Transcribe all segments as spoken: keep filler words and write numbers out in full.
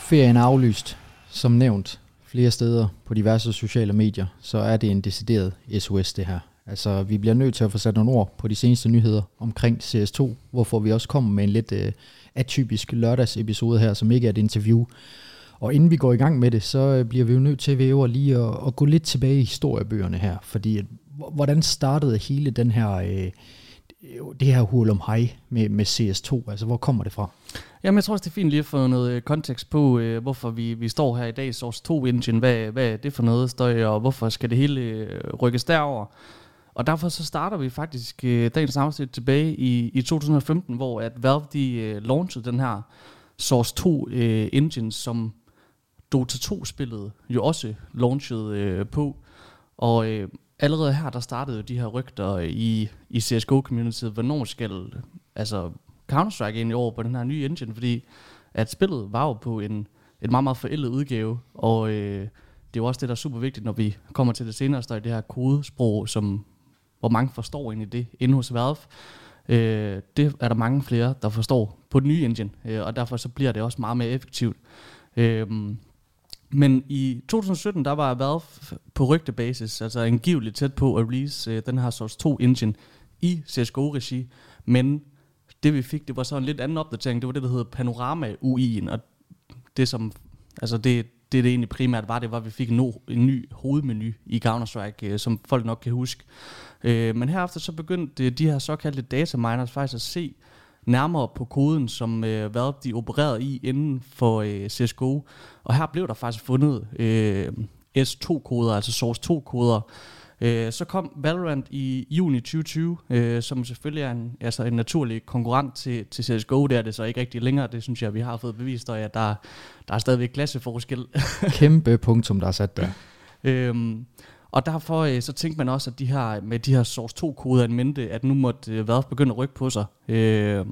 Ferien er aflyst, som nævnt flere steder på diverse sociale medier, så er det en decideret S O S det her. Altså, vi bliver nødt til at få sat nogle ord på de seneste nyheder omkring C S to, hvorfor vi også kommer med en lidt øh, atypisk lørdagsepisode her, som ikke er et interview. Og inden vi går i gang med det, så bliver vi jo nødt til, Væver, lige at, at gå lidt tilbage i historiebøgerne her, fordi at, hvordan startede hele den her, øh, det her hurlumhej med, med C S to? Altså, hvor kommer det fra? Jamen, jeg tror også, det er fint lige at få noget kontekst på, øh, hvorfor vi, vi står her i dag. Source to Engine, hvad, hvad er det for noget støj, og hvorfor skal det hele øh, rykkes derover? Og derfor så starter vi faktisk øh, dagens afsnit tilbage i, i to tusind og femten, hvor at Valve de øh, launchede den her Source to øh, Engine, som Dota to-spillet jo også launchede øh, på. Og øh, allerede her, der startede de her rygter i, i C S G O-communityet, hvornår skal altså Counter-Strike egentlig over på den her nye engine, fordi at spillet var jo på en, en meget, meget forældet udgave, og øh, det er jo også det, der er super vigtigt, når vi kommer til det senere, så er det her kodesprog, som hvor mange forstår egentlig det inde hos Valve. Øh, det er der mange flere, der forstår på den nye engine, øh, og derfor så bliver det også meget mere effektivt. Øh, men i to tusind og sytten, der var Valve på rygtebasis, altså angiveligt tæt på at release øh, den her Source to Engine i C S G O-regi, men det vi fik, det var så en lidt anden opdatering, det var det, der hedder Panorama-U I'en, og det som, altså det, det, det egentlig primært var, det var, at vi fik en, no, en ny hovedmenu i Counter-Strike, øh, som folk nok kan huske. Øh, men herefter så begyndte de her såkaldte data miners faktisk at se nærmere på koden, som øh, Valve de opererede i inden for øh, C S G O, og her blev der faktisk fundet øh, S to-koder, altså Source to-koder. Øh, så kom Valorant i juni tyve tyve, øh, som selvfølgelig er en, altså en naturlig konkurrent til, til C S G O. Det er det så ikke rigtig længere, det synes jeg, vi har fået bevist, og at der, der er stadigvæk klasseforskel. Kæmpe punktum, der er sat der. øhm, og derfor øh, så tænkte man også, at de her, med de her Source to-koder en mente, at nu måtte øh, Valve begynde at rykke på sig. Øh,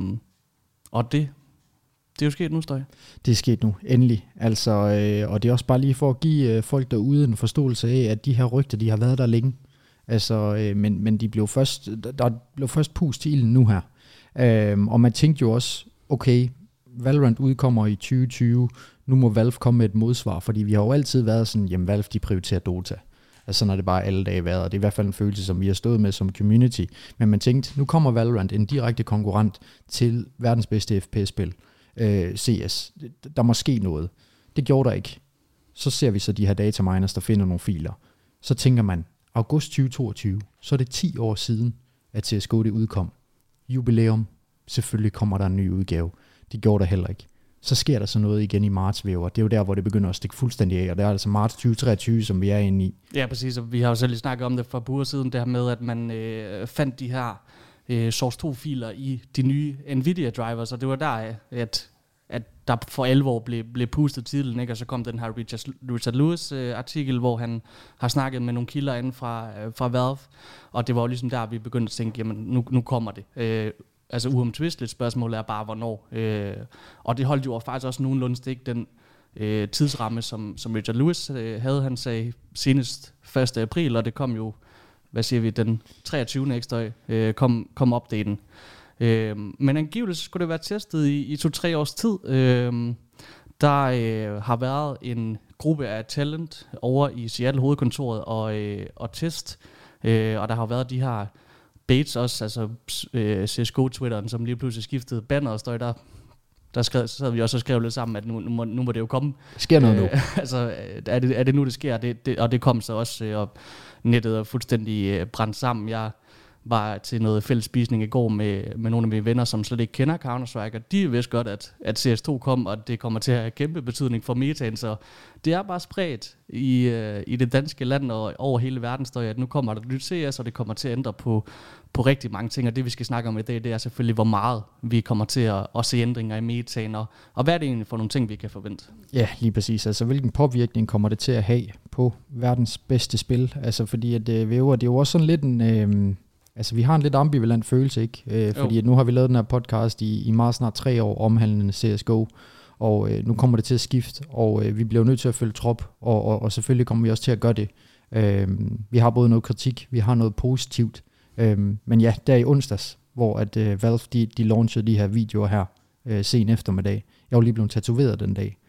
og det, det er jo sket nu, Støj. Det er sket nu, endelig. Altså, øh, og det er også bare lige for at give øh, folk derude en forståelse af, at de her rygter, de har været der længe. Altså, øh, men, men de blev først, der blev først pust til ilden nu her. Øh, og man tænkte jo også, okay, Valorant udkommer i tyve tyve, nu må Valve komme med et modsvar, fordi vi har jo altid været sådan, jamen Valve, de prioriterer Dota. Altså sådan har det bare alle dage været, og det er i hvert fald en følelse, som vi har stået med som community. Men man tænkte, nu kommer Valorant, en direkte konkurrent til verdens bedste F P S-spil. Øh, C S. Der må ske noget. Det gjorde der ikke. Så ser vi så de her dataminers, der finder nogle filer. Så tænker man, august tyve toogtyve, så er det ti år siden, at C S G O det udkom. Jubilæum. Selvfølgelig kommer der en ny udgave. Det gjorde der heller ikke. Så sker der så noget igen i marts, Væver. Det er jo der, hvor det begynder at stikke fuldstændig af, og det er altså marts tyve treogtyve, som vi er inde i. Ja, præcis, og vi har jo selv lige snakket om det for et par uger siden, det her med, at man øh, fandt de her øh, Source to-filer i de nye Nvidia-drivers, og det var der, at, at der for alvor blev, blev pustet titlen, ikke? Og så kom den her Richard, Richard Lewis-artikel, øh, hvor han har snakket med nogle kilder inden fra, øh, fra Valve, og det var jo ligesom der, vi begyndte at tænke, jamen nu, nu kommer det. Øh, Altså uomtvisteligt, spørgsmålet er bare, hvornår. Øh, og det holdt jo faktisk også nogenlunde stik den øh, tidsramme, som, som Richard Lewis øh, havde. Han sagde senest første april, og det kom jo, hvad siger vi, den treogtyvende ekstra øh, kom, kom updaten. Øh, men angiveligt skulle det være testet i, i to-tre års tid. Øh, der øh, har været en gruppe af talent over i Seattle hovedkontoret og, øh, og test, øh, og der har været de her Bates også, altså øh, C S G O-twitteren, som lige pludselig skiftede banner og støj der. Der skrev, så havde vi også skrevet lidt sammen, at nu, nu, må, nu må det jo komme. Det sker noget øh, nu. altså, er det, er det nu, det sker? Det, det, og det kom så også, øh, og nettet er fuldstændig øh, brændt sammen. Jeg var til noget fælles spisning i går med, med nogle af mine venner, som slet ikke kender Counter-Strike, og de vidste godt, at, at C S to kom, og det kommer til at have kæmpe betydning for metaen, så det er bare spredt i, øh, i det danske land og over hele verden, står jeg, at nu kommer der nyt C S, og det kommer til at ændre på, på rigtig mange ting, og det vi skal snakke om i dag, det er selvfølgelig, hvor meget vi kommer til at, at se ændringer i metaen, og, og hvad er det egentlig for nogle ting, vi kan forvente? Ja, lige præcis. Altså, hvilken påvirkning kommer det til at have på verdens bedste spil? Altså, fordi at øh, Væver, det er jo også sådan lidt en... Øh, Altså, vi har en lidt ambivalent følelse, ikke? Øh, fordi at nu har vi lavet den her podcast i, i meget snart tre år omhandlende C S G O, og øh, nu kommer det til at skifte, og øh, vi bliver nødt til at følge trop, og, og, og selvfølgelig kommer vi også til at gøre det. Øh, vi har både noget kritik, vi har noget positivt, øh, men ja, der i onsdags, hvor at øh, Valve, de, de launchede de her videoer her øh, sen eftermiddag. Jeg var lige blevet tatoveret den dag,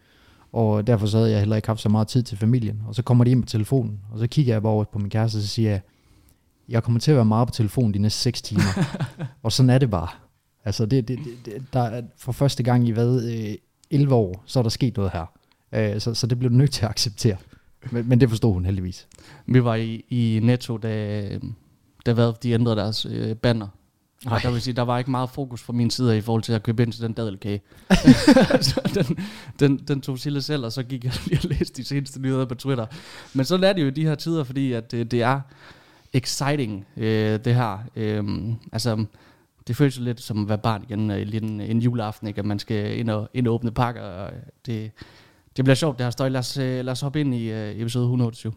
og derfor så havde jeg heller ikke haft så meget tid til familien. Og så kommer de ind på telefonen, og så kigger jeg bare over på min kæreste, og så siger jeg, jeg kommer til at være meget på telefonen de næste seks timer. Og sådan er det bare. Altså, det, det, det, der er for første gang i hvad, øh, elleve år, så er der sket noget her. Øh, så, så det blev du nødt til at acceptere. Men, men det forstod hun heldigvis. Vi var i, i Netto, da, da hvad, de ændrede deres øh, banner. Og der vil sige, der var ikke meget fokus fra min side i forhold til at købe ind til den dadelkage. Så den, den, den tog Sille selv, og så gik jeg lige og læste de seneste nyheder på Twitter. Men så er det jo i de her tider, fordi at det, det er exciting, øh, det her. Øh, altså, det føles jo lidt som at være barn igen, øh, lidt en, en juleaften, ikke? At man skal ind og, ind og åbne pakker. Og det, det bliver sjovt, det her støj. Lad os, lad os hoppe ind i øh, episode et hundrede og otteogtyve.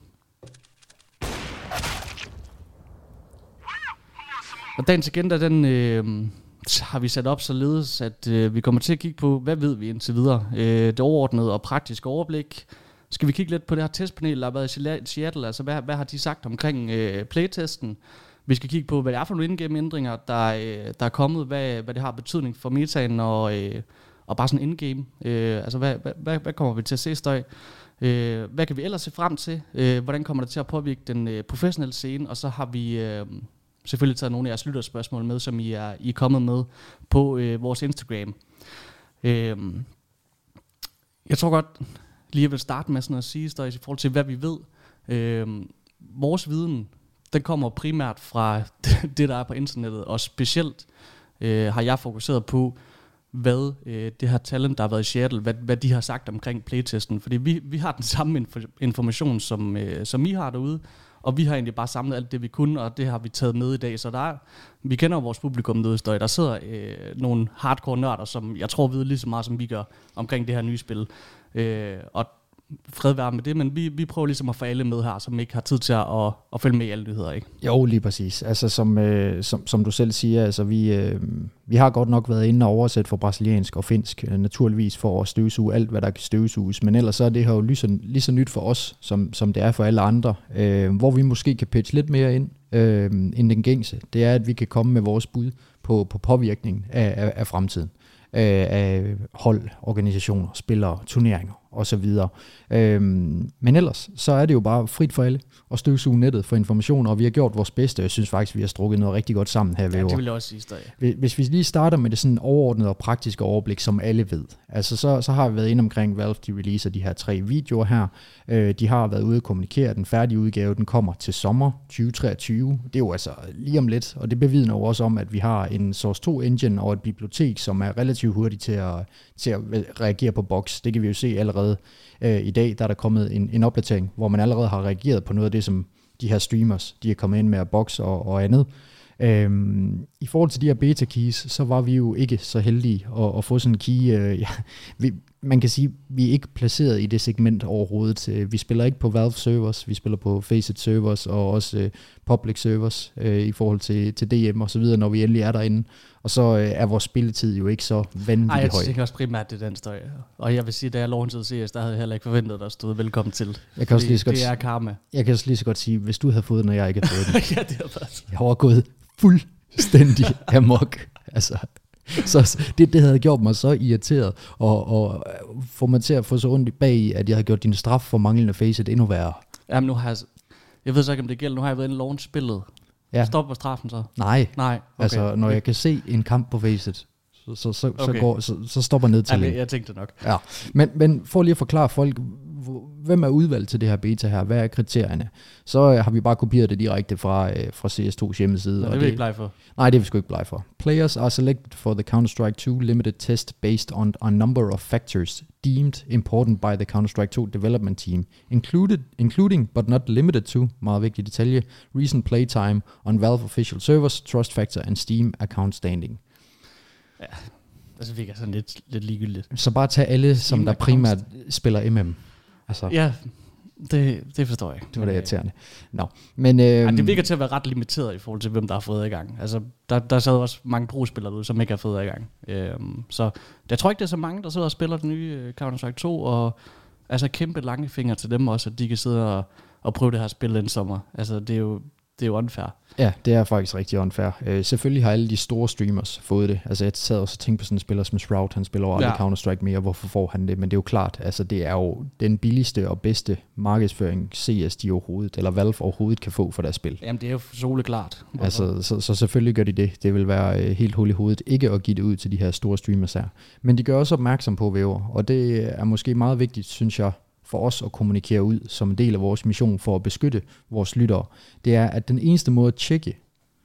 Og dagens agenda, den øh, har vi sat op således, at øh, vi kommer til at kigge på, hvad ved vi indtil videre. Øh, det overordnede og praktiske overblik. Skal vi kigge lidt på det her testpanel, der har været i Seattle, altså hvad, hvad har de sagt omkring øh, playtesten? Vi skal kigge på, hvad det er for nogle indgame ændringer, der, øh, der er kommet, hvad, hvad det har betydning for metaen og, øh, og bare sådan indgame. Øh, altså hvad, hvad, hvad kommer vi til at se støj? Øh, hvad kan vi ellers se frem til? Øh, hvordan kommer det til at påvirke den øh, professionelle scene? Og så har vi øh, selvfølgelig taget nogle af jeres lytterspørgsmål med, som I er, I er kommet med på øh, vores Instagram. Øh, jeg tror godt, lige vil starte med sådan at sige, støj, i forhold til hvad vi ved. Øh, vores viden, den kommer primært fra det, der er på internettet, og specielt øh, har jeg fokuseret på, hvad øh, det her talent, der har været i Seattle, hvad, hvad de har sagt omkring playtesten. Fordi vi, vi har den samme info- information, som, øh, som I har derude, og vi har egentlig bare samlet alt det, vi kunne, og det har vi taget med i dag. Så der er, vi kender vores publikum derude, der sidder øh, nogle hardcore nørder, som jeg tror ved lige så meget, som vi gør omkring det her nye spil. Øh, og fred være med det, men vi, vi prøver ligesom at få alle med her, som ikke har tid til at, at, at følge med i alle nyheder, ikke? Jo, lige præcis. Altså som, øh, som, som du selv siger, altså vi, øh, vi har godt nok været inde og oversætte for brasiliansk og finsk, øh, naturligvis for at støvsuge alt, hvad der kan støvsuges, men ellers så er det her jo lige så, lige så nyt for os, som, som det er for alle andre, øh, hvor vi måske kan pitche lidt mere ind, øh, end den gængse. Det er, at vi kan komme med vores bud på, på påvirkning af, af, af fremtiden. Af hold, organisationer, spillere, turneringer og så videre. Øhm, men ellers, så er det jo bare frit for alle at støvsuge nettet for information, og vi har gjort vores bedste. Jeg synes faktisk, vi har strukket noget rigtig godt sammen her ved ja, det vil jeg også sige, ja. Hvis vi lige starter med det sådan overordnede og praktiske overblik, som alle ved. Altså så, så har vi været inde omkring Valve, de releaser de her tre videoer her. Øh, de har været ude at kommunikere, den færdige udgave, den kommer til sommer tyve treogtyve. Det er jo altså lige om lidt, og det bevidner jo også om, at vi har en Source to engine og et bibliotek, som er relativt hurtigt til at, til at reagere på box. Det kan vi jo se allerede øh, i dag, der er der kommet en, en opdatering, hvor man allerede har reageret på noget af det, som de her streamers, de er kommet ind med at box og, og andet. Øhm, I forhold til de her beta keys, så var vi jo ikke så heldige at, at få sådan en key. Øh, ja, vi, man kan sige, vi er ikke placeret i det segment overhovedet. Vi spiller ikke på Valve servers, vi spiller på Faceit servers og også øh, public servers øh, i forhold til, til D M og så videre, når vi endelig er derinde. Og så øh, er vores spilletid jo ikke så vanvittigt høj. Nej, jeg tænker også primært det den støj. Og jeg vil sige, da jeg lov til C S, der havde jeg heller ikke forventet, at der stod velkommen til. Jeg kan også lige så godt, det er karma. Jeg kan også lige så godt sige, hvis du havde fået den, og jeg ikke havde fået den. Ja, det er faktisk. Jeg var gået fuldstændig amok. Altså, så det, det havde gjort mig så irriteret, og, og få mig til at få så ondt i bag, at jeg havde gjort din straf for manglende Faceit endnu værre. Jamen nu har jeg, jeg ved så ikke, om det gælder, nu har jeg været inde og launch spillet. Ja. Stopper straffen så? Nej, Nej. Okay. Altså når jeg kan se en kamp på Faceit, så, så, så, okay. så, går, så, så stopper nedtællingen. Ja, jeg tænkte nok. Ja. Men, men for lige at forklare folk, hvem er udvalgt til det her beta her, hvad er kriterierne, så øh, har vi bare kopieret det direkte fra, øh, fra C S to's hjemmeside. Nå, det er vi ikke blege for. Nej, det er vi sgu ikke blege for. Players are selected for the Counter-Strike to limited test based on a number of factors deemed important by the Counter-Strike to development team, included, including but not limited to, meget vigtig detalje, recent playtime on Valve official servers, trust factor and Steam account standing. Ja, altså virker sådan lidt, lidt ligegyldigt. Så bare tag alle, som Steam der primært account. Spiller M M. Altså. Ja, det, det forstår jeg ikke. Det var det irriterende. No. Men, øhm, ja, det virker til at være ret limiteret i forhold til, hvem der har fået adgang. Altså, der, der sad også mange pro-spillere ude, som ikke har fået adgang. Øhm, så jeg tror ikke, det er så mange, der sidder og spiller den nye Counter-Strike to, og altså kæmpe lange fingre til dem også, at de kan sidde og, og prøve det her spil den sommer. Altså, det er jo det er jo unfair. Ja, det er faktisk rigtig unfair. Øh, selvfølgelig har alle de store streamers fået det. Altså jeg sad også og tænkte på sådan en spiller som Shroud, han spiller over aldrig ja. Counter-Strike mere, hvorfor får han det? Men det er jo klart, altså det er jo den billigste og bedste markedsføring C S de overhovedet, eller Valve overhovedet kan få for deres spil. Jamen det er jo soleklart. Altså, så, så selvfølgelig gør de det. Det vil være øh, helt hul i hovedet ikke at give det ud til de her store streamers her. Men de gør også opmærksom på væver, og det er måske meget vigtigt, synes jeg, for os at kommunikere ud som en del af vores mission for at beskytte vores lyttere, det er, at den eneste måde at tjekke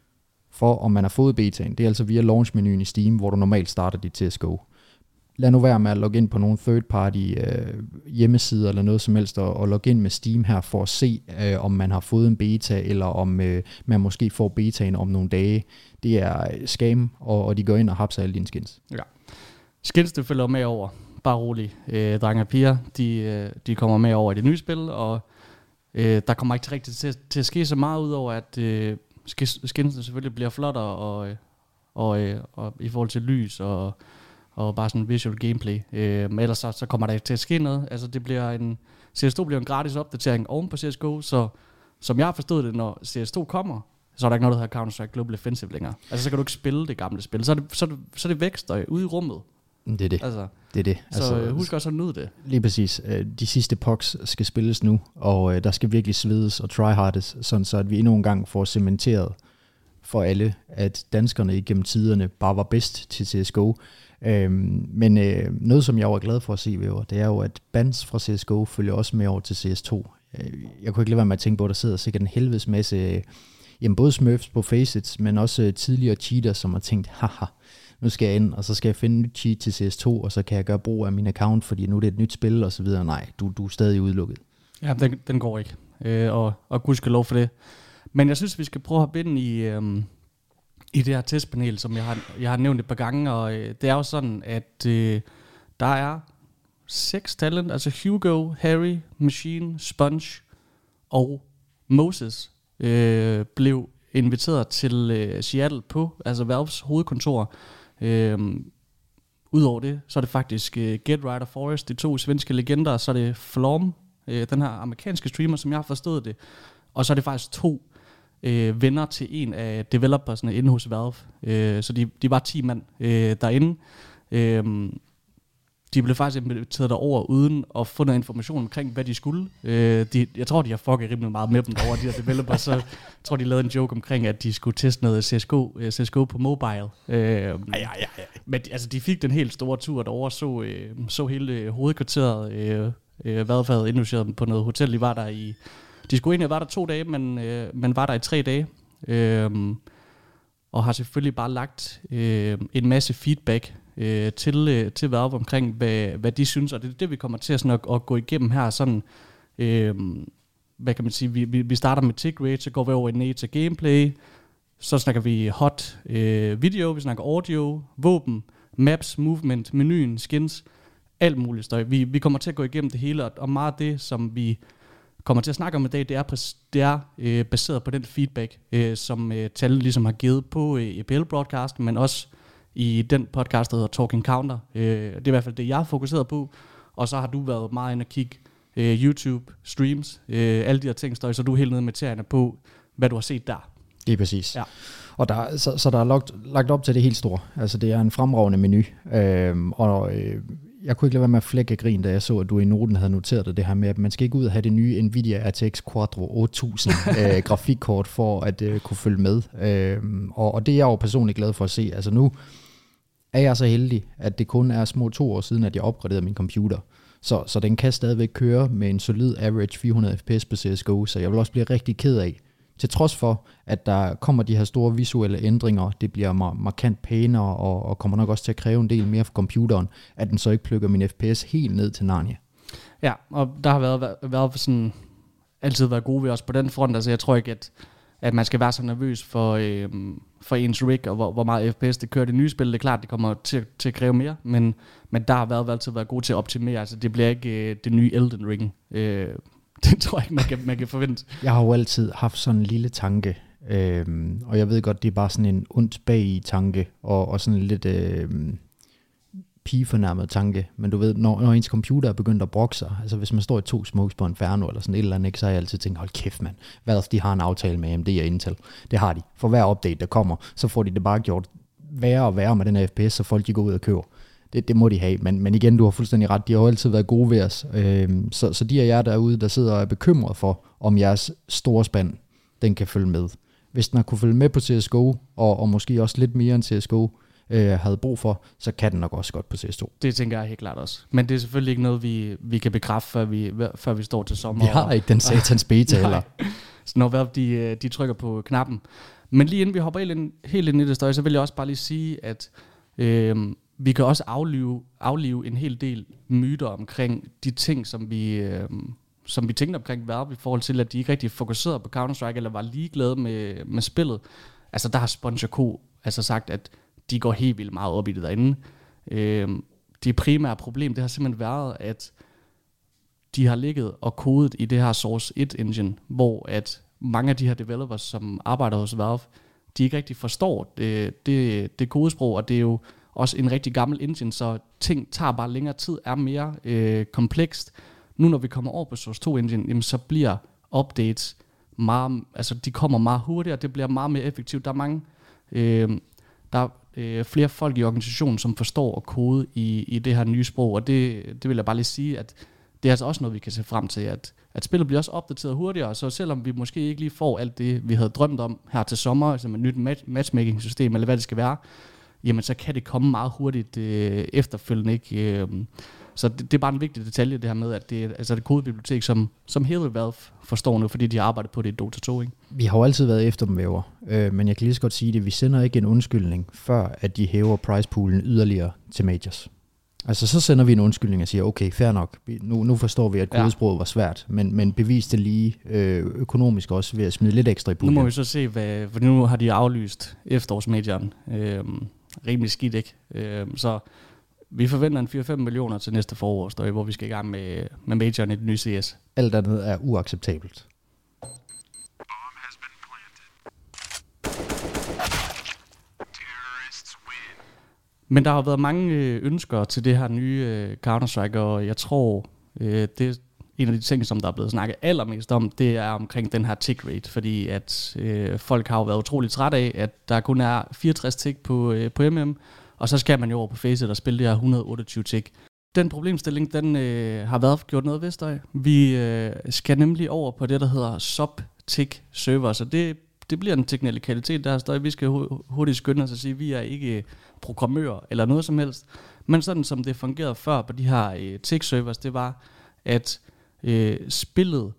for, om man har fået betaen, det er altså via launchmenuen i Steam, hvor du normalt starter dit C S G O. Lad nu være med at logge ind på nogle third-party øh, hjemmesider eller noget som helst, og, og logge ind med Steam her for at se, øh, om man har fået en beta, eller om øh, man måske får betaen om nogle dage. Det er scam, og, og de går ind og hapser alle dine skins. Ja. Skins, det følger med over. Bare rolig. Øh, drenge og piger, de, øh, de kommer med over i det nye spil, og øh, der kommer ikke til rigtigt til, til at ske så meget, ud over at øh, skinsene selvfølgelig bliver flottere, og, og, øh, og i forhold til lys, og, og bare sådan visual gameplay. Øh, men ellers så, så kommer der ikke til at ske noget. Altså det bliver en, C S to bliver en gratis opdatering oven på C S G O, så som jeg har forstået det, når C S to kommer, så er der ikke noget, der hedder Counter-Strike Global Offensive længere. Altså så kan du ikke spille det gamle spil. Så er det, så er det, så er det vækst ude i rummet. Det er det. Altså, det er det. Så altså, husk også at nyde det. Lige præcis. De sidste pucks skal spilles nu, og der skal virkelig svedes og tryhardes, sådan så at vi endnu en gang får cementeret for alle, at danskerne igennem tiderne bare var bedst til C S G O. Øhm, men øh, noget, som jeg var glad for at se ved, det er jo, at bans fra C S G O følger også med over til C S to. Jeg kunne ikke lade være med at tænke på, at der sidder sikkert en helvedes masse, jamen både smurfs på Faceit, men også tidligere cheaters, som har tænkt, haha, nu skal jeg ind, og så skal jeg finde en nyt cheat til C S to, og så kan jeg gøre brug af min account, fordi nu er det et nyt spil, og så videre. Nej, du, du er stadig udelukket. Ja, den, den går ikke, øh, og, og gudskelov for det. Men jeg synes, vi skal prøve at hoppe ind i, øhm, i det her testpanel, som jeg har, jeg har nævnt et par gange, og øh, det er jo sådan, at øh, der er seks talent, altså Hugo, Harry, Machine, Sponge og Moses øh, blev inviteret til øh, Seattle på, altså Valves hovedkontor. Øhm, Udover det, så er det faktisk øh, Get Right og Forest, de to svenske legender, så er det Florm, øh, den her amerikanske streamer, som jeg har forstået det, og så er det faktisk to øh, venner til en af developersne inde hos Valve, øh, så de, de var ti mand øh, derinde. Øh, De blev faktisk inviteret derover uden at få noget information omkring, hvad de skulle. Øh, de, jeg tror, de har fucket rimelig meget med dem derovre, de her developers. Så jeg tror, de lavede en joke omkring, at de skulle teste noget C S G O, C S G O på mobile. Øh, ej, ej, ej. Men altså, de fik den helt store tur derovre, så, øh, så hele hovedkvarteret. Øh, øh, Valve havde indlogeret dem på noget hotel. De var der i... De skulle egentlig have været der to dage, men, øh, men var der i tre dage. Øh, og har selvfølgelig bare lagt øh, en masse feedback øh, til, øh, til Valve omkring, hvad, hvad de synes, og det er det, vi kommer til at, sådan at, at gå igennem her. Sådan, øh, hvad kan man sige, vi, vi, vi starter med tick rate, så går vi over i nature gameplay, så snakker vi hot øh, video, vi snakker audio, våben, maps, movement, menuen, skins, alt muligt støj. Vi, vi kommer til at gå igennem det hele, og meget af det, som vi kommer til at snakke om i dag, det er, præs, det er øh, baseret på den feedback, øh, som øh, Tal ligesom har givet på øh, E P L-broadcast, men også i den podcast, der hedder Talking Counter. Øh, det er i hvert fald det, jeg har fokuseret på. Og så har du været meget inde og kigge øh, YouTube, streams, øh, alle de her ting, så du er helt nede med tæerne på, hvad du har set der. Det er præcis. Ja. Og der, så, så der er lagt, lagt op til det helt store. Altså det er en fremragende menu. Øhm, og øh, jeg kunne ikke lade være med at flække af grin, da jeg så, at du i noten havde noteret det her med, at man skal ikke ud og have det nye Nvidia R T X Quadro otte tusind øh, grafikkort for at øh, kunne følge med. Øhm, og, og det er jeg jo personligt glad for at se. Altså nu er jeg så heldig, at det kun er små to år siden, at jeg opgraderede min computer. Så, så den kan stadigvæk køre med en solid average fire hundrede F P S på C S G O, så jeg vil også blive rigtig ked af, til trods for, at der kommer de her store visuelle ændringer, det bliver mar- markant pænere, og, og kommer nok også til at kræve en del mere for computeren, at den så ikke plukker min F P S helt ned til Narnia. Ja, og der har været, været sådan, altid været gode ved os på den front. Altså jeg tror ikke, at, at man skal være så nervøs for, øh, for ens rig, og hvor, hvor meget F P S det kører det nye spil. Det er klart, det kommer til, til at kræve mere, men, men der har været altid været gode til at optimere. Altså det bliver ikke øh, det nye Elden Ring. Øh, Det tror jeg ikke, man kan, man kan forvente. Jeg har jo altid haft sådan en lille tanke, øhm, og jeg ved godt, det er bare sådan en ondt bag i tanke, og, og sådan lidt øhm, pigefornærmet tanke, men du ved, når, når ens computer er begyndt at brokke sig, altså hvis man står i to smokes på Inferno eller sådan et eller andet, ikke, så har jeg altid tænkt, hold kæft mand, hvad de har en aftale med A M D og Intel. Det har de. For hver update, der kommer, så får de det bare gjort værre og værre med den her F P S, så folk de går ud og køber. Det, det må de have, men, men igen, du har fuldstændig ret, de har jo altid været gode ved os. Øhm, så, så de af jer derude, der sidder og er bekymret for, om jeres store spand, den kan følge med. Hvis den har kunne følge med på C S G O, og, og måske også lidt mere end C S G O, øh, havde brug for, så kan den nok også godt på C S to. Det tænker jeg helt klart også. Men det er selvfølgelig ikke noget, vi, vi kan bekræfte, før vi, før vi står til sommer. Vi har og, ikke den satans beta heller. Så når Valve de, de trykker på knappen. Men lige inden vi hopper helt ind, helt ind i det støj, så vil jeg også bare lige sige, at øh, vi kan også aflive, aflive en hel del myter omkring de ting, som vi, øh, som vi tænkte omkring Valve, i forhold til, at de ikke rigtig fokuserede på Counter-Strike, eller var ligeglade med, med spillet. Altså der har Sponsor Co. altså sagt, at de går helt vildt meget op i det derinde. Øh, det primære problem, det har simpelthen været, at de har ligget og kodet i det her Source et engine, hvor at mange af de her developers, som arbejder hos Valve, de ikke rigtig forstår det, det, det kodesprog, og det er jo også en rigtig gammel engine, så ting tager bare længere tid, er mere øh, komplekst. Nu når vi kommer over på Source to engine, jamen, så bliver updates meget, altså de kommer meget hurtigere, det bliver meget mere effektivt. Der er mange, øh, der er øh, flere folk i organisationen, som forstår at kode i, i det her nye sprog, og det, det vil jeg bare lige sige, at det er altså også noget, vi kan se frem til, at, at spillet bliver også opdateret hurtigere, så selvom vi måske ikke lige får alt det, vi havde drømt om her til sommer, som et nyt match- matchmaking-system, eller hvad det skal være, jamen så kan det komme meget hurtigt øh, efterfølgende, ikke? Øh, så det, det er bare en vigtig detalje, det her med, at det er altså det kodebibliotek, som, som hele Valve forstår nu, fordi de har arbejdet på det i Dota to, ikke? Vi har jo altid været efter dem, væver, øh, men jeg kan lige så godt sige det, vi sender ikke en undskyldning, før at de hæver pricepoolen yderligere til majors. Altså så sender vi en undskyldning og siger, okay, fair nok, nu, nu forstår vi, at kodesproget ja. var svært, men, men bevis det lige øh, økonomisk også ved at smide lidt ekstra i puljen. Nu må vi så se, hvad, for nu har de aflyst efterårsmajoren. Øh, rimelig skidt, ikke? Øh, så vi forventer en fire til fem millioner til næste forår, hvor vi skal i gang med, med majoren i det nye C S. Alt andet er uacceptabelt. Men der har været mange ønsker til det her nye Counter-Strike, og jeg tror, det er en af de ting, som der er blevet snakket allermest om, det er omkring den her tick rate, fordi at øh, folk har jo været utroligt træt af, at der kun er fireogtres tick på, øh, på M M, og så skal man jo over på Faceit og spille det her et hundrede og otteogtyve tick. Den problemstilling, den øh, har været gjort noget ved støj. Vi øh, skal nemlig over på det, der hedder sub-tick server, så det, det bliver en teknikalitet, der er støj. Vi skal hurtigt skynde os at sige, at vi er ikke programmører eller noget som helst, men sådan som det fungerede før på de her øh, tick servers, det var, at øh, spillet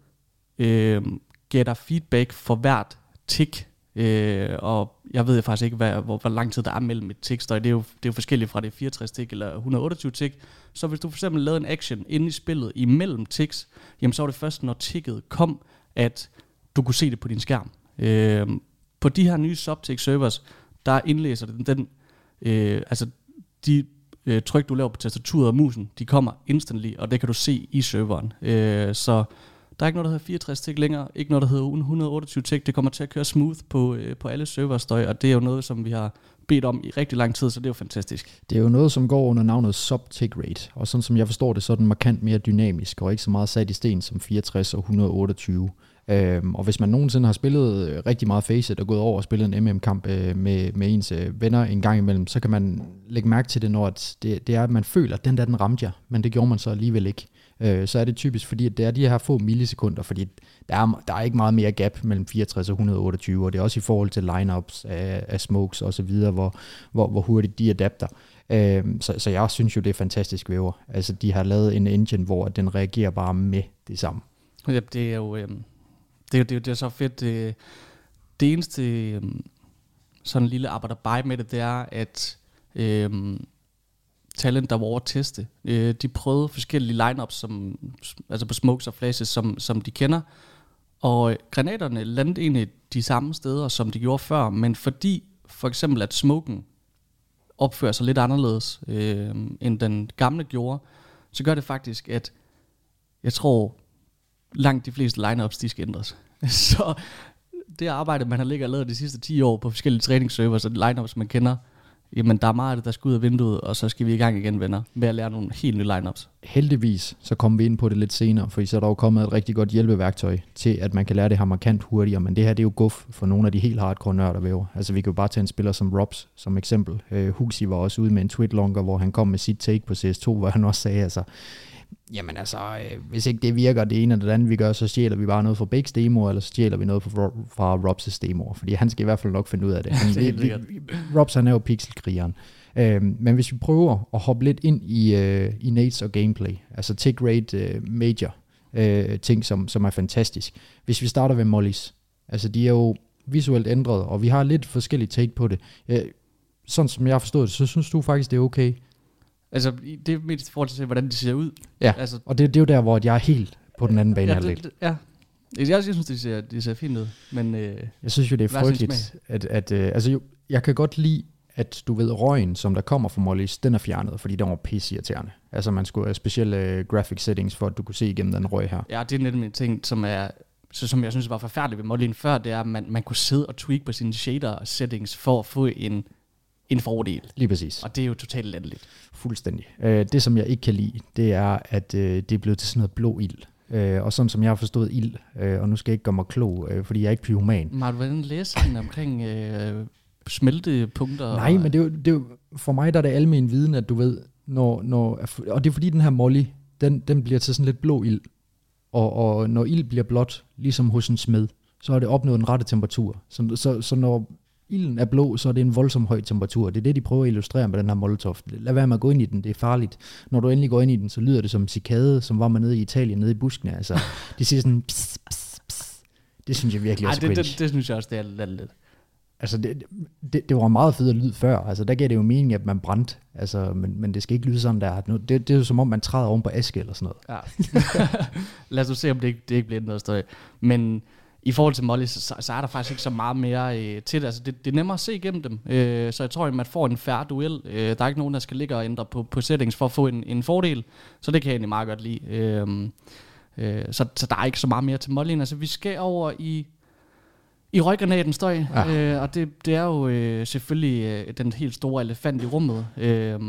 øh, gætter feedback for hvert tick, øh, og jeg ved faktisk ikke, hvad, hvor, hvor lang tid der er mellem et tick, det er jo, det er jo forskelligt fra det fireogtres tick eller et hundrede og otteogtyve tick, så hvis du for eksempel lavede en action inde i spillet imellem ticks, jamen så var det først, når ticket kom, at du kunne se det på din skærm. Øh, på de her nye subtick servers, der indlæser den, den øh, altså de øh, tryk, du laver på tastaturet og musen, de kommer instantly, og det kan du se i serveren. Øh, så der er ikke noget, der hedder fireogtres tick længere, ikke noget, der hedder et hundrede og otteogtyve tick, det kommer til at køre smooth på, øh, på alle serverstøj, og det er jo noget, som vi har bedt om i rigtig lang tid, så det er jo fantastisk. Det er jo noget, som går under navnet sub-tick rate, og sådan som jeg forstår det, så er den markant mere dynamisk, og ikke så meget sat i sten som fireogtres og et hundrede og otteogtyve. Øhm, og hvis man nogensinde har spillet rigtig meget Faceit og gået over og spillet en M M-kamp øh, med, med ens øh, venner en gang imellem, så kan man lægge mærke til det, når det, det er, at man føler, at den der, den ramte jer, men det gjorde man så alligevel ikke. Øh, så er det typisk, fordi at det er de her få millisekunder, fordi der er, der er ikke meget mere gap mellem fireogtres og et hundrede og otteogtyve, og det er også i forhold til lineups af, af smokes og så videre, hvor, hvor, hvor hurtigt de adapter. Øh, så, så jeg synes jo, det er fantastisk væver. Altså, de har lavet en engine, hvor den reagerer bare med det samme. Ja, det er jo... Øh Det er, det, er, det er så fedt. Det, det eneste sådan en lille arbejder med det, det er, at øhm, talent, der var over at teste, øh, de prøvede forskellige lineups, som, altså på smokes og flashes, som, som de kender. Og granaterne landede egentlig de samme steder, som de gjorde før, men fordi for eksempel, at smoken opfører sig lidt anderledes, øh, end den gamle gjorde, så gør det faktisk, at jeg tror... langt de fleste lineups, de skal ændres. Så det arbejde, man har ligget og lavet de sidste ti år på forskellige træningsservers og lineups, man kender, jamen der er meget af det, der skal ud af vinduet, og så skal vi i gang igen, venner, med at lære nogle helt nye lineups. Heldigvis, så kommer vi ind på det lidt senere, for så er der jo kommet et rigtig godt hjælpeværktøj til, at man kan lære det her markant hurtigere, men det her, det er jo guf for nogle af de helt hardcore nørder væver. Altså vi kan jo bare tage en spiller som Robs som eksempel. Uh, Huxi var også ude med en tweet-longer, hvor han kom med sit take på C S to, hvor han også sagde, altså, jamen altså, øh, hvis ikke det virker det ene eller det andet, vi gør, så stjæler vi bare noget fra Bakes demoer, eller så stjæler vi noget fra, fra Robs' demoer, fordi han skal i hvert fald nok finde ud af det. Han, det vi, vi, Robs, han er jo pixelkrigeren. Øh, men hvis vi prøver at hoppe lidt ind i, øh, i nades og gameplay, altså tick rate øh, major øh, ting, som, som er fantastisk. Hvis vi starter ved mollies, altså de er jo visuelt ændret, og vi har lidt forskellige take på det. Øh, sådan som jeg har forstået det, så synes du faktisk, det er okay? Altså, det er mest i forhold til, hvordan de ser ud. Ja, altså, og det, det er jo der, hvor jeg er helt på den anden bane. Ja, det, det, ja. Jeg, jeg synes, de ser, de ser fint ud, men... Øh, jeg synes jo, det er frygteligt, at... at øh, altså jo, jeg kan godt lide, at du ved, røgen, som der kommer fra mollies, den er fjernet, fordi den var pisse-irriterende. Altså, man skulle have specielle uh, graphic settings, for at du kunne se igennem den røg her. Ja, det er netop en ting, som er... Så, som jeg synes var forfærdeligt ved mollien før, det er, at man, man kunne sidde og tweak på sine shader og settings, for at få en... en fordel. Lige præcis. Og det er jo totalt latterligt. Fuldstændig. Øh, det, som jeg ikke kan lide, det er, at øh, det er blevet til sådan noget blå ild. Øh, og sådan som jeg har forstået ild, øh, og nu skal jeg ikke gøre mig klog, øh, fordi jeg er ikke pyroman. Men har du været læse sådan omkring øh, smeltepunkter? Nej, og... men det er, jo, det er jo, for mig der er det almen viden, at du ved, når, når, og det er fordi den her molly, den, den bliver til sådan lidt blå ild. Og, og når ild bliver blåt, ligesom hos en smed, så har det opnået den rette temperatur. Så, så, så når ilden er blå, så er det en voldsom høj temperatur. Det er det, de prøver at illustrere med den her molotov. Lad være med at gå ind i den, det er farligt. Når du endelig går ind i den, så lyder det som en cikade, som var man nede i Italien, nede i buskene. Altså, de siger sådan, pss, pss, pss. Det synes jeg virkelig Ej, også det, cringe. det, det synes jeg også, det er lidt lidt. Altså, det, det, det var meget fedt lyd før. Altså, der gav det jo mening, at man brændte. Altså, men, men det skal ikke lyde sådan der. Det, det er jo som om, man træder oven på aske eller sådan noget. Ja. Lad os nu se, om det ikke, det ikke bliver noget støj. Men i forhold til mollies, så, så er der faktisk ikke så meget mere øh, til det. Altså, det. Det er nemmere at se igennem dem. Øh, så jeg tror, at man får en fair duel. Øh, der er ikke nogen, der skal ligge og ændre på, på settings for at få en, en fordel. Så det kan jeg egentlig meget godt lide. Øh, øh, så, så der er ikke så meget mere til mollien. Altså, vi skal over i... I røggranaten støj, ja. øh, og det, det er jo øh, selvfølgelig øh, den helt store elefant i rummet. Øh,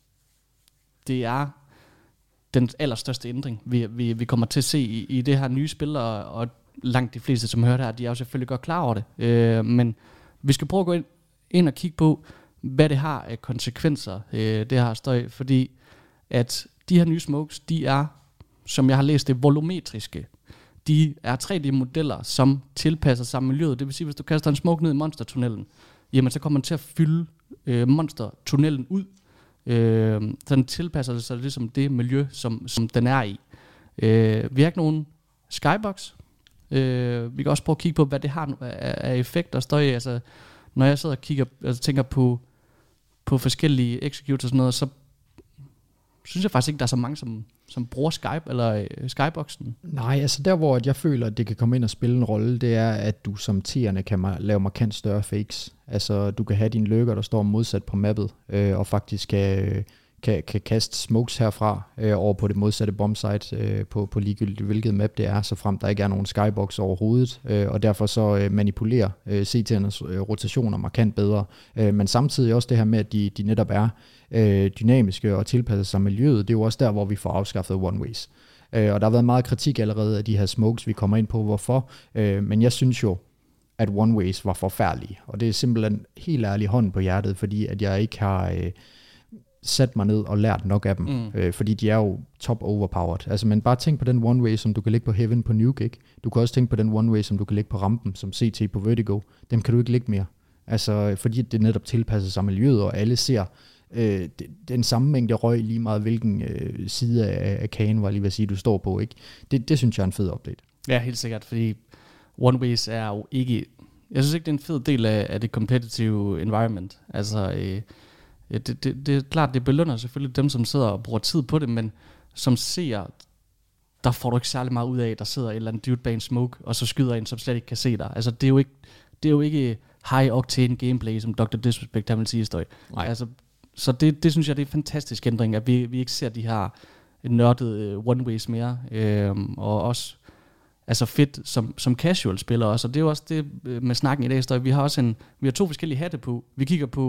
det er den allerstørste ændring, vi, vi, vi kommer til at se i, i det her nye spil, og, og langt de fleste, som hører det her, de er jo selvfølgelig godt klar over det. Øh, men vi skal prøve at gå ind, ind og kigge på, hvad det har af konsekvenser, øh, det her støj, fordi at de her nye smokes, de er, som jeg har læst det, volumetriske. De er tre D-modeller, som tilpasser sig miljøet. Det vil sige, hvis du kaster en smoke ned i monstertunnelen, jamen så kommer den til at fylde øh, monstertunnelen ud. Øh, så den tilpasser sig ligesom det miljø, som, som den er i. Øh, vi har ikke nogen skybox. Øh, vi kan også prøve at kigge på, hvad det har af, af effekt og støj. Altså, når jeg sidder og kigger, altså, tænker på, på forskellige executors og sådan noget, så synes jeg faktisk ikke, der er så mange, som, som bruger Skype eller øh, Skyboxen. Nej, altså der, hvor jeg føler, at det kan komme ind og spille en rolle, det er, at du som T'erne kan ma- lave markant større fakes. Altså, du kan have dine løkker, der står modsat på mappet, øh, og faktisk kan, kan, kan kaste smokes herfra øh, over på det modsatte bombsite øh, på, på ligegyldigt hvilket map det er, så frem der ikke er nogen skybox overhovedet, øh, og derfor så øh, manipulerer øh, C T'ernes øh, rotationer markant bedre. Øh, men samtidig også det her med, at de, de netop er øh, dynamiske og tilpasser sig miljøet, det er jo også der, hvor vi får afskaffet one-ways. Øh, og der har været meget kritik allerede af de her smokes, vi kommer ind på, hvorfor. Øh, men jeg synes jo, at one-ways var forfærdelige, og det er simpelthen helt ærlig hånden på hjertet, fordi at jeg ikke har... Øh, sat mig ned og lært nok af dem, mm. øh, fordi de er jo top overpowered. Altså, men bare tænk på den one way, som du kan lægge på Heaven på Nuke, ikke? Du kan også tænke på den one way, som du kan lægge på rampen, som C T på Vertigo. Dem kan du ikke lægge mere. Altså, fordi det netop tilpasser sig miljøet, og alle ser øh, den samme mængde røg, lige meget hvilken øh, side af, af kagen, var lige ved at sige, du står på, ikke? Det, det synes jeg er en fed update. Ja, helt sikkert, fordi one ways er jo ikke... Jeg synes ikke, det er en fed del af, af det competitive environment. Altså... Øh, Ja, det, det, det er klart, det belønner selvfølgelig dem, som sidder og bruger tid på det, men som ser, der får du ikke særlig meget ud af, der sidder et eller andet dude bag en smoke, og så skyder en, som slet ikke kan se dig. Altså, det er jo ikke, det er jo ikke high-octane gameplay, som doktor Disrespect, han vil sige, støj. Altså, så det, det synes jeg, det er en fantastisk ændring, at vi, vi ikke ser de her nørdede uh, one-ways mere, øhm, og også altså fedt som, som casual-spiller også, og det er jo også det med snakken i dag, støj. Vi har også en, vi har to forskellige hatte på. Vi kigger på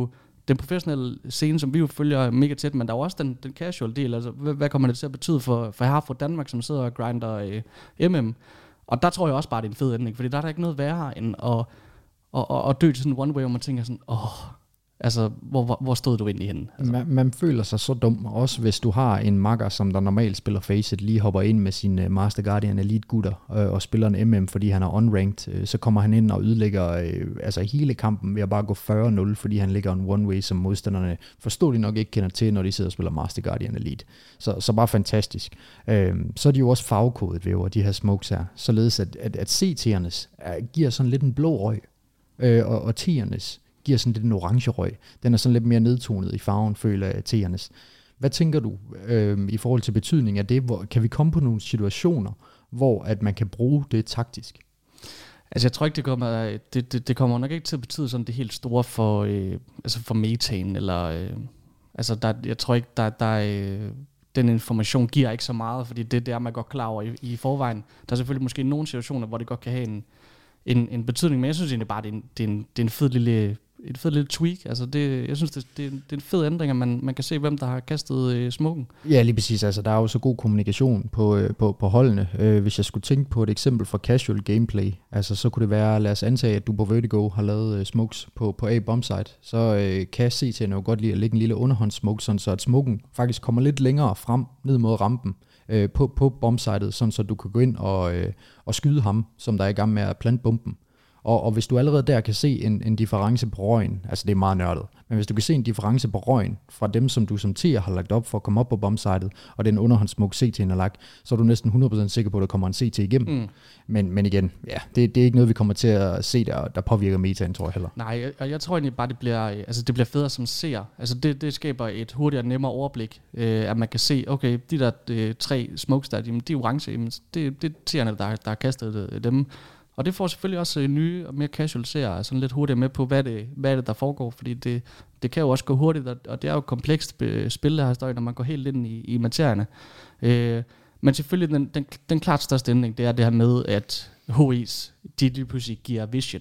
den professionelle scene, som vi jo følger mega tæt, men der er også den, den casual del, altså hvad, hvad kommer det til at betyde for, for her fra Danmark, som sidder og grinder øh, M M? Og der tror jeg også bare, det er en fed ending, fordi der er der ikke noget værre end at, at, at, at dø til sådan en one-way, hvor man tænker sådan, åh, altså, hvor, hvor, hvor stod du egentlig henne? Altså. Man, man føler sig så dum, også hvis du har en makker, som der normalt spiller Faceit, lige hopper ind med sine Master Guardian Elite gutter øh, og spiller en M M, fordi han er unranked, øh, så kommer han ind og ødelægger øh, altså hele kampen ved at bare gå fyrre nul, fordi han ligger en one-way, som modstanderne forståeligt nok ikke kender til, når de sidder og spiller Master Guardian Elite. Så, så bare fantastisk. Øh, så er de jo også farvekodet ved de her smokes her, således at, at, at C T'ernes giver sådan lidt en blå røg, øh, og, og T'ernes giver sådan lidt en orange røg. Den er sådan lidt mere nedtonet i farven, føler jeg, T'ernes. Hvad tænker du øh, i forhold til betydning af det? Hvor, kan vi komme på nogle situationer, hvor at man kan bruge det taktisk? Altså jeg tror ikke, det kommer, det, det, det kommer nok ikke til at betyde sådan det helt store for, øh, altså for metaen, eller øh, altså der, jeg tror ikke, der, der øh, den information giver ikke så meget, fordi det, det er man godt klar over i, i forvejen. Der er selvfølgelig måske nogle situationer, hvor det godt kan have en, en, en betydning, men jeg synes egentlig bare, det er en, det er en, det er en fed lille et fed lille tweak. Altså det, jeg synes, det, det, det er en fed ændring, at man, man kan se, hvem der har kastet øh, smoken. Ja, lige præcis. Altså, der er jo så god kommunikation på, øh, på, på holdene. Øh, hvis jeg skulle tænke på et eksempel fra casual gameplay, altså, så kunne det være, lad os antage, at du på Vertigo har lavet øh, smokes på, på A-bombsite, så øh, kan C T'erne jo godt lide at lægge en lille underhåndssmoke, sådan så at smoken faktisk kommer lidt længere frem, ned mod rampen øh, på, på bombsitet, sådan så du kan gå ind og, øh, og skyde ham, som der er i gang med at plante bomben. Og, og hvis du allerede der kan se en, en difference på røgen, altså det er meget nørdet, men hvis du kan se en difference på røgen fra dem, som du som T'er har lagt op for at komme op på bombsitet, og den underhåndssmoke C T'en har lagt, så er du næsten hundrede procent sikker på, at der kommer en C T igennem. Mm. Men, men igen, ja, det, det er ikke noget, vi kommer til at se, der, der påvirker metaen, tror jeg heller. Nej, og jeg tror egentlig bare, det bliver, altså det bliver federe som seer. Altså det, det skaber et hurtigere, nemmere overblik, øh, at man kan se, okay, de der øh, tre smokes der, de, de er orange, jamen, det, det er T'erne, der, der har kastet dem. Og det får selvfølgelig også nye og mere casual seere, sådan lidt hurtigt med på, hvad det, hvad det der foregår, fordi det, det kan jo også gå hurtigt, og det er jo et komplekst spil, der har når man går helt ind i, i materierne. Øh, men selvfølgelig, den, den, den klart største ændring, det er det her med, at H E's, de lige pludselig giver vision.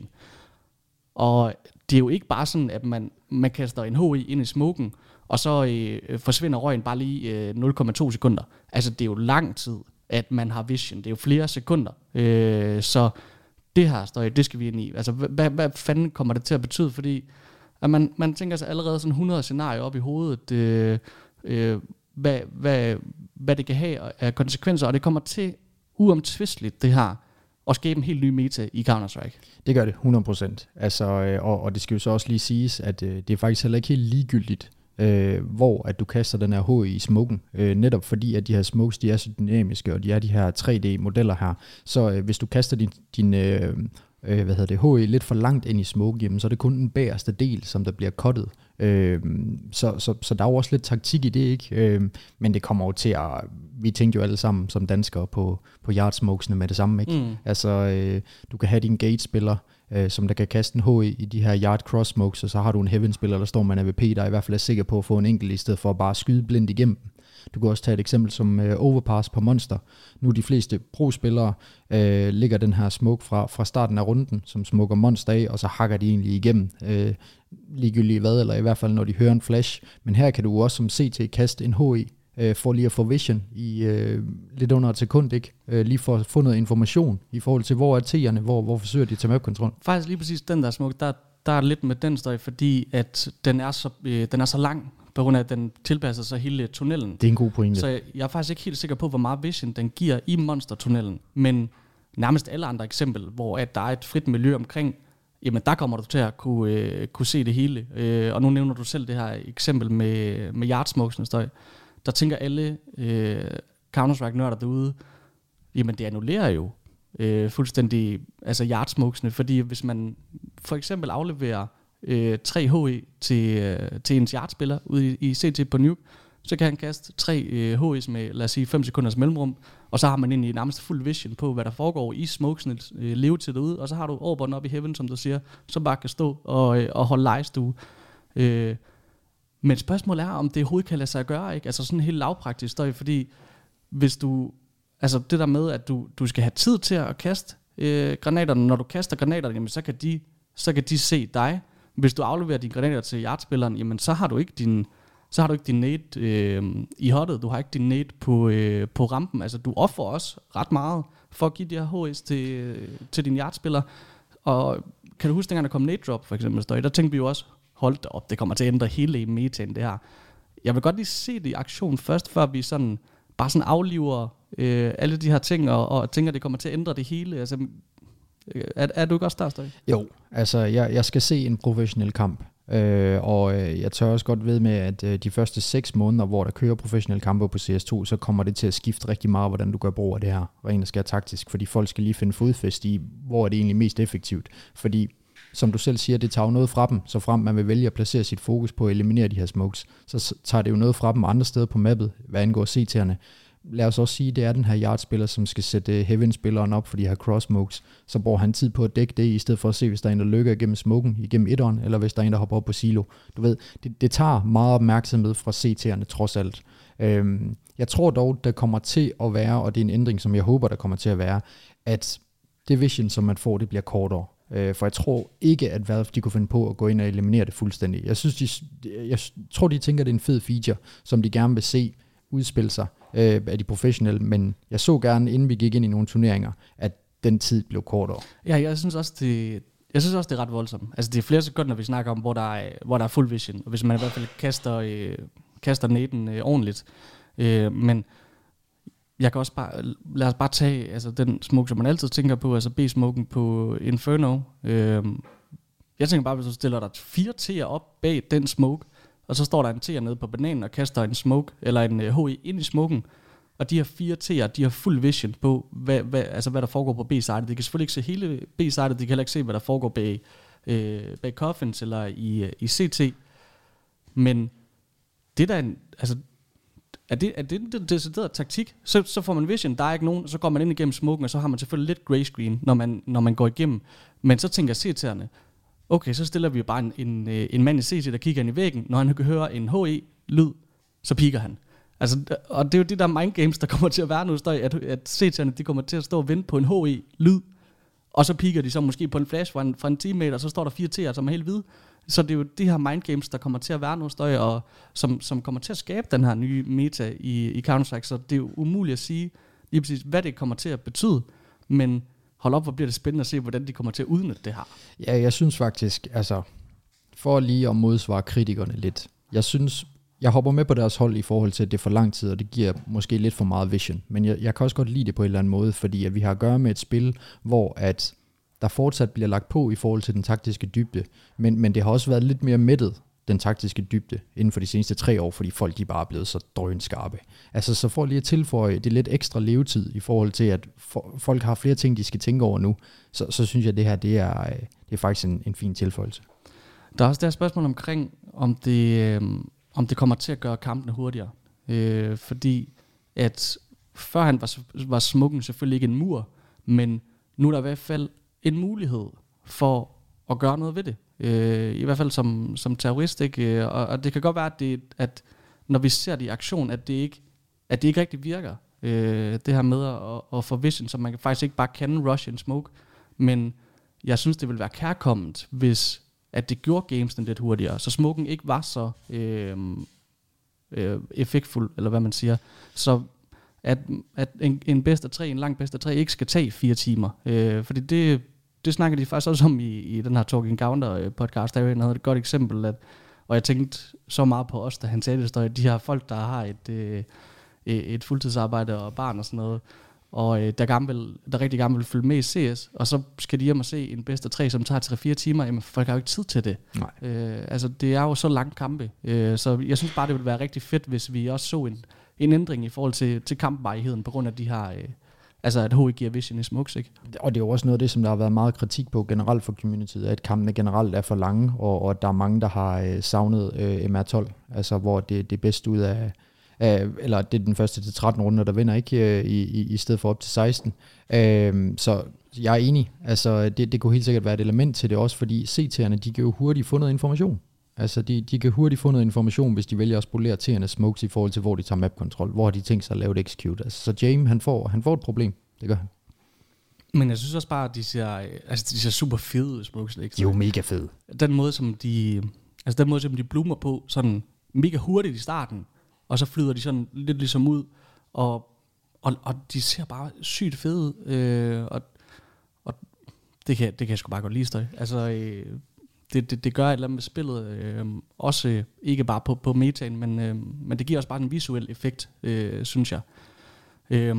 Og det er jo ikke bare sådan, at man, man kaster en H E ind i smoken, og så øh, forsvinder røgen bare lige øh, nul komma to sekunder. Altså, det er jo lang tid, at man har vision. Det er jo flere sekunder. Øh, så det her støj, det skal vi ind i. Altså, hvad, hvad fanden kommer det til at betyde? Fordi at man, man tænker sig allerede sådan hundrede scenarier op i hovedet, øh, øh, hvad, hvad, hvad det kan have af konsekvenser, og det kommer til uomtvisteligt, det her, at skabe en helt ny meta i Counter-Strike. Det gør det, hundrede procent. Altså, og, og det skal jo så også lige siges, at øh, det er faktisk heller ikke helt ligegyldigt, Øh, hvor at du kaster den her H E i smoken, øh, netop fordi at de her smokes, de er så dynamiske, og de er de her tre D modeller her, så øh, hvis du kaster din, din øh, øh, hvad hedder det, H E lidt for langt ind i smoke, jamen, så er det kun den bagerste del, som der bliver cuttet. Øh, så, så, så der er jo også lidt taktik i det, ikke? Øh, men det kommer jo til at, vi tænkte jo alle sammen som danskere på, på yard smokesene med det samme, ikke? Mm. Altså, øh, du kan have din gate-spiller, øh, som der kan kaste en H E i de her yard cross smokes, og så har du en heaven-spiller, der står med en A V P, der i hvert fald er sikker på at få en enkelt, i stedet for at bare skyde blindt igennem. Du kan også tage et eksempel som øh, overpass på Monster. Nu de fleste pro-spillere øh, ligger den her smoke fra, fra starten af runden, som smoker Monster af, og så hakker de egentlig igennem, øh, ligegyldigt hvad, eller i hvert fald når de hører en flash. Men her kan du også som C T kaste en H E, øh, for lige at få vision i øh, lidt under et sekund, ikke? Øh, lige for at få noget information i forhold til, hvor er T'erne, hvor, hvor forsøger de at tage map-kontrol. Faktisk lige præcis den der smoke, der, der er lidt med den støj, fordi at den er så, øh, den er så lang, på grund af, at den tilpasser sig hele tunnelen. Det er en god pointe. Så jeg, jeg er faktisk ikke helt sikker på, hvor meget vision den giver i monstertunnelen, men nærmest alle andre eksempler, hvor at der er et frit miljø omkring, jamen der kommer du til at kunne, øh, kunne se det hele. Øh, og nu nævner du selv det her eksempel med, med yardsmokesene støj. Der tænker alle øh, Counter-Strike-nørder derude, jamen det annullerer jo øh, fuldstændig altså yardsmokesene, fordi hvis man for eksempel afleverer Øh, tre H E til, øh, til ens yardspiller ude i, i C T på Nuke, så kan han kaste tre øh, H E's med, lad os sige, fem sekunders mellemrum, og så har man egentlig nærmest fuld vision på, hvad der foregår i smokesene, øh, levetid derude, og så har du overbånden op i heaven, som du siger, så bare kan stå og, øh, og holde lejestue. Øh, men spørgsmålet er, om det overhovedet kan lade sig at gøre, ikke? Altså sådan helt lavpraktisk støj, fordi hvis du, altså det der med, at du, du skal have tid til at kaste øh, granaterne, når du kaster granaterne, jamen så kan de, så kan de se dig. Hvis du afleverer dine granater til yardspilleren, jamen så har du ikke din, så har du ikke din nade øh, i hottet, du har ikke din nade på, øh, på rampen. Altså du offer også ret meget for at give de her H S's til, til din yardspiller. Og kan du huske, dengang der kom nade drop for eksempel, der tænkte vi jo også, hold da op, det kommer til at ændre hele metaen det her. Jeg vil godt lige se det i aktion først, før vi sådan bare sådan afliver øh, alle de her ting, og, og tænker, det kommer til at ændre det hele. Altså, er, er du ikke også der, Støj? Jo, altså jeg, jeg skal se en professionel kamp, øh, og øh, jeg tør også godt ved med, at øh, de første seks måneder, hvor der kører professionelle kampe på C S to, så kommer det til at skifte rigtig meget, hvordan du gør brug af det her, rent og skær taktisk, fordi folk skal lige finde fodfæste i, hvor er det egentlig mest effektivt, fordi som du selv siger, det tager jo noget fra dem, så frem man vil vælge at placere sit fokus på at eliminere de her smokes, så tager det jo noget fra dem andre steder på mappet, hvad angår C T'erne. Lad os også sige, det er den her yardspiller, som skal sætte Heaven-spilleren op for de her cross-smokes, så bruger han tid på at dække det, i stedet for at se, hvis der er en, der lykker igennem smoken, igennem etteren, eller hvis der er en, der hopper op på silo. Du ved, det, det tager meget opmærksomhed fra C T'erne, trods alt. Øhm, jeg tror dog, der kommer til at være, og det er en ændring, som jeg håber, der kommer til at være, at det vision, som man får, det bliver kortere. For jeg tror ikke, at Valve de kunne finde på at gå ind og eliminere det fuldstændig. Jeg synes, de, jeg tror, de tænker, det er en fed feature, som de gerne vil se udspille sig øh, af de professionelle, men jeg så gerne, inden vi gik ind i nogle turneringer, at den tid blev kortere. Ja, jeg synes også, det, jeg synes også, det er ret voldsomt. Altså, det er flere sekunder, vi snakker om, hvor der er, hvor der er full vision, og hvis man i hvert fald kaster, øh, kaster naden øh, ordentligt. Øh, men jeg kan også bare, lad os bare tage altså, den smoke, som man altid tænker på, altså B-smoken på Inferno. Øh, jeg tænker bare, hvis du stiller der fire T'er op bag den smoke, og så står der en T'er nede på bananen og kaster en smoke, eller en H E ind i smoken, og de her fire T'er, de har fuld vision på, hvad, hvad, altså hvad der foregår på B-sidet. De kan selvfølgelig ikke se hele B-sidet, de kan heller ikke se, hvad der foregår bag, øh, bag Coffins eller i, i C T. Men det der er en, altså, er det, er det en decideret taktik? Så, så får man vision, der er ikke nogen, så går man ind igennem smoken, og så har man selvfølgelig lidt gray screen, når man, når man går igennem. Men så tænker C T'erne, okay, så stiller vi bare en, en, en mand i C T, der kigger ind i væggen. Når han kan høre en H E-lyd, så piker han. Altså, og det er jo de der mindgames, der kommer til at være nu, Støj, at, at C T'erne, de kommer til at stå og vente på en H E-lyd, og så piker de så måske på en flash fra en, fra en teammate, og så står der fire T'er, som er helt hvide. Så det er jo de her mindgames, der kommer til at være nu, Støj, og som, som kommer til at skabe den her nye meta i, i Counter-Strike. Så det er jo umuligt at sige lige præcis, hvad det kommer til at betyde, men hold op, hvor bliver det spændende at se, hvordan de kommer til at udnytte det her. Ja, jeg synes faktisk, altså, for lige at modsvare kritikerne lidt, jeg synes, jeg hopper med på deres hold i forhold til, at det er for lang tid, og det giver måske lidt for meget vision, men jeg, jeg kan også godt lide det på en eller anden måde, fordi at vi har at gøre med et spil, hvor at der fortsat bliver lagt på i forhold til den taktiske dybde, men, men det har også været lidt mere mættet, den taktiske dybde, inden for de seneste tre år, fordi folk de bare er blevet så drønskarpe. Altså, så for lige at tilføje det lidt ekstra levetid i forhold til, at for, folk har flere ting, de skal tænke over nu, så, så synes jeg, at det her, det er, det er faktisk en, en fin tilføjelse. Der er også det her spørgsmål omkring, om det, øh, om det kommer til at gøre kampene hurtigere. Øh, fordi at førhen var, var smoken selvfølgelig ikke en mur, men nu er der i hvert fald en mulighed for at gøre noget ved det. Øh, I hvert fald som, som terrorist, ikke? Og, og det kan godt være, at, det, at når vi ser det i aktion, at det ikke, at det ikke rigtig virker. Øh, det her med at, at få vision, så man faktisk ikke bare kan rush and smoke. Men jeg synes, det ville være kærkomment, hvis at det gjorde gamesen lidt hurtigere, så smoken ikke var så øh, øh, effektfuld, eller hvad man siger. Så at, at en, en bedst af tre, en lang bedst af tre, ikke skal tage fire timer. Øh, fordi det, det snakker de faktisk også om i, i den her Talking Counter podcast. Der havde et godt eksempel, at, og jeg tænkte så meget på os, da han sagde det, at de her folk, der har et, øh, et fuldtidsarbejde og barn og sådan noget, og øh, der, gerne vil, der rigtig gerne vil følge med i C S, og så skal de hjem og se en bedst af tre, som tager tre fire timer, jamen folk har jo ikke tid til det. Nej. Øh, altså det er jo så lange kampe, øh, så jeg synes bare, det ville være rigtig fedt, hvis vi også så en, en ændring i forhold til, til kampvarigheden, på grund af de her, øh, altså at H E giver vision i smokes, ikke? Og det er jo også noget af det, som der har været meget kritik på generelt for communityet, at kampene generelt er for lange, og, og der er mange, der har øh, savnet øh, M R tolv, altså hvor det, det er bedst ud af, af, eller det er den første til tretten runder, der vinder, ikke øh, i, i stedet for op til seksten. Øh, så jeg er enig, altså det, det kunne helt sikkert være et element til det også, fordi C T'erne, de kan jo hurtigt få noget information. Altså de, de kan hurtigt få noget information, hvis de vælger at spolere T'ernes smokes i forhold til, hvor de tager map-kontrol, hvor har de tænkt sig at lave et execute. Altså, så James, han får, han får et problem, det gør han. Men jeg synes også bare, at de ser, altså de ser super fede ud, Smokes Legs. De er jo mega fede. Den måde, som de, altså den måde, som de bloomer på, sådan mega hurtigt i starten, og så flyder de sådan lidt ligesom ud, og, og, og de ser bare sygt fede ud, øh, og, og det kan, det kan jeg sgu bare godt lide, Støj. Altså, øh, det, det, det gør et eller andet med spillet, øh, også øh, ikke bare på, på metaen, men, øh, men det giver også bare en visuel effekt, øh, synes jeg. Øh,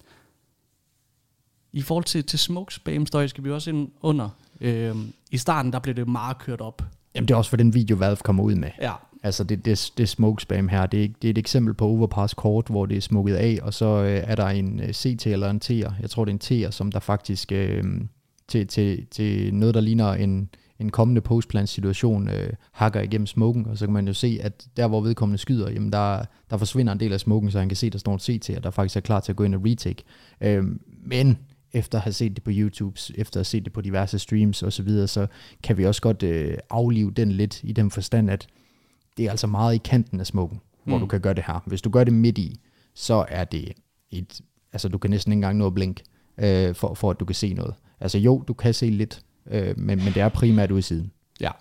I forhold til, til smoke spam, Støj, skal vi også ind under. Øh, I starten, der blev det meget kørt op. Jamen det er også for den video, Valve kommer ud med. Ja. Altså det, det, det smoke spam her, det er, det er et eksempel på overpass kort, hvor det er smukket af, og så øh, er der en øh, C T eller en T'er, jeg tror det er en T'er, som der faktisk øh, til, til, til noget, der ligner en, en kommende postplan situation, øh, hakker igennem smoken, og så kan man jo se, at der hvor vedkommende skyder, jamen der, der forsvinder en del af smoken, så han kan se, der står en C T'er, der faktisk er klar til at gå ind og retake. Øh, men efter at have set det på YouTube, efter at have set det på diverse streams og så videre, så kan vi også godt øh, aflive den lidt i den forstand, at det er altså meget i kanten af smoken, hvor mm. du kan gøre det her. Hvis du gør det midt i, så er det et, altså du kan næsten ikke engang nå at blink, øh, for, for at du kan se noget. Altså jo, du kan se lidt, øh, men, men det er primært ude i siden. Ja.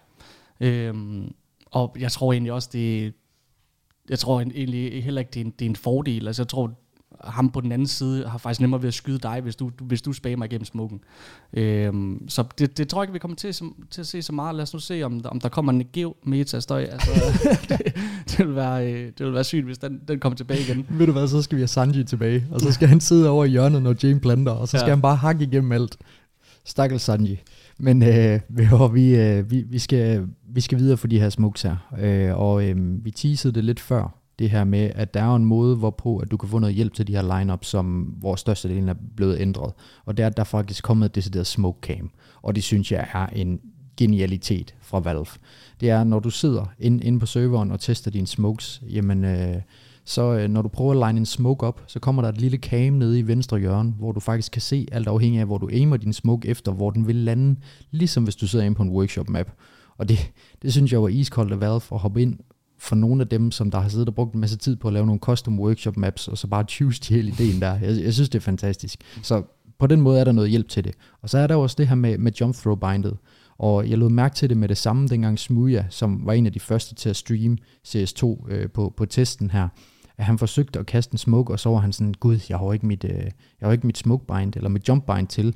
Øhm, og jeg tror egentlig også, det jeg tror egentlig heller ikke, det er en, det er en fordel. Altså jeg tror, ham på den anden side har faktisk nemmere ved at skyde dig, hvis du, hvis du spammer igennem smoken. Øhm, så det, det tror jeg ikke, vi kommer til, som, til at se så meget. Lad os nu se, om, om der kommer en gev meta-støj. Altså, det, det, vil være, det vil være sygt, hvis den, den kommer tilbage igen. Ved du hvad, så skal vi have Sanji tilbage, og så skal han sidde over i hjørnet, når Jane planter, og så skal ja. han bare hakke igennem alt. Stakkels Sanji. Men øh, vi, øh, vi, vi, skal, vi skal videre for de her smokes her. Øh, og øh, vi teasede det lidt før, det her med, at der er en måde, hvorpå at du kan få noget hjælp til de her lineups, som hvor størstedelen er blevet ændret. Og det er, at der faktisk kommet et decideret smoke cam. Og det synes jeg er en genialitet fra Valve. Det er, når du sidder inde, inde på serveren og tester dine smokes, jamen, øh, så øh, når du prøver at line en smoke op, så kommer der et lille cam nede i venstre hjørne, hvor du faktisk kan se, alt afhængig af, hvor du aimer din smoke efter, hvor den vil lande, ligesom hvis du sidder inde på en workshop map. Og det, det synes jeg var iskoldt af Valve at hoppe ind for nogle af dem, som der har siddet og brugt en masse tid på at lave nogle custom workshop maps, og så bare choose til hele ideen der. Jeg, jeg synes, det er fantastisk. Så på den måde er der noget hjælp til det. Og så er der også det her med, med jump throw bindet. Og jeg lod mærke til det med det samme, dengang Smooya, som var en af de første til at streame C S to øh, på, på testen her, at han forsøgte at kaste en smoke, og så var han sådan, gud, jeg har ikke mit, øh, jeg har ikke mit smoke bind, eller mit jump bind til.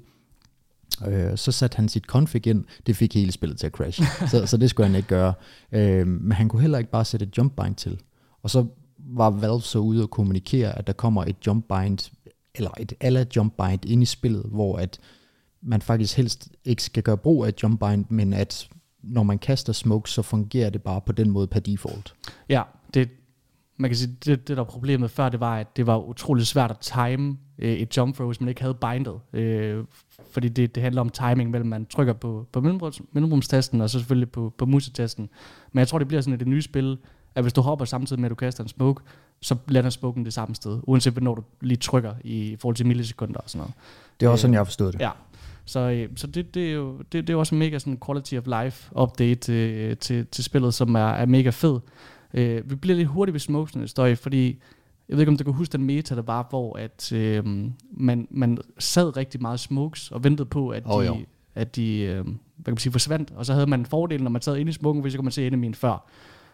Øh, så satte han sit config ind, det fik hele spillet til at crash, så, så det skulle han ikke gøre. Øh, men han kunne heller ikke bare sætte et jump bind til. Og så var Valve så ude og kommunikere, at der kommer et jump bind, eller et ala jump bind ind i spillet, hvor at man faktisk helst ikke skal gøre brug af et jump bind, men at når man kaster smoke, så fungerer det bare på den måde per default. Ja, det man kan sige, det, det der problemet før, det var, at det var utroligt svært at time øh, et jump throw, hvis man ikke havde bindet. Øh, fordi det, det handler om timing mellem, man trykker på, på mellemrumstasten, og så selvfølgelig på, på musetasten. Men jeg tror, det bliver sådan et det nye spil, at hvis du hopper samtidig med, at du kaster en smoke, så lander smoken det samme sted, uanset hvornår du lige trykker i forhold til millisekunder og sådan noget. Det er også sådan, jeg har forstået det. Ja. Så, øh, så det, det, er jo, det, det er også en mega sådan quality of life update øh, til, til spillet, som er, er mega fed. Øh, vi bliver lidt hurtigt ved smokesene, Støj, fordi jeg ved ikke, om du kan huske den meta, der var, hvor at, øh, man, man sad rigtig meget smokes og ventede på, at oh, de, at de øh, hvad kan man sige, forsvandt, og så havde man en fordel, når man sad inde i smoken, fordi så kunne man se enemien før.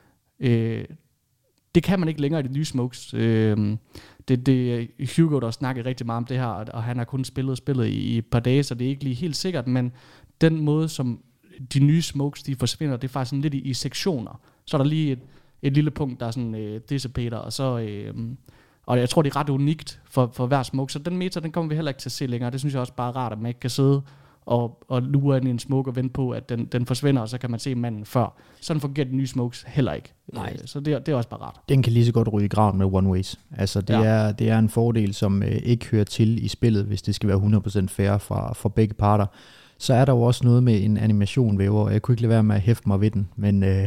Øh, det kan man ikke længere i de nye smokes. Øh, det, det Hugo, der snakkede rigtig meget om det her, og, og han har kun spillet spillet i, i et par dage, så det er ikke lige helt sikkert, men den måde, som de nye smokes, de forsvinder, det er faktisk sådan lidt i, i sektioner. Så er der lige et et lille punkt, der er sådan øh, dissipator, og så øh, og jeg tror, det er ret unikt for, for hver smoke, så den meta, den kommer vi heller ikke til at se længere. Det synes jeg også bare er rart, at man ikke kan sidde og, og lure ind i en smoke og vente på, at den, den forsvinder, og så kan man se manden før. Sådan fungerer de nye smokes heller ikke. Nej. Så det, det er også bare rart. Den kan lige så godt ryge i graven med one ways. Altså det, ja. er, det er en fordel, som øh, ikke hører til i spillet, hvis det skal være hundrede procent fair fra, fra begge parter. Så er der jo også noget med en animation ved, hvor jeg kunne ikke lade være med at hæfte mig ved den, men øh,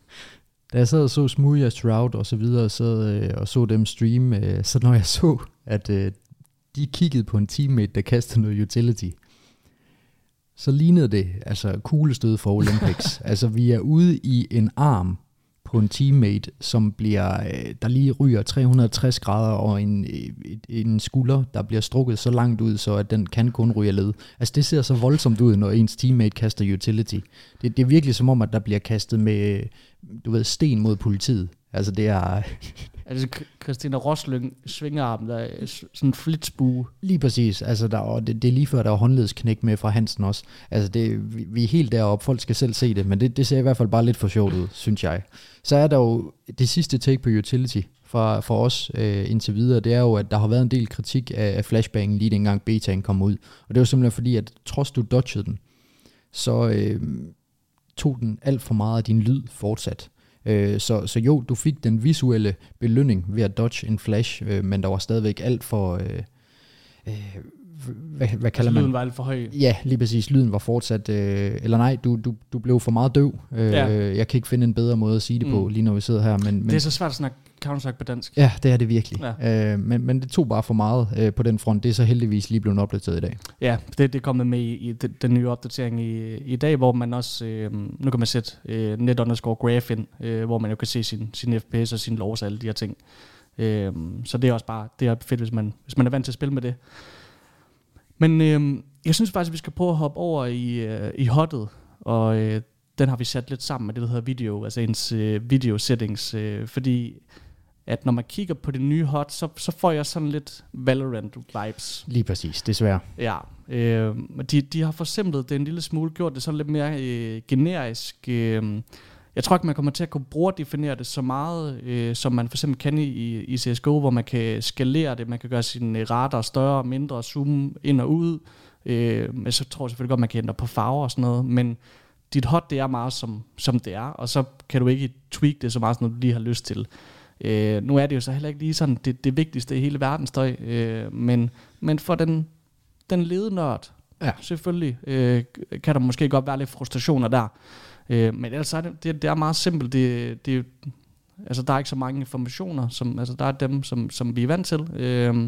da jeg sad og så Smooya, Shroud og så videre, så, øh, og så dem streame, øh, så når jeg så, at øh, de kiggede på en teammate, der kastede noget utility, så lignede det altså kuglestød for Olympics. Altså vi er ude i en arm på på en teammate, som bliver, der lige ryger tre hundrede og tres grader, og en, en skulder, der bliver strukket så langt ud, så at den kan kun ryge led. Altså det ser så voldsomt ud, når ens teammate kaster utility. Det, det er virkelig som om, at der bliver kastet med, du ved, sten mod politiet. Altså det er... Altså Christina Roslyng svingerarm, der er sådan en flitsbue. Lige præcis, altså der, og det, det er lige før, der er håndledsknæk med fra Hansen også. Altså det, vi, vi er helt deroppe, folk skal selv se det, men det, det ser i hvert fald bare lidt for sjovt ud, synes jeg. Så er der jo det sidste take på utility fra, fra os øh, indtil videre, det er jo, at der har været en del kritik af, af flashbangen lige dengang betaen kom ud. Og det var simpelthen fordi, at trods du dodgede den, så øh, tog den alt for meget af din lyd fortsat. Så, så jo, du fik den visuelle belønning ved at dodge en flash, øh, men der var stadigvæk alt for... Øh, øh, hvad, hvad kalder altså, man? Lyden var alt for høj. Ja, lige præcis. Lyden var fortsat... Øh, eller nej, du, du, du blev for meget døv. Øh, ja. Jeg kan ikke finde en bedre måde at sige det på, mm. lige når vi sidder her. Men, men, det er så svært at snakke Counter-Strike på dansk. Ja, det er det virkelig. Ja. Øh, men, men det tog bare for meget øh, på den front. Det er så heldigvis lige blevet opdateret i dag. Ja, det, det er kommet med i, i den, den nye opdatering i, i dag, hvor man også... Øh, nu kan man sætte øh, net underscore graph ind, øh, hvor man jo kan se sin, sin F P S og sin lows og alle de her ting. Øh, så det er også bare det er fedt, hvis man, hvis man er vant til at spille med det. Men øh, jeg synes faktisk, at vi skal prøve at hoppe over i, øh, i hottet, og øh, den har vi sat lidt sammen med det, der hedder video, altså ens øh, video settings, øh, fordi at når man kigger på det nye hot, så, så får jeg sådan lidt Valorant-vibes. Lige præcis, desværre. Ja, øh, de, de har forsimplet det en lille smule, gjort det sådan lidt mere øh, generisk. Øh, jeg tror ikke, man kommer til at kunne bruge og definere det så meget, øh, som man for eksempel kan i, i C S G O, hvor man kan skalere det, man kan gøre sin radar større og mindre, zoome ind og ud. Øh, men så tror jeg selvfølgelig godt, man kan ændre på farver og sådan noget, men dit hot, det er meget som, som det er, og så kan du ikke tweak det så meget, som du lige har lyst til. Øh, nu er det jo så heller ikke lige sådan det, det vigtigste i hele verden støj, øh, men, men for den, den ledenørd, ja. Selvfølgelig, øh, kan der måske godt være lidt frustrationer der. Øh, men ellers er det, det, det er meget simpelt. Det, det, altså, der er ikke så mange informationer, som, altså, der er dem, som, som vi er vant til. Øh,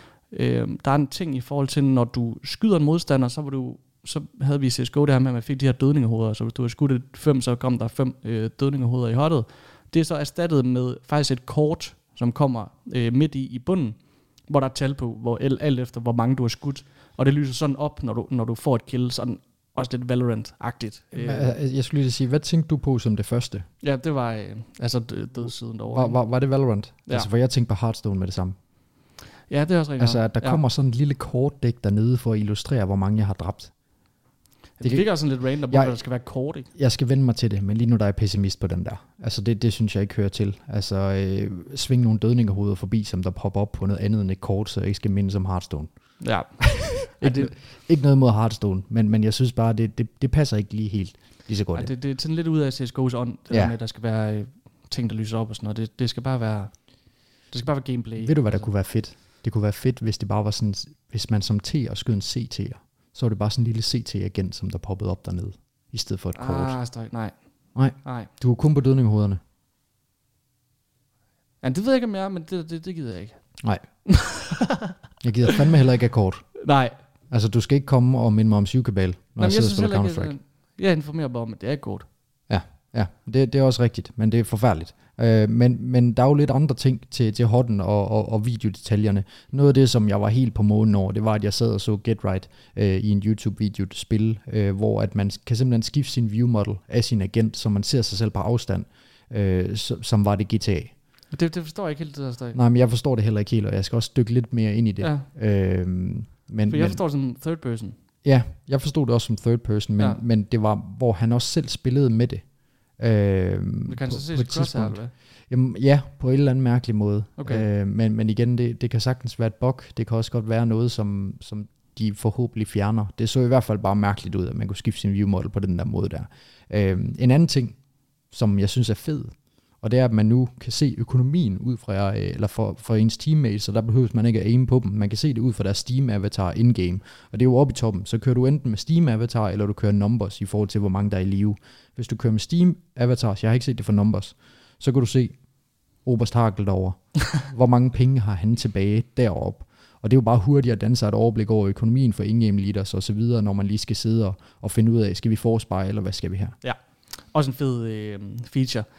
øh, der er en ting i forhold til, når du skyder en modstander, så var du så havde vi i C S G O det her med, at man fik de her dødningehoveder. Så hvis du havde skudt et fem, så kom der fem øh, dødningehoveder i hottet. Det er så erstattet med faktisk et kort, som kommer øh, midt i, i bunden, hvor der er tal på, hvor, alt efter hvor mange du har skudt. Og det lyser sådan op, når du, når du får et kill, sådan også lidt Valorant-agtigt. Jeg skulle lige sige, hvad tænkte du på som det første? Ja, det var øh, altså dødsiden derovre. Var, var, var det Valorant? Ja. Altså, for jeg tænkte på Hearthstone med det samme. Ja, det er også rigtigt. Altså, at der ja. kommer sådan en lille kortdæk dernede for at illustrere, hvor mange jeg har dræbt. Det virker sådan lidt random, hvor der skal være kort, ikke? Jeg skal vende mig til det, men lige nu der er jeg pessimist på den der. Altså det, det synes jeg ikke hører til. Altså øh, sving nogle dødningehoveder forbi, som der popper op på noget andet end et kort, så jeg ikke skal minde som Hearthstone. Ja. ikke, det, ikke noget mod Hearthstone, men, men jeg synes bare, det, det, det passer ikke lige helt lige så godt. Ja, det, det er sådan lidt ud af C S G O's ånd, det ja. Der med, at der skal være øh, ting, der lyser op og sådan noget. Det, det skal bare være det skal bare være gameplay. Ved du, hvad der altså. kunne være fedt? Det kunne være fedt, hvis det bare var sådan, hvis man som T'er skød en C T'er. Så var det bare sådan en lille C T-agent, som der poppede op dernede, i stedet for et kort. Ah, støj, nej. Nej. nej. Du er kun på dødningehovederne. Ja, det ved jeg ikke, om jeg er, men det, det, det gider jeg ikke. Nej. Jeg gider fandme heller ikke af kort. Nej. Altså, du skal ikke komme og minde mig om syvkabal, når Jamen, jeg sidder jeg og spiller Counter-Strike. Jeg informerer bare om, at det er kort. Ja, ja. Det, det er også rigtigt, men det er forfærdeligt. Øh, men, men der er jo lidt andre ting til, til hotten og, og, og videodetaljerne. Noget af det, som jeg var helt på månen over, det var, at jeg sad og så Get Right øh, i en YouTube-video spil, øh, hvor at man kan simpelthen skifte sin view model af sin agent, så man ser sig selv på afstand, øh, som var det G T A. Det, det forstår jeg ikke helt, det der støj. Nej, men jeg forstår det heller ikke helt, og jeg skal også dykke lidt mere ind i det. Ja. Øh, men, For jeg men, forstår det som third person. Ja, jeg forstod det også som third person, men, ja. men det var, hvor han også selv spillede med det. Øh, du kan så se sit crosshair, eller hvad? Jamen, ja, på en eller anden mærkelig måde. Okay. Øh, men, men igen, det, det kan sagtens være et bug. Det kan også godt være noget, som, som de forhåbentlig fjerner. Det så i hvert fald bare mærkeligt ud, at man kunne skifte sin view model på den der måde der. Øh, en anden ting, som jeg synes er fed, og det er, at man nu kan se økonomien ud fra, eller for, for ens teammates, så der behøves man ikke at aim på dem. Man kan se det ud fra deres Steam-avatar in-game. Og det er jo oppe i toppen. Så kører du enten med Steam-avatar, eller du kører numbers i forhold til, hvor mange der er i live. Hvis du kører med Steam-avatars, jeg har ikke set det for numbers, så kan du se Oberst Harkel derovre. Hvor mange penge har han tilbage deroppe? Og det er jo bare hurtigt at danne sig et overblik over økonomien for in-game leaders og så videre, når man lige skal sidde og, og finde ud af, skal vi forspare, eller hvad skal vi her? Ja, også en fed øh, feature.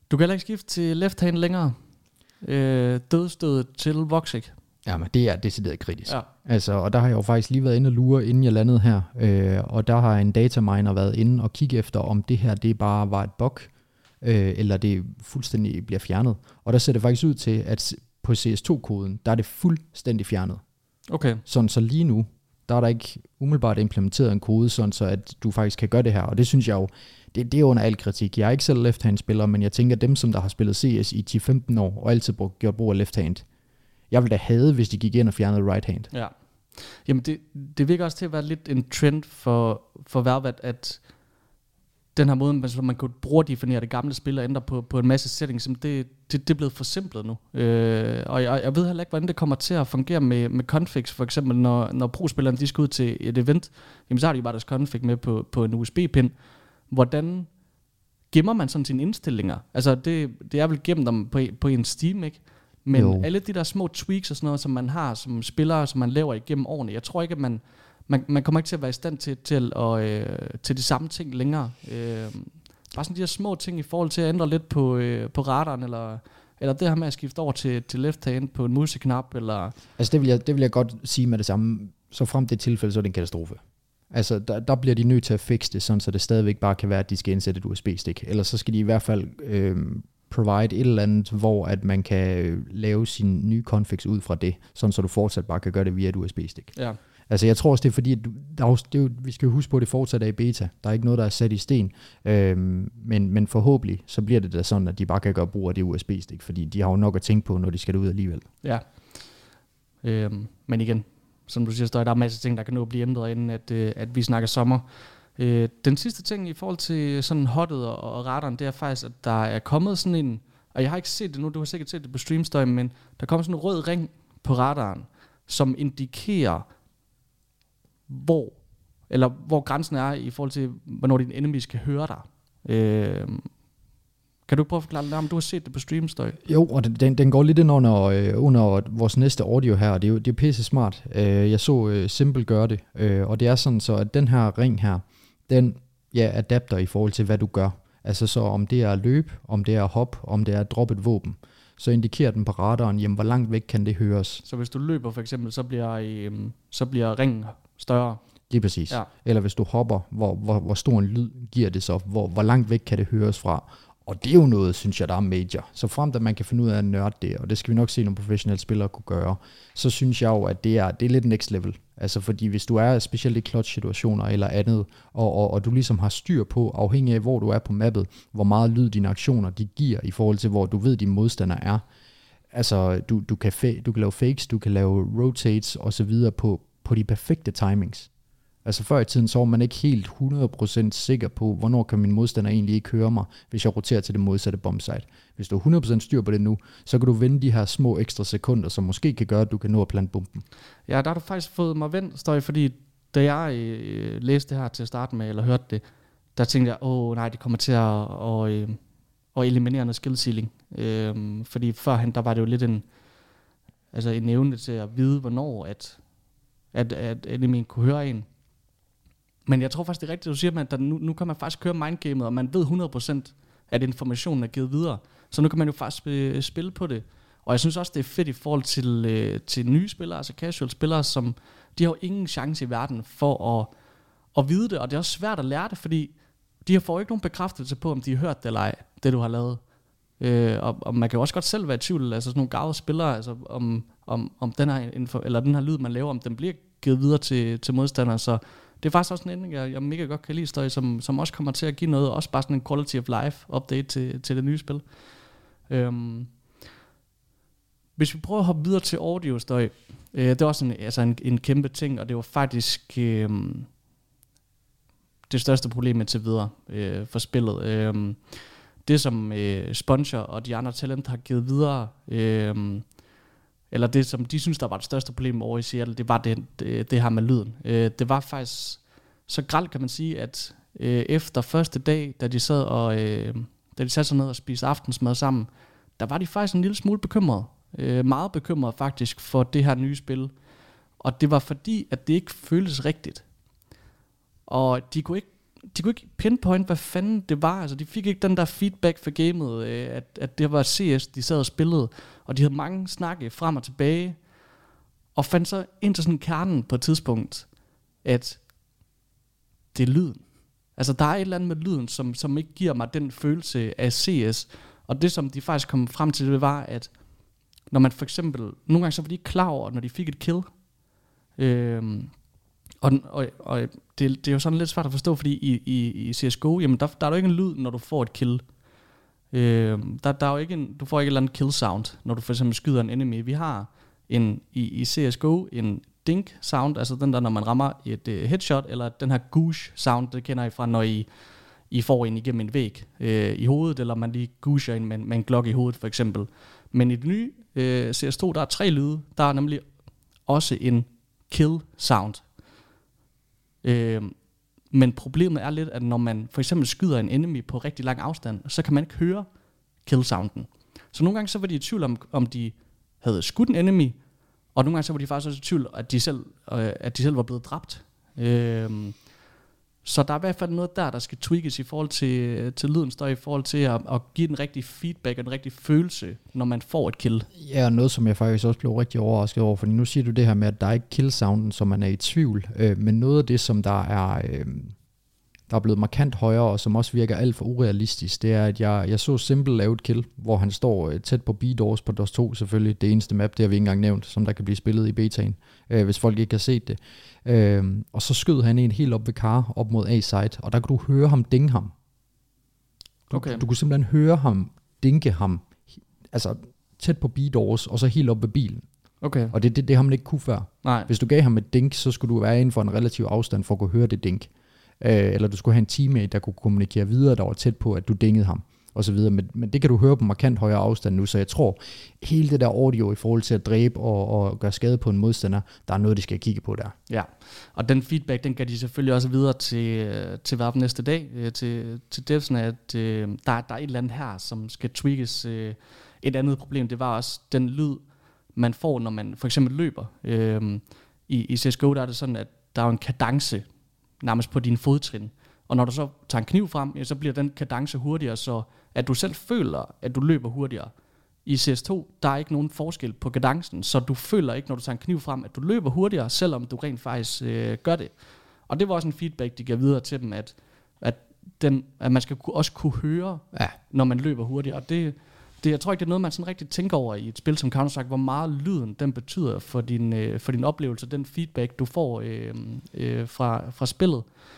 Du kan heller ikke skifte til left hand længere. Øh, dødstødet til Voxic. Jamen, det er decideret kritisk. Ja. Altså, og der har jeg jo faktisk lige været inde og lure, inden jeg landede her. Øh, og der har en dataminer været inde og kigge efter, om det her det bare var et bug, øh, eller det fuldstændig bliver fjernet. Og der ser det faktisk ud til, at på C S to koden, der er det fuldstændig fjernet. Okay. Sådan så lige nu, der er der ikke umiddelbart implementeret en kode, sådan så at du faktisk kan gøre det her. Og det synes jeg jo, det, det er under al kritik. Jeg er ikke selv left-hand-spiller, men jeg tænker, dem som der har spillet C S i ti til femten år, og altid brugt, gjort brug af left-hand, jeg ville da have, hvis de gik ind og fjernede right-hand. Ja. Jamen det, det virker også til at være lidt en trend for, for Valve, at, at den her måde, man, man kunne bruge definere det gamle spil og ændre på, på en masse settings, det, det, det er blevet forsimplet nu. Øh, og jeg, jeg ved heller ikke, hvordan det kommer til at fungere med, med configs, for eksempel når, når pro-spillerne de skal ud til et event, jamen så har de bare deres config med på, på en U S B-pin. Hvordan gemmer man sådan sine indstillinger? Altså det, det er vel gemt dem på, på en Steam, ikke? Men jo. Alle de der små tweaks og sådan noget, som man har som spillere, som man laver igennem årene, jeg tror ikke, at man, man, man kommer ikke til at være i stand til, til, at, øh, til de samme ting længere. Øh, bare sådan de her små ting i forhold til at ændre lidt på, øh, på radaren, eller, eller det her med at skifte over til, til left hand på en museknap, eller... Altså det vil, jeg, det vil jeg godt sige med det samme. Så frem det tilfælde, så er det en katastrofe. Altså der, der bliver de nødt til at fikse det, sådan så det stadigvæk bare kan være, at de skal indsætte et U S B-stik. Ellers så skal de i hvert fald... Øh, provide et eller andet, hvor at man kan lave sine nye configs ud fra det, sådan så du fortsat bare kan gøre det via et U S B-stik. Ja. Altså jeg tror også, det er fordi, at du, der er, det er jo, vi skal jo huske på, at det fortsat er i beta. Der er ikke noget, der er sat i sten. Øhm, men, men forhåbentlig, så bliver det da sådan, at de bare kan gøre brug af det U S B-stik, fordi de har jo nok at tænke på, når de skal ud alligevel. Ja. Øhm, men igen, som du siger, der er en masse ting, der kan nå at blive ændret, inden at, øh, at vi snakker sommer. Øh, den sidste ting i forhold til sådan hottet og, og radaren, det er faktisk, at der er kommet sådan en, og jeg har ikke set det nu, du har sikkert set det på streamstøj, men der kommer sådan en rød ring på radaren, som indikerer, hvor, eller hvor grænsen er i forhold til, hvornår din enemy skal høre dig. Øh, kan du ikke prøve at forklare lidt om, du har set det på streamstøj? Jo, og den, den går lidt ind under, øh, under vores næste audio her, og det er jo det er pisse smart. Øh, jeg så øh, Simple gøre det, øh, og det er sådan så, at den her ring her, den ja, adapter i forhold til, hvad du gør. Altså så om det er at løbe, om det er at hoppe, om det er at droppe et våben, så indikerer den på radaren, jamen hvor langt væk kan det høres. Så hvis du løber for eksempel, så bliver, øhm, så bliver ringen større? Lige præcis. Ja. Eller hvis du hopper, hvor, hvor, hvor stor en lyd giver det så, hvor, hvor langt væk kan det høres fra. Og det er jo noget, synes jeg, der er major. Så frem til, at man kan finde ud af at nørde det, og det skal vi nok se, nogle professionelle spillere kunne gøre, så synes jeg jo, at det er, det er lidt next level. Altså fordi hvis du er specielt i clutch-situationer eller andet, og, og, og du ligesom har styr på, afhængig af hvor du er på mappet, hvor meget lyd dine aktioner de giver, i forhold til hvor du ved, dine modstandere er. Altså du, du, kan, fa- du kan lave fakes, du kan lave rotates og så videre på, på de perfekte timings. Altså før i tiden, så var man ikke helt hundrede procent sikker på, hvornår kan min modstander egentlig ikke høre mig, hvis jeg roterer til det modsatte bombsite. Hvis du er hundrede procent styr på det nu, så kan du vinde de her små ekstra sekunder, som måske kan gøre, at du kan nå at plante bomben. Ja, der har du faktisk fået mig vendt, Støj, fordi da jeg øh, læste det her til at starte med, eller hørte det, der tænkte jeg, åh nej, det kommer til at, og, øh, at eliminere noget skill ceiling. Øh, fordi førhen, der var det jo lidt en, altså en evne til at vide, hvornår at, at, at enemien kunne høre en. Men jeg tror faktisk, det er rigtigt, du siger, at der, nu, nu kan man faktisk køre mindgamet, og man ved hundrede procent, at informationen er givet videre. Så nu kan man jo faktisk spille, spille på det. Og jeg synes også, det er fedt i forhold til, øh, til nye spillere, altså casual spillere, som de har jo ingen chance i verden for at, at vide det. Og det er også svært at lære det, fordi de får ikke nogen bekræftelse på, om de har hørt det eller ej, det du har lavet. Øh, og, og man kan jo også godt selv være i tvivl, altså sådan nogle gavede spillere, altså om, om, om den, her info, eller den her lyd, man laver, om den bliver givet videre til, til modstandere. Så det er faktisk også en ændring, jeg, jeg mega godt kan lide, Støj, som, som også kommer til at give noget, også bare sådan en quality of life update til, til det nye spil. Øhm. Hvis vi prøver at hoppe videre til audio, Støj, øh, det er også en, altså en, en kæmpe ting, og det var faktisk øh, det største problem indtil videre øh, for spillet. Øh, det som øh, Sponsor og de andre talent har givet videre, øh, eller det som de synes der var det største problem over i Seattle, det var det, det, det her med lyden. Øh, det var faktisk så grelt, kan man sige, at øh, efter første dag, da de sad og øh, da de satte sig ned og spiste aftensmad sammen, der var de faktisk en lille smule bekymrede. Øh, meget bekymret faktisk for det her nye spil. Og det var fordi, at det ikke føltes rigtigt. Og de kunne ikke de kunne ikke pinpoint, hvad fanden det var. Altså, de fik ikke den der feedback for gamet, øh, at, at det var C S, de sad og spillede. Og de havde mange snakke frem og tilbage. Og fandt så ind til sådan kernen på et tidspunkt, at det er lyden. Altså, der er et eller andet med lyden, som, som ikke giver mig den følelse af C S. Og det, som de faktisk kom frem til, det var, at når man for eksempel, nogle gange så var de ikke klar over, når de fik et kill. Øhm, og og, og det, det er jo sådan lidt svært at forstå, fordi i, i, i C S G O, jamen der, der er jo ikke en lyd, når du får et kill. Øhm, der, der er jo ikke en, du får ikke et eller andet kill sound, når du for eksempel skyder en enemy. Vi har en, i, i C S G O en dink sound, altså den der, når man rammer et uh, headshot, eller den her goosh sound, det kender I fra, når I, I får en igennem en væg øh, i hovedet, eller man lige goosher en med, med en glok i hovedet for eksempel. Men i det nye øh, C S to, der er tre lyde. Der er nemlig også en kill sound. Øh, men problemet er lidt, at når man for eksempel skyder en enemy på rigtig lang afstand, så kan man ikke høre kill sounden. Så nogle gange så var de i tvivl om, om de havde skudt en enemy, og nogle gange så var de faktisk også i tvivl, at de selv, øh, at de selv var blevet dræbt. Øh, Så der er i hvert fald noget der, der skal tweakes i forhold til, til lyden støj, i forhold til at, at give den rigtige feedback og den rigtige følelse, når man får et kill. Ja, noget som jeg faktisk også blev rigtig overrasket over, fordi nu siger du det her med, at der er ikke kill-sounden, så man er i tvivl, øh, men noget af det, som der er, øh, der er blevet markant højere, og som også virker alt for urealistisk, det er, at jeg, jeg så Simple lave et kill, hvor han står øh, tæt på B-Doors på DOS to selvfølgelig, det eneste map, det har vi ikke engang nævnt, som der kan blive spillet i betaen, øh, hvis folk ikke har set det. Øhm, og så skød han en helt op ved Car, op mod A-side, og der kunne du høre ham dinge ham. Du, okay. du kunne simpelthen høre ham dinke ham, altså tæt på B-doors, og så helt op ved bilen. Okay. Og det, det, det har man ikke kunne før. Nej. Hvis du gav ham et dink, så skulle du være inden for en relativ afstand for at kunne høre det dink. Øh, eller du skulle have en teammate, der kunne kommunikere videre, der var tæt på, at du dingede ham. Og så videre. Men, men det kan du høre på markant højere afstand nu, så jeg tror, hele det der audio i forhold til at dræbe og, og gøre skade på en modstander, der er noget, de skal kigge på der. Ja, og den feedback, den kan de selvfølgelig også videre til, til hver næste dag, til, til devsene, at øh, der, der er et eller andet her, som skal tweakes. Øh, et andet problem, det var også den lyd, man får, når man for eksempel løber. Øh, i, I C S G O, der er det sådan, at der er en kadence nærmest på dine fodtrin. Og når du så tager en kniv frem, ja, så bliver den kadence hurtigere, så at du selv føler, at du løber hurtigere. I C S to, der er ikke nogen forskel på kadencen, så du føler ikke, når du tager en kniv frem, at du løber hurtigere, selvom du rent faktisk øh, gør det. Og det var også en feedback, de gav videre til dem, at, at, den, at man skal også kunne høre, ja. Når man løber hurtigere. Og det, det, jeg tror ikke, det er noget, man sådan rigtig tænker over i et spil som Counter-Strike, hvor meget lyden den betyder for din, øh, for din oplevelse, den feedback, du får øh, øh, fra, fra spillet.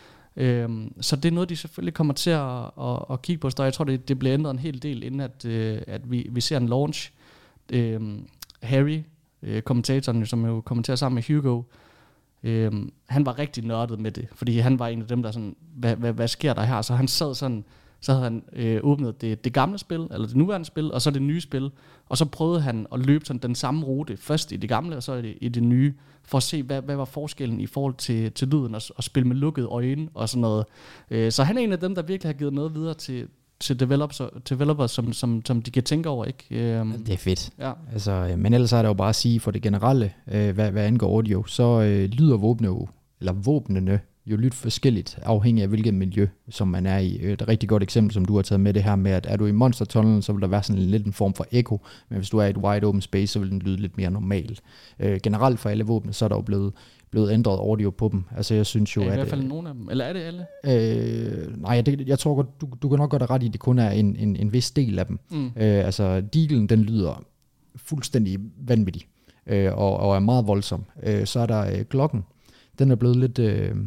Øhm, så det er noget, de selvfølgelig kommer til at, at, at kigge på. Så jeg tror, det, det bliver ændret en hel del, inden at, øh, at vi, vi ser en launch. Øhm, Harry, øh, kommentatoren, som jo kommenterer sammen med Hugo, øh, han var rigtig nørdet med det, fordi han var en af dem, der sådan, hvad, hvad, hvad sker der her? Så han sad sådan, så havde han øh, åbnet det, det gamle spil, eller det nuværende spil, og så det nye spil, og så prøvede han at løbe sådan den samme rute, først i det gamle, og så i det, i det nye, for at se, hvad, hvad var forskellen i forhold til, til lyden, og, og spille med lukkede øjne, og sådan noget. Øh, så han er en af dem, der virkelig har givet noget videre til, til developers, developers som, som, som de kan tænke over, ikke? Øh, det er fedt. Ja. Altså, men ellers er det jo bare at sige, for det generelle, øh, hvad, hvad angår audio, så øh, lyder våbne jo, eller våbnene, jo lidt forskelligt, afhængig af hvilket miljø, som man er i. Et rigtig godt eksempel, som du har taget med det her med, at er du i monstertunnelen, så vil der være sådan lidt en form for echo, men hvis du er i et wide open space, så vil den lyde lidt mere normal. Øh, generelt for alle våbne, så er der jo blevet, blevet ændret audio på dem. Altså jeg synes jo, ja, i at... i hvert fald nogle af dem, eller er det alle? Øh, nej, det, jeg tror godt, du, du kan nok godt have ret i, at det kun er en, en, en vis del af dem. Mm. Øh, altså Deaglen, den lyder fuldstændig vanvittig, øh, og, og er meget voldsom. Øh, så er der øh, Glocken, den er blevet lidt... Øh,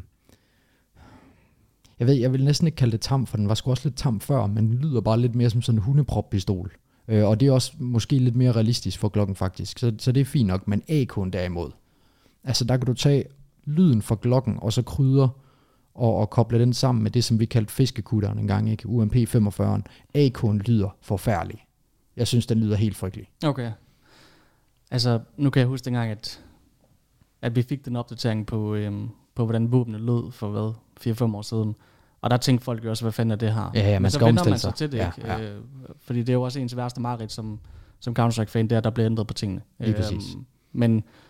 Jeg ved, jeg vil næsten ikke kalde det tam, for den var sgu også lidt tam før, men den lyder bare lidt mere som sådan en hundeproppistol. Øh, og det er også måske lidt mere realistisk for Glocken faktisk, så, så det er fint nok, men A K'en derimod. Altså der kan du tage lyden fra Glocken, og så krydre og, og koble den sammen med det, som vi kaldte fiskekutteren engang, ikke? U M P femogfyrre. A K'en lyder forfærdelig. Jeg synes, den lyder helt frygtelig. Okay. Altså, nu kan jeg huske dengang, at, at vi fik den opdatering på, øhm, på hvordan våbnet lød for hvad, fire fem år siden. Og der tænkte folk jo også, hvad fanden er det her? Ja, ja, man Men skal så vender omstille man sig sig til det, ja, ikke? Ja. Øh, fordi det er jo også ens værste mareridt som, som Counter-Strike-fan, det er, der bliver ændret på tingene. Lige præcis. Øhm, men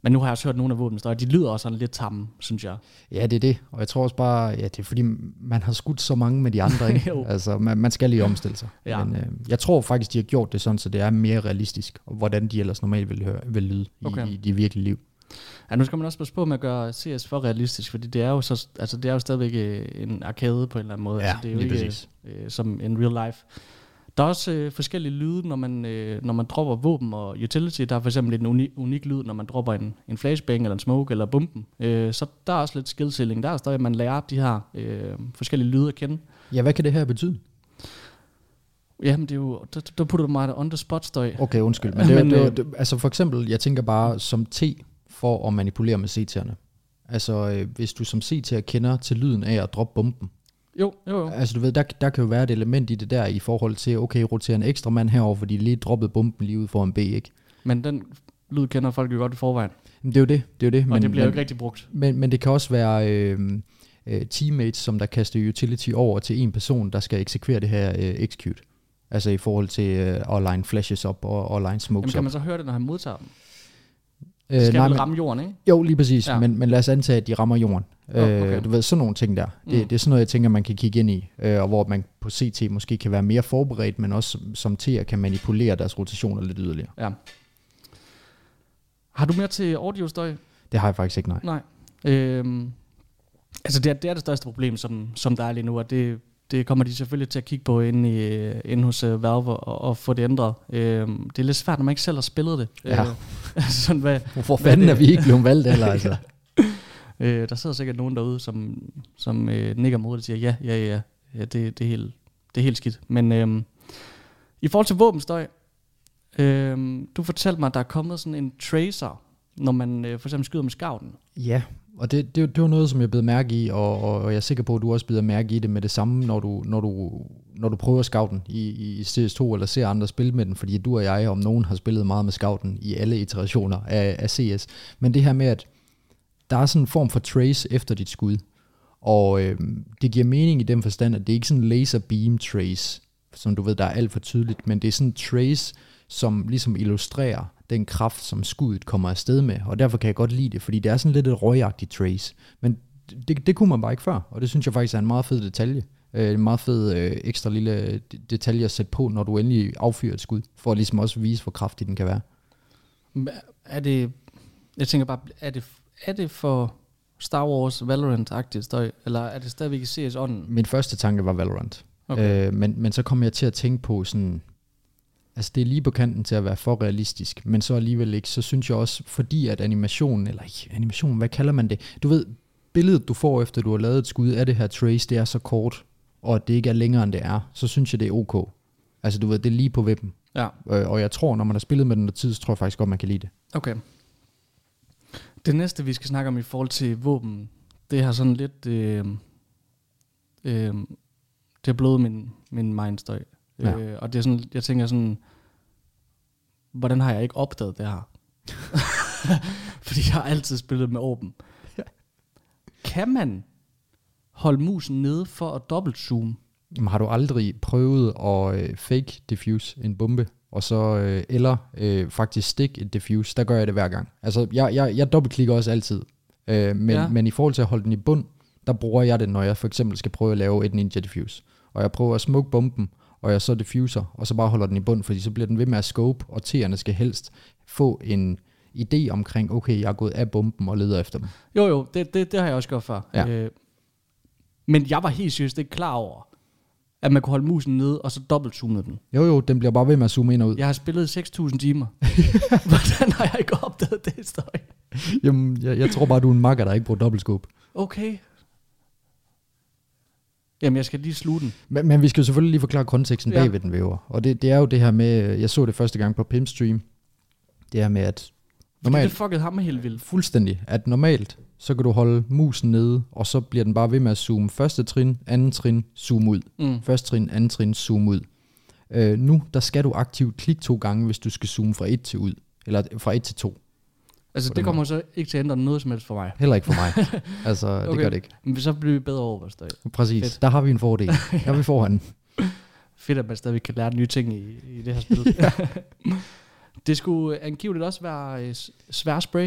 Men nu har jeg også hørt nogle af våbenstøj, de lyder også sådan lidt tamme, synes jeg. Ja, det er det. Og jeg tror også bare, ja, det er fordi, man har skudt så mange med de andre, ikke? Altså, man, man skal lige omstille sig. Ja. Men øh, jeg tror faktisk, de har gjort det sådan, så det er mere realistisk, og hvordan de ellers normalt vil, høre, vil lyde okay. i, i de virkelige liv. Ja, nu skal man også passe på med at gøre C S for realistisk, fordi det er jo, så, altså, det er jo stadigvæk en arcade på en eller anden måde. Ja, altså, det er jo ikke øh, som en real life. Der er også øh, forskellige lyde, når man, øh, når man dropper våben og utility. Der er for eksempel en unik, unik lyd, når man dropper en, en flashbang eller en smoke eller bomben. Øh, så der er også lidt skill ceiling. Der er stadig, at man lærer de her øh, forskellige lyde at kende. Ja, hvad kan det her betyde? Jamen, det er jo, der, der putter du mig on the spot støj. Okay, undskyld. Men det, men, det, det, det, altså for eksempel, jeg tænker bare som T for at manipulere med C T'erne. Altså, øh, hvis du som C T'er kender til lyden af at droppe bomben. Jo, jo, jo. Altså, du ved, der, der kan jo være et element i det der, i forhold til, okay, rotere en ekstra mand herover, fordi de lige droppede bomben lige ud foran B, ikke? Men den lyd kender folk jo godt i forvejen. Men det er jo det, det er jo det. Og men, det bliver men, jo ikke rigtig brugt. Men, men det kan også være øh, øh, teammates, som der kaster utility over til en person, der skal eksekvere det her øh, execute. Altså i forhold til øh, at line flashes op og, og line smokes. Jamen kan man så høre det, når han modtager dem? Øh, skal nej, vel ramme jorden, ikke? Jo, lige præcis, ja. men, men lad os antage, at de rammer jorden. Oh, okay. øh, du ved, sådan nogle ting der. Det, mm. det er sådan noget, jeg tænker, man kan kigge ind i, øh, og hvor man på C T måske kan være mere forberedt, men også som T'er kan manipulere deres rotationer lidt yderligere. Ja. Har du mere til audio-støj? Det har jeg faktisk ikke, nej. Nej. Øhm, altså det er, det er det største problem, som, som der er lige nu, og det, det kommer de selvfølgelig til at kigge på inde, i, inde hos uh, Valve og, og få det ændret. Øhm, det er lidt svært, når man ikke selv har spillet det. Ja. Øh, sådan, hvad, Hvorfor fanden er vi ikke blevet valgt eller altså? øh, der sidder sikkert nogen derude, som, som øh, nikker mod det og siger, ja, ja, ja, ja det, det, er helt, det er helt skidt. Men øhm, i forhold til våbenstøj, øhm, du fortalte mig, at der er kommet sådan en tracer, når man øh, for eksempel skyder med scouten. Ja, og det, det, det var noget, som jeg blev mærke i, og, og, og jeg er sikker på, at du også bliver mærke i det med det samme, når du, når du, når du prøver scouten i, i C S to, eller ser andre spille med den, fordi du og jeg, om nogen, har spillet meget med scouten i alle iterationer af, af C S. Men det her med, at der er sådan en form for trace efter dit skud, og øh, det giver mening i den forstand, at det ikke er sådan en laser beam trace, som du ved, der er alt for tydeligt, men det er sådan en trace, som ligesom illustrerer den kraft, som skuddet kommer afsted med, og derfor kan jeg godt lide det, fordi det er sådan lidt et røgagtigt trace, men det, det kunne man bare ikke før, og det synes jeg faktisk er en meget fed detalje, en meget fed øh, ekstra lille detalje at sætte på, når du endelig affyrer et skud, for at ligesom også vise, hvor kraftig den kan være. Er det, jeg tænker bare, er det, er det for Star Wars Valorant-agtigt støj, eller er det stadigvæk i C S-ånden? Min første tanke var Valorant, okay. øh, men, men så kom jeg til at tænke på sådan, altså det er lige på kanten til at være for realistisk, men så alligevel ikke, så synes jeg også, fordi at animationen, eller ikke animationen, hvad kalder man det? Du ved, billedet du får efter du har lavet et skud af det her trace, det er så kort, og at det ikke er længere end det er, så synes jeg det er ok. Altså du ved, det er lige på vippen. Ja. Øh, og jeg tror, når man har spillet med den noget tid, så tror jeg faktisk godt, man kan lide det. Okay. Det næste, vi skal snakke om i forhold til våben, det har sådan lidt, øh, øh, det har blået min, min mindstøj. Ja. Øh, og det er sådan, jeg tænker sådan, hvordan har jeg ikke opdaget det her? Fordi jeg har altid spillet med åben. Ja. Kan man holde musen nede for at dobbeltzoome? Jamen, har du aldrig prøvet at øh, fake diffuse en bombe, og så, øh, eller øh, faktisk stick et diffuse? Der gør jeg det hver gang. Altså, jeg, jeg, jeg dobbeltklikker også altid. Øh, men, ja. men i forhold til at holde den i bund, der bruger jeg det, når jeg for eksempel skal prøve at lave et ninja diffuse. Og jeg prøver at smoke bomben, og jeg så diffuser, og så bare holder den i bund, fordi så bliver den ved med at scope, og T'erne skal helst få en idé omkring, okay, jeg er gået af bomben og leder efter dem. Jo jo, det, det, det har jeg også gjort før. Ja. Øh, men jeg var helt seriøst ikke klar over, at man kunne holde musen nede, og så dobbeltzoomede den. Jo jo, den bliver bare ved med at zoome ind og ud. Jeg har spillet seks tusind timer. Hvordan har jeg ikke opdaget det støj? Jamen, jeg, jeg tror bare, du er en makker, der ikke bruger dobbeltscope. Okay. Jamen, jeg skal lige sluge den. Men, men vi skal jo selvfølgelig lige forklare konteksten ja. bag ved den væver. Og det, det er jo det her med, jeg så det første gang på Pimpstream, det her med, at normalt, det fuckede ham helt vildt. Fuldstændig. At normalt, så kan du holde musen nede, og så bliver den bare ved med at zoome. Første trin, anden trin, zoom ud. Mm. Første trin, anden trin, zoom ud. Øh, nu, der skal du aktivt klikke to gange, hvis du skal zoome fra et til ud. Eller fra et til to. Altså, det kommer så ikke til at ændre noget som helst for mig. Heller ikke for mig. Altså, okay. Det gør det ikke. Men så bliver vi bedre overstået. Præcis. Fedt. Der har vi en fordel. Der har vi forhånden. Fedt, at man stadig kan lære nye ting i, i det her spil. Det skulle angiveligt også være sværspray.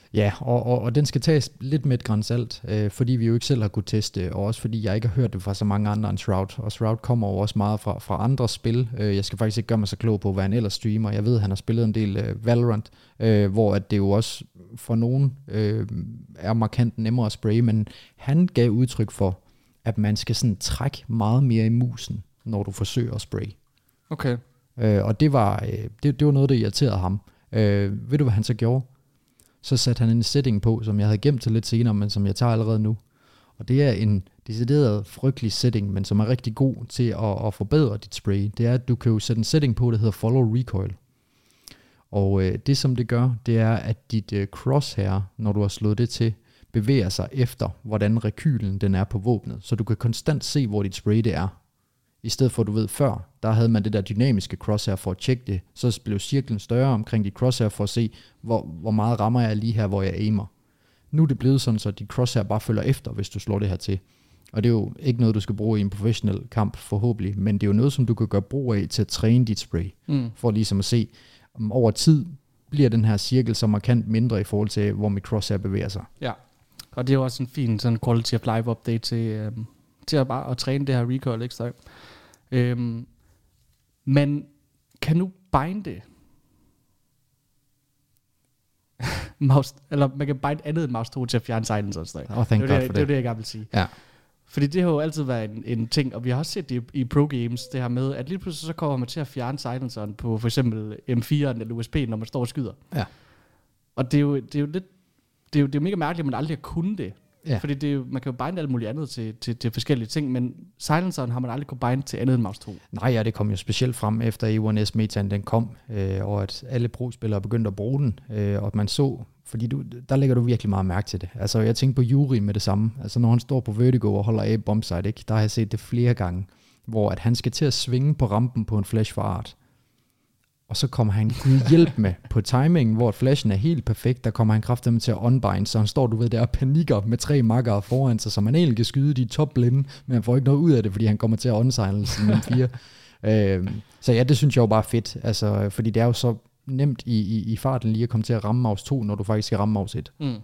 Ja, og, og, og den skal tages lidt med et gran salt, øh, fordi vi jo ikke selv har kunnet teste, og også fordi jeg ikke har hørt det fra så mange andre end Shroud. Og Shroud kommer jo også meget fra, fra andre spil. Øh, jeg skal faktisk ikke gøre mig så klog på, hvad han ellers streamer. Jeg ved, at han har spillet en del øh, Valorant, øh, hvor at det jo også for nogen øh, er markant nemmere at spraye, men han gav udtryk for, at man skal sådan trække meget mere i musen, når du forsøger at spraye. Okay. Øh, og det var, øh, det, det var noget, der irriterede ham. Øh, ved du, hvad han så gjorde? Så satte han en setting på, som jeg havde gemt til lidt senere, men som jeg tager allerede nu. Og det er en decideret frygtelig setting, men som er rigtig god til at, at forbedre dit spray. Det er, at du kan jo sætte en setting på, der hedder Follow Recoil. Og øh, det som det gør, det er, at dit øh, crosshair, når du har slået det til, bevæger sig efter, hvordan rekylen den er på våbnet. Så du kan konstant se, hvor dit spray det er. I stedet for, du ved, før, der havde man det der dynamiske crosshair for at tjekke det. Så blev cirklen større omkring dit crosshair for at se, hvor, hvor meget rammer jeg lige her, hvor jeg aimer. Nu er det blevet sådan, så dit crosshair bare følger efter, hvis du slår det her til. Og det er jo ikke noget, du skal bruge i en professionel kamp, forhåbentlig. Men det er jo noget, som du kan gøre brug af til at træne dit spray. Mm. For ligesom at se, om over tid bliver den her cirkel så markant mindre i forhold til, hvor mit crosshair bevæger sig. Ja, og det er jo også en fin sådan quality of life update til... Øhm til at bare at træne det her recoil ekstra. Øhm, men kan nu binde mouse, eller man kan binde andet end mouse to til at fjerne silencer. Oh, thank det, God det, for det er det. det, jeg gerne vil sige. Ja. Fordi det har jo altid været en, en ting, og vi har også set det i, i pro games, det her med, at lige pludselig så kommer man til at fjerne silenceren på for eksempel M fire'en eller U S B'en, når man står og skyder. Ja. Og det er jo, det er jo lidt, det er jo, det er jo mega mærkeligt, at man aldrig har kunnet det. Ja. Fordi det er jo, man kan jo binde alt muligt andet til, til, til forskellige ting, men silenceren har man aldrig kunnet binde til andet end mouse to. Nej, ja, det kom jo specielt frem efter E et S metaen den kom, øh, og at alle pro-spillere begyndte at bruge den, øh, og at man så, fordi du, der lægger du virkelig meget mærke til det. Altså jeg tænkte på Yuri med det samme, altså når han står på Vertigo og holder af bombsite, ikke? Der har jeg set det flere gange, hvor at han skal til at svinge på rampen på en flash for art. Og så kommer han hjælp med på timingen, hvor flashen er helt perfekt. Der kommer han kraftigt til at unbind, så han står, du ved, der og panikker med tre makkere foran sig, så man egentlig kan skyde de top-blinde, men han får ikke noget ud af det, fordi han kommer til at unsilence med fire. øh, så ja, det synes jeg jo bare er fedt, altså, fordi det er jo så nemt i, i, i farten lige at komme til at ramme mouse to, når du faktisk skal ramme mouse et. Mm.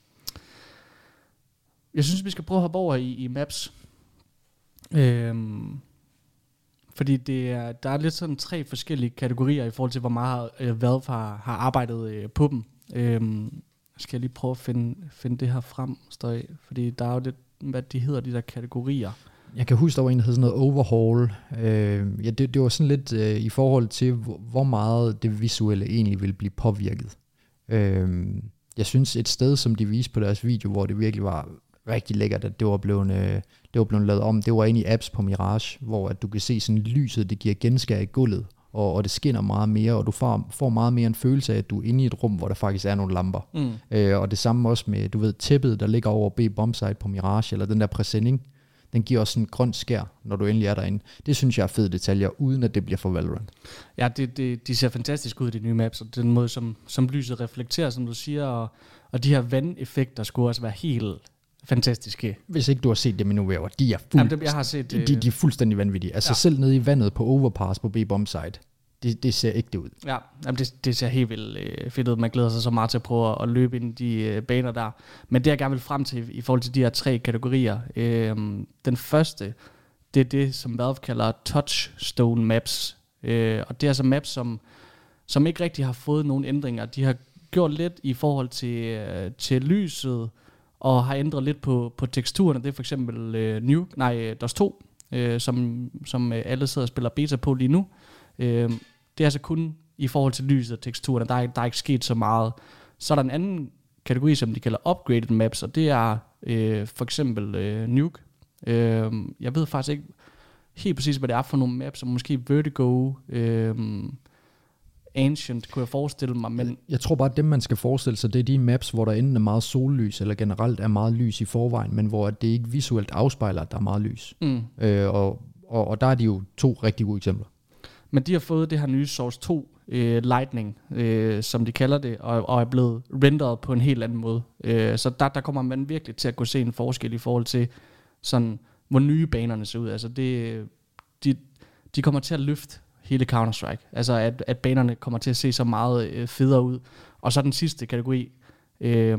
Jeg synes, vi skal prøve at hoppe over i, i maps. Øhm... Fordi det er, der er lidt sådan tre forskellige kategorier i forhold til, hvor meget øh, Valve har, har arbejdet øh, på dem. Øhm, skal jeg lige prøve at finde, finde det her frem, Støj? Fordi der er jo lidt, hvad de hedder, de der kategorier. Jeg kan huske, der var en, der hed sådan noget overhaul. Øh, ja, det, det var sådan lidt øh, i forhold til, hvor, hvor meget det visuelle egentlig ville blive påvirket. Øh, jeg synes, et sted, som de viste på deres video, hvor det virkelig var rigtig lækkert, at det var blevet, øh, det var blevet lavet om. Det var inde i apps på Mirage, hvor at du kan se sådan lyset, det giver genskær i gulvet, og, og det skinner meget mere, og du får, får meget mere en følelse af, at du er inde i et rum, hvor der faktisk er nogle lamper. Mm. Øh, og det samme også med, du ved, tæppet, der ligger over B-bombsite på Mirage, eller den der præsending, den giver også en grøn skær, når du endelig er derinde. Det synes jeg er fede detaljer, uden at det bliver for Valorant. Ja, det, det, de ser fantastisk ud, de nye maps, og den måde, som, som lyset reflekterer, som du siger, og, og de her vandeffekter skulle også være helt fantastiske. Hvis ikke du har set dem endnu, de er, fuld, Jamen, jeg har set, de, de, de er fuldstændig vanvittige. Altså ja. Selv nede i vandet på overpass på B-bombsite, det, det ser ægte ud. Ja, jamen det, det ser helt vildt øh, fedt ud. Man glæder sig så meget til at prøve at løbe ind i de øh, baner der. Men det jeg gerne vil frem til i forhold til de her tre kategorier. Øh, den første, det er det, som Valve kalder touchstone maps. Øh, og det er altså maps, som, som ikke rigtig har fået nogen ændringer. De har gjort lidt i forhold til, øh, til lyset, og har ændret lidt på, på teksturen. Det er for eksempel øh, New, nej, DOS to, øh, som, som øh, alle sidder og spiller beta på lige nu. Øh, det er altså kun i forhold til lyset og teksturen, der er, der er ikke sket så meget. Så er der en anden kategori, som de kalder upgraded maps, og det er øh, for eksempel øh, Nuke. Øh, jeg ved faktisk ikke helt præcis, hvad det er for nogle maps, som måske Vertigo, øh, Ancient, kunne jeg forestille mig. Men jeg tror bare, at dem, man skal forestille sig, det er de maps, hvor der enten er meget sollys, eller generelt er meget lys i forvejen, men hvor det ikke visuelt afspejler, at der er meget lys. Mm. Øh, og, og, og der er de jo to rigtig gode eksempler. Men de har fået det her nye Source to øh, Lightning, øh, som de kalder det, og, og er blevet renderet på en helt anden måde. Øh, så der, der kommer man virkelig til at kunne se en forskel i forhold til, sådan, hvor nye banerne ser ud. Altså det, de, de kommer til at løfte hele Counter-Strike. Altså at, at banerne kommer til at se så meget øh, federe ud. Og så den sidste kategori, øh,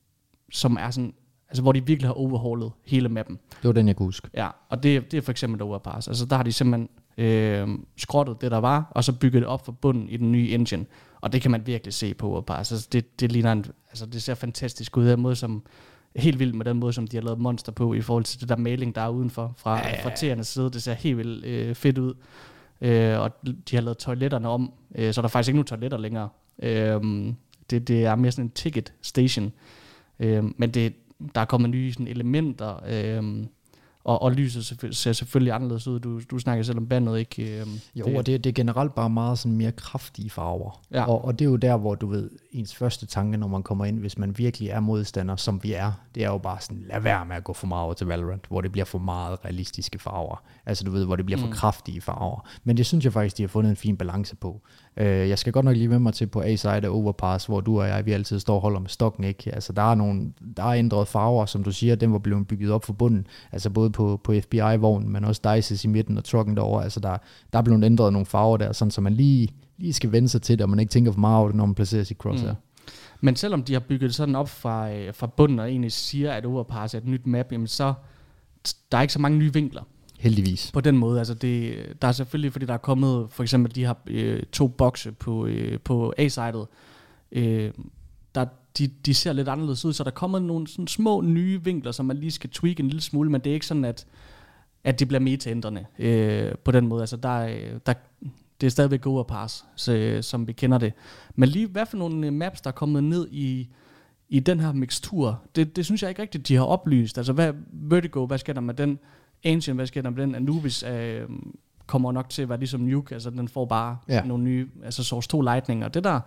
som er sådan, altså hvor de virkelig har overhaulet hele mappen. Det var den, jeg kunne huske. Ja, og det, det er for eksempel Overpass. Altså der har de simpelthen øh, skrottet det, der var, og så bygget det op fra bunden i den nye engine. Og det kan man virkelig se på Overpass. Altså det, det ligner en, altså det ser fantastisk ud. Den måde, som, helt vildt med den måde, som de har lavet monster på, i forhold til det der maling, der er udenfor, fra, ja, ja, ja. fra tæernes side. Det ser helt vildt øh, fedt ud. Øh, og de har lavet toiletterne om, øh, så der er faktisk ikke nogen toiletter længere. Øh, det, det er mere sådan en ticket station. Øh, men det, der er kommet nye sådan, elementer, øh, og, og lyset selvfølgelig, ser selvfølgelig anderledes ud. Du, du snakker selv om bandet, ikke? Øh, jo, det, og det, det er generelt bare meget sådan mere kraftige farver. Ja. Og, og det er jo der, hvor du ved, ens første tanke, når man kommer ind, hvis man virkelig er modstander, som vi er, det er jo bare sådan, lad være med at gå for meget over til Valorant, hvor det bliver for meget realistiske farver. Altså du ved, hvor det bliver for mm. kraftige farver. Men det synes jeg faktisk, de har fundet en fin balance på. Uh, jeg skal godt nok lige med mig til på A-side af Overpass, hvor du og jeg, vi altid står og holder med stokken, ikke? Altså der er nogle, der er ændret farver, som du siger, den var blevet bygget op for bunden, altså både på, på F B I-vognen, men også Dices i midten og trucken derovre, altså der, der er blevet ændret nogle farver der, sådan så man lige, lige skal vende sig til det, og man ikke tænker for meget over det, når man placerer sit crosshair. Mm. Men selvom de har bygget sådan op fra, øh, fra bunden, og egentlig siger, at Overpass er et nyt map, jamen så der er ikke så mange nye vinkler. Heldigvis. På den måde, altså det, der er selvfølgelig, fordi der er kommet, for eksempel de har øh, to bokse på, øh, på A-sidet, øh, der, de, de ser lidt anderledes ud, så der er kommet nogle sådan små nye vinkler, som man lige skal tweak en lille smule, men det er ikke sådan, at, at det bliver meta-ændrende øh, på den måde. Altså der, der, det er stadigvæk Overpass, så, som vi kender det. Men lige hvad for nogle maps, der er kommet ned i, i den her mixtur, det, det synes jeg ikke rigtigt, de har oplyst. Altså hvad, Vertigo, hvad sker der med den? Ancient, hvad sker der med den? Anubis øh, kommer nok til at være ligesom Nuke, altså den får bare ja. nogle nye, altså Source to Lightning og det der.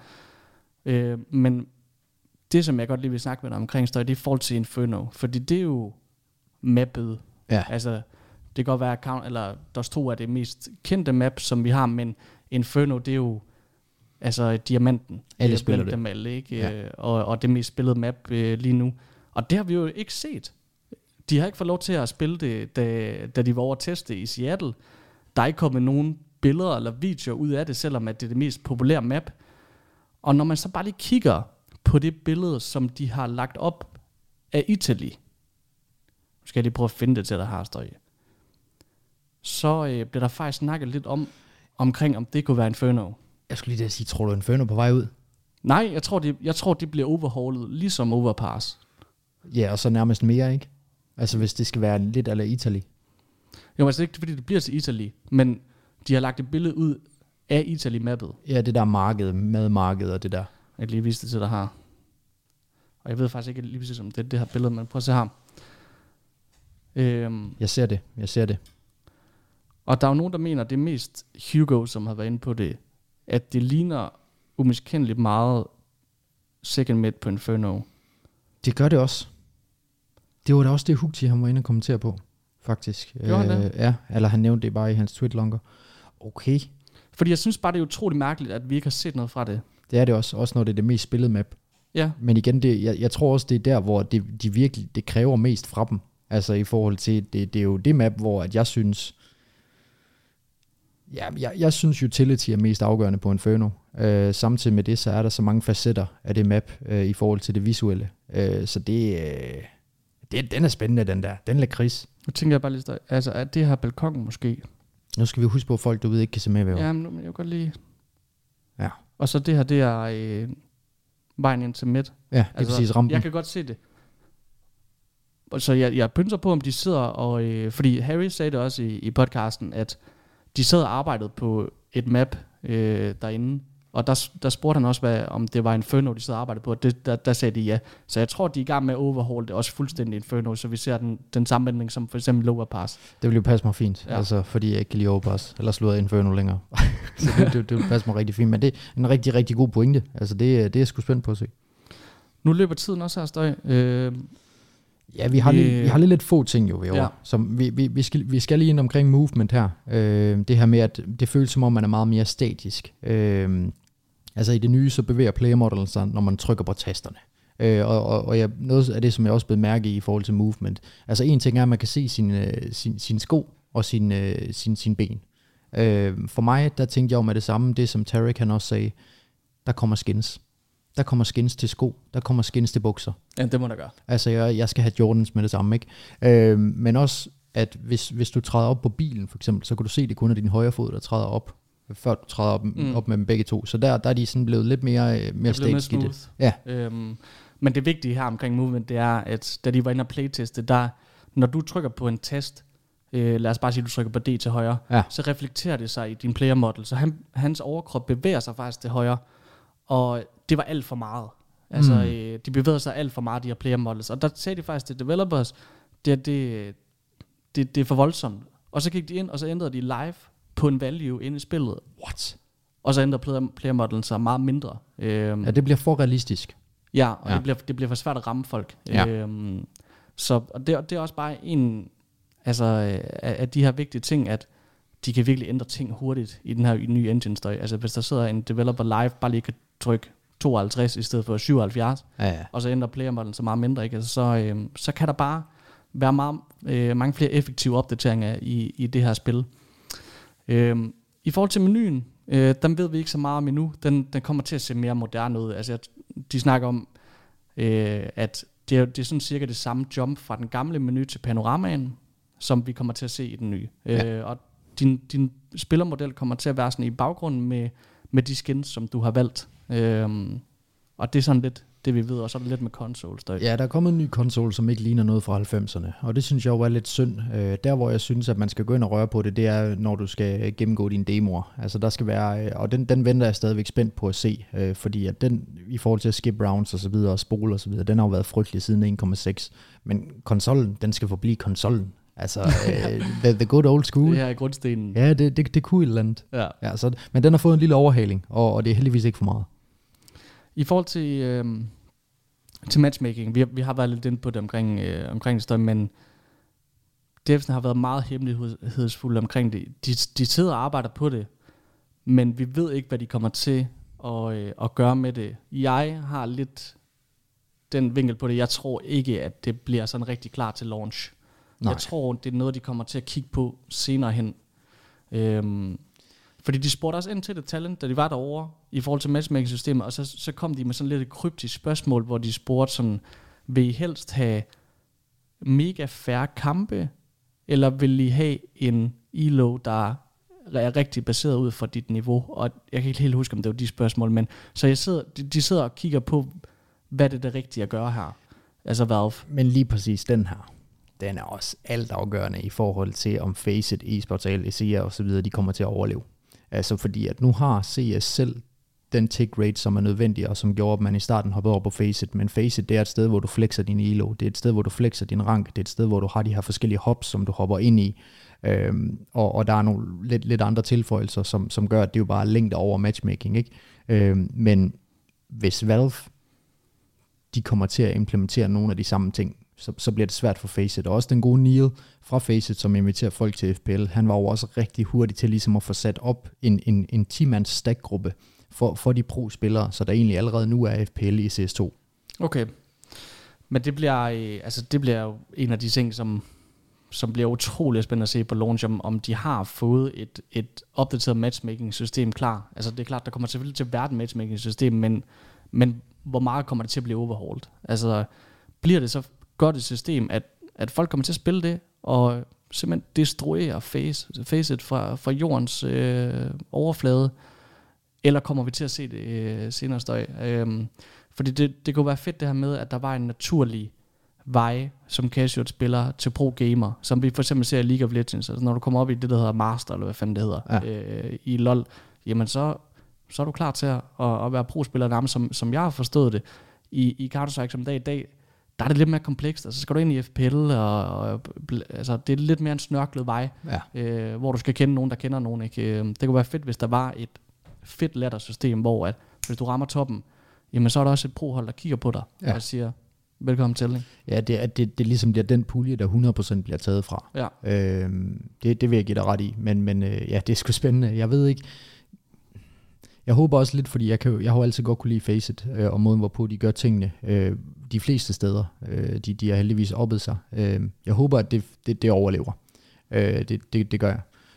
Øh, men det, som jeg godt lige vil snakke med dig omkring, Støj, det er i forhold til Inferno, fordi det er jo mappet. Ja. Altså, det kan godt være, at eller DOS to er det mest kendte map, som vi har, men Inferno, det er jo altså diamanten. Alle spiller det. Dem alle, ikke? Ja. Og, og det mest spillede map øh, lige nu. Og det har vi jo ikke set. De har ikke fået lov til at spille det, da, da de var over at teste i Seattle. Der er ikke kommet nogen billeder eller videoer ud af det, selvom at det er det mest populære map. Og når man så bare lige kigger på det billede, som de har lagt op af Italy, nu skal jeg lige prøve at finde det til dig her, Støj, så øh, bliver der faktisk snakket lidt om, omkring, om det kunne være Inferno. Jeg skulle lige da sige, tror du Inferno på vej ud? Nej, jeg tror, det, jeg tror, det bliver overhaulet, ligesom Overpass. Ja, og så nærmest mere, ikke? Altså hvis det skal være lidt eller Italy. Jo, altså ikke fordi det bliver til Italy, men de har lagt et billede ud af Italy-mappet. Ja, det der marked, madmarked og det der. Jeg kan lige vise det til dig her. Og jeg ved faktisk ikke lige præcis om det, det her billede, men prøv at se her. Øhm, jeg ser det, jeg ser det. Og der er jo nogen, der mener, det er mest Hugo, som har været inde på det, at det ligner umiskendeligt meget Second Mid på Inferno. Det gør det også. Det var da også det, Hugti han var inde og kommentere på, faktisk. Gjorde han det? Øh, ja, eller han nævnte det bare i hans tweet-longer. Okay. Fordi jeg synes bare, det er utroligt mærkeligt, at vi ikke har set noget fra det. Det er det også, også når det er det mest spillede map. Ja. Men igen, det, jeg, jeg tror også, det er der, hvor det, de virkelig, det kræver mest fra dem. Altså i forhold til, det, det er jo det map, hvor at jeg synes, ja, jeg, jeg synes utility er mest afgørende på Inferno. Øh, samtidig med det, så er der så mange facetter af det map, øh, i forhold til det visuelle. Øh, så det, øh, det, den er spændende, den der. Den er lakrids. Nu tænker jeg bare lidt, altså er det her balkon måske? Nu skal vi huske på, at folk derude ikke kan se med ved. Ja, men jeg kan godt lige. Ja. Og så det her, det er øh, vejen ind til midt. Ja, det er altså, præcis rampen. Jeg kan godt se det. Så jeg, jeg pynser på, om de sidder og... Øh, fordi Harry sagde det også i, i podcasten, at de sad og arbejdede på et map øh, derinde. Og der, der spurgte han også, hvad, om det var Inferno, de sad og arbejdede på. Det, der, der sagde de ja. Så jeg tror, de er i gang med at overhaul det også fuldstændig Inferno, så vi ser den, den samme ændring som for eksempel Overpass. Det vil jo passe mig fint, ja. Altså, fordi jeg ikke kan lide Overpass. Ellers slutter jeg Inferno længere. Så det, det, det vil passe mig rigtig fint. Men det er en rigtig, rigtig god pointe. Altså, det, det er jeg sgu spændt på at se. Nu løber tiden også her, Støj. Øh, ja, vi har, øh, lige, vi har lige lidt få ting jo ved ja. år. Som vi, vi, vi, skal, vi skal lige ind omkring movement her. Øh, det her med, at det føles som om, man er meget mere statisk. Øh, Altså i det nye, så bevæger player-modellen sig, når man trykker på tasterne. Øh, og og, og jeg, noget af det, som jeg også blev mærke i i forhold til movement. Altså en ting er, at man kan se sine sin, sin sko og sin, sin, sin ben. Øh, for mig, der tænkte jeg jo med det samme, det som Tarek han også sagde, der kommer skins. Der kommer skins til sko, der kommer skins til bukser. Ja, det må der gøre. Altså, jeg, jeg skal have Jordans med det samme, ikke? Øh, men også, at hvis, hvis du træder op på bilen, for eksempel, så kan du se, det kun er din højre fod, der træder op, før du træder op, mm. op med dem begge to. Så der, der er de sådan blevet lidt mere, mere statisk i det. Ja. Øhm, men det vigtige her omkring movement, det er, at da de var inde og playteste, der, når du trykker på en test, øh, lad os bare sige, at du trykker på D til højre, ja. Så reflekterer det sig i din player model. Så han, hans overkrop bevæger sig faktisk til højre, og det var alt for meget. Altså, mm. øh, de bevæger sig alt for meget, de her player models. Og der sagde de faktisk til developers, det, det, det, det er for voldsomt. Og så gik de ind, og så ændrede de live på en value inde i spillet. What? Og så ændrede player, player modelen sig meget mindre. Øhm, ja, det bliver for realistisk. Ja, og ja. Det, bliver, det bliver for svært at ramme folk. Ja. Øhm, så og det, det er også bare en altså, af, af de her vigtige ting, at de kan virkelig ændre ting hurtigt i den her nye engine-støj. Altså hvis der sidder en developer live, bare lige kan trykke tooghalvtreds i stedet for syvoghalvfjerds, ja, ja. Og så ændrer player modelen så meget mindre, ikke? Altså, så, øhm, så kan der bare være meget, øh, mange flere effektive opdateringer i, i det her spil. Øhm, I forhold til menuen, øh, den ved vi ikke så meget om endnu. Den, den kommer til at se mere moderne ud. Altså, de snakker om, øh, at det er, det er sådan cirka det samme jump fra den gamle menu til panoramaen, som vi kommer til at se i den nye. Ja. Øh, og din, din spillermodel kommer til at være sådan i baggrunden med, med de skins, som du har valgt. Øhm, og det er sådan lidt det, vi ved, og så er det lidt med consoles. Der. Ja, der er kommet en ny konsol, som ikke ligner noget fra halvfemserne, og det synes jeg jo er lidt synd. Øh, der, hvor jeg synes, at man skal gå ind og røre på det, det er, når du skal gennemgå dine demoer. Altså, der skal være, og den, den venter jeg stadigvæk spændt på at se, øh, fordi at den, i forhold til at skip rounds og så videre, og spole og så videre, den har jo været frygtelig siden en komma seks, men konsollen, den skal forblive konsollen. Altså, øh, the, the good old school. Det her er grundstenen. Ja, det, det, det kunne et eller andet. Ja. Ja, så, men den har fået en lille overhaling, og, og det er heldigvis ikke for meget. I forhold til, øh, til matchmaking, vi har, vi har været lidt inde på det omkring, øh, omkring det støj, men devsen har været meget hemmelighedsfulde omkring det. De, de sidder og arbejder på det, men vi ved ikke, hvad de kommer til at, øh, at gøre med det. Jeg har lidt den vinkel på det. Jeg tror ikke, at det bliver sådan rigtig klar til launch. Nej. Jeg tror, det er noget, de kommer til at kigge på senere hen. Øhm, fordi de spurgte også ind til det talent, da de var derovre, i forhold til matchmaking-systemet, og så, så kom de med sådan lidt et kryptisk spørgsmål, hvor de spurgte sådan, vil I helst have mega fair kampe, eller vil I have en E L O, der er rigtig baseret ud fra dit niveau? Og jeg kan ikke helt huske, om det var de spørgsmål, men så jeg sidder, de, de sidder og kigger på, hvad det er det rigtige at gøre her. Altså Valve. Men lige præcis den her, den er også altafgørende i forhold til, om Faceit, eSports, L E C og så videre, de kommer til at overleve. Altså fordi, at nu har C S selv den tick rate, som er nødvendig, og som gjorde, at man i starten hoppede over på Faceit. Men Faceit, det er et sted, hvor du flexer din E L O. Det er et sted, hvor du flexer din rank. Det er et sted, hvor du har de her forskellige hops, som du hopper ind i. Øhm, og, og der er nogle lidt, lidt andre tilføjelser, som, som gør, at det jo bare er længde over matchmaking, ikke? Øhm, men hvis Valve, de kommer til at implementere nogle af de samme ting, Så, så bliver det svært for Faceit. Og også den gode Neil fra Faceit, som inviterer folk til F P L, han var jo også rigtig hurtig til ligesom at få sat op en, en, en ti-mands stack-gruppe for, for de pro-spillere, så der egentlig allerede nu er F P L i C S to. Okay. Men det bliver, altså det bliver jo en af de ting, som, som bliver utrolig spændende at se på launch, om, om de har fået et, et opdateret matchmaking-system klar. Altså det er klart, der kommer selvfølgelig til at være et matchmaking-system, men, men hvor meget kommer det til at blive overhauled? Altså bliver det så godt et system, at, at folk kommer til at spille det, og simpelthen destruere face, Faceit fra, fra jordens øh, overflade, eller kommer vi til at se det øh, senere støj? Øhm, fordi det, det kunne være fedt det her med, at der var en naturlig vej som casual spiller til pro gamer, som vi for eksempel ser i League of Legends. Altså når du kommer op i det, der hedder Master, eller hvad fanden det hedder, ja. øh, i LoL, jamen så, så er du klar til at, at, at være pro-spiller nærmest, som, som jeg har forstået det. I, i Counter-Strike som dag i dag, der er det lidt mere komplekst. Altså, så skal du ind i F P L, og, og altså, det er lidt mere en snørklet vej, ja. øh, hvor du skal kende nogen, der kender nogen. Ikke? Det kunne være fedt, hvis der var et fedt laddersystem, hvor at, hvis du rammer toppen, jamen så er der også et pro-hold, der kigger på dig, ja. Og siger, velkommen til. Ikke? Ja, det er, det, det ligesom bliver den pulje, der hundrede procent bliver taget fra. Ja. Øhm, det, det vil jeg give dig ret i, men, men øh, ja, det er sgu spændende. Jeg ved ikke, jeg håber også lidt, fordi jeg, kan, jeg har jo altid godt kunne lide Faceit, øh, og måden, hvorpå de gør tingene. Øh, de fleste steder, øh, de, de har heldigvis oppet sig. Øh, jeg håber, at det, det, det overlever. Øh, det, det, det gør jeg.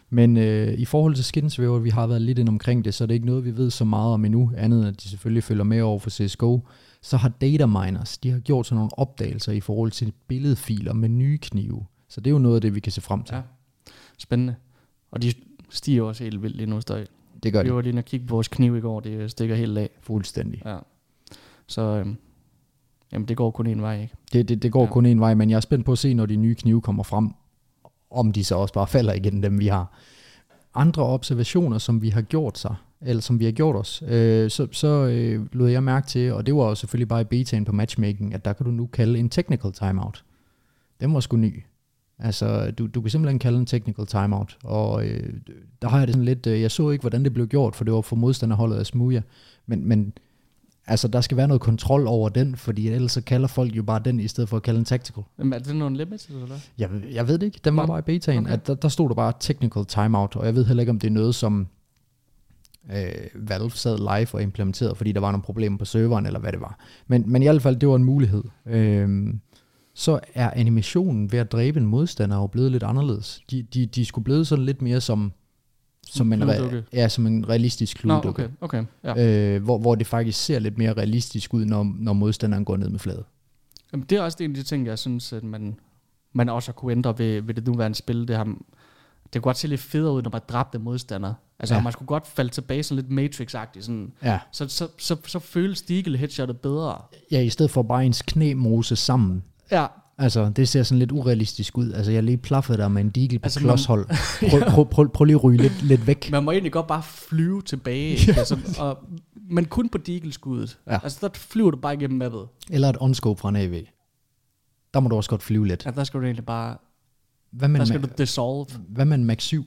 Men øh, i forhold til skinsvæver, vi har været lidt ind omkring det, så er det ikke noget, vi ved så meget om endnu, andet end at de selvfølgelig følger med over for C S G O. Så har data miners, de har gjort sådan nogle opdagelser i forhold til billedfiler med nye knive. Så det er jo noget af det, vi kan se frem til. Ja, spændende. Og de stiger også helt vildt lige nu, støj. Det gør de. Vi var lige inde og kigge på vores kniv i går, det stikker helt af. Fuldstændig. Ja. Så øhm, jamen, det går kun en vej, ikke? Det, det, det går ja. kun en vej, men jeg er spændt på at se, når de nye knive kommer frem, om de så også bare falder igen, dem vi har. Andre observationer, som vi har gjort sig, eller som vi har gjort os, øh, så, så øh, lod jeg mærke til, og det var jo selvfølgelig bare i betaen på matchmaking, at der kan du nu kalde en technical timeout. Den var sgu ny. Altså, du, du kan simpelthen kalde en technical timeout, og øh, der har jeg det sådan lidt, øh, jeg så ikke, hvordan det blev gjort, for det var for modstanderholdet af Smooja, men, men altså, der skal være noget kontrol over den, fordi ellers så kalder folk jo bare den, i stedet for at kalde en tactical. Men er det nogle limits, eller hvad? Jeg, jeg ved det ikke, den var bare i betaen, okay. at der, der stod der bare technical timeout, og jeg ved heller ikke, om det er noget, som øh, Valve sad live og implementerede, fordi der var nogle problemer på serveren, eller hvad det var. Men, men i hvert fald, det var en mulighed. Øh, så er animationen ved at dræbe en modstander jo blevet lidt anderledes. De, de, de skulle blive sådan lidt mere som som en, re- ja, som en realistisk kludedukke. No, okay, okay, ja. øh, hvor, hvor det faktisk ser lidt mere realistisk ud, når, når modstanderen går ned med fladet. Jamen, det er også en af de ting, jeg synes, at man, man også har kunne ændre ved, ved det nuværende spil. Det, har, det kunne godt se lidt federe ud, når man dræbte modstander. Altså, ja. Man skulle godt falde tilbage sådan lidt Matrix-agtigt. Sådan. Ja. Så, så, så, så føles Deagle headshotet bedre. Ja, i stedet for bare ens knæ mose sammen. Ja. Altså, det ser sådan lidt urealistisk ud. Altså, jeg lige plaffede der med en Deagle på altså, klodshold. Prøv, prøv, prøv, prøv lige at ryge lidt, lidt væk. Man må egentlig godt bare flyve tilbage. Ja. Altså, og, men kun på Deagle-skuddet. Ja. Altså, der flyver du bare igennem mappet. Eller et onscope fra en A V. Der må du også godt flyve lidt. Ja, der skal du egentlig bare... Hvad med der skal ma- du dissolve. Hvad med en Max syv?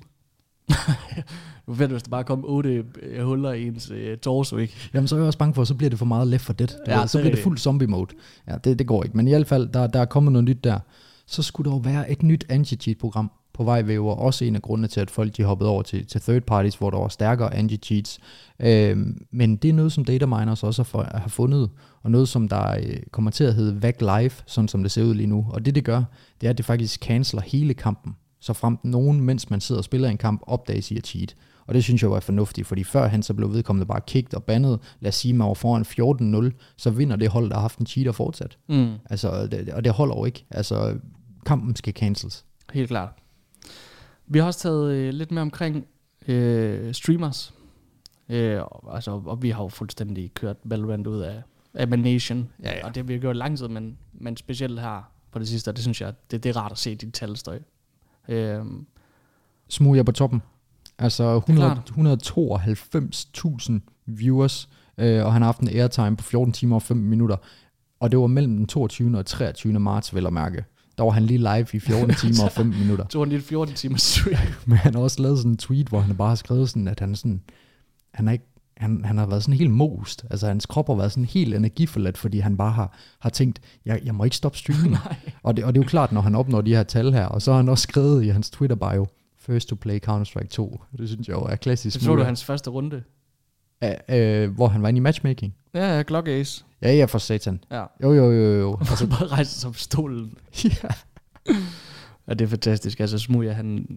Nu ved du, hvis der bare kommer otte huller i ens uh, torso, ikke? Jamen, så er jeg også bange for, så bliver det for meget Left four Dead. Ja, ved, så bliver det fuld zombie mode. Ja, det, det går ikke. Men i hvert fald, der, der er kommet noget nyt der. Så skulle der jo være et nyt anti-cheat-program på vej ved, og også en af grundene til, at folk de hoppede over til, til third parties, hvor der var stærkere anti-cheats. Øhm, men det er noget, som data miners også har, har fundet, og noget, som der øh, kommer til at hedde V A C Live, sådan som det ser ud lige nu. Og det, det gør, det er, at det faktisk canceler hele kampen. Så frem nogen, mens man sidder og spiller en kamp, opdages i at cheat. Og det synes jeg var fornuftigt, fordi førhen så blev vedkommende bare kicked og bandet. Lad os sige, man var foran fjorten nul, så vinder det hold, der har haft en cheater fortsat. Mm. Altså, det, og det holder jo ikke. Altså, kampen skal cancels. Helt klart. Vi har også taget øh, lidt mere omkring øh, streamers. Øh, altså, og vi har jo fuldstændig kørt Valorant ud af Emanation. Ja, ja. Og det har vi gjort lang tid, men, men specielt her på det sidste, det synes jeg, det, det er rart at se dit talstøj. Øh, Smooja på toppen. Altså hundrede, et hundrede og tooghalvfems tusind viewers, øh, og han har haft en airtime på fjorten timer og fem minutter. Og det var mellem den toogtyvende og treogtyvende marts, vel at mærke. Der var han lige live i fjorten timer og fem minutter. Så var han lige fjorten timer stream. Men han har også lavet sådan en tweet, hvor han bare har skrevet sådan, at han sådan, han, er ikke, han, han har været sådan helt most. Altså hans krop har været sådan helt energiforladt, fordi han bare har, har tænkt, jeg, jeg må ikke stoppe streaming. og, det, og det er jo klart, når han opnår de her tal her. Og så har han også skrevet i hans Twitter-bio, first to play Counter-Strike to. Det synes jeg jo er klassisk. Så du hans første runde? Æ, øh, hvor han var inde i matchmaking. Ja, ja, Glock Ace. Ja, ja, for satan. Ja. Jo, jo, jo, jo. Og så bare rejse sig på stolen. Ja. Ja, det er fantastisk. Altså, Smooja, han,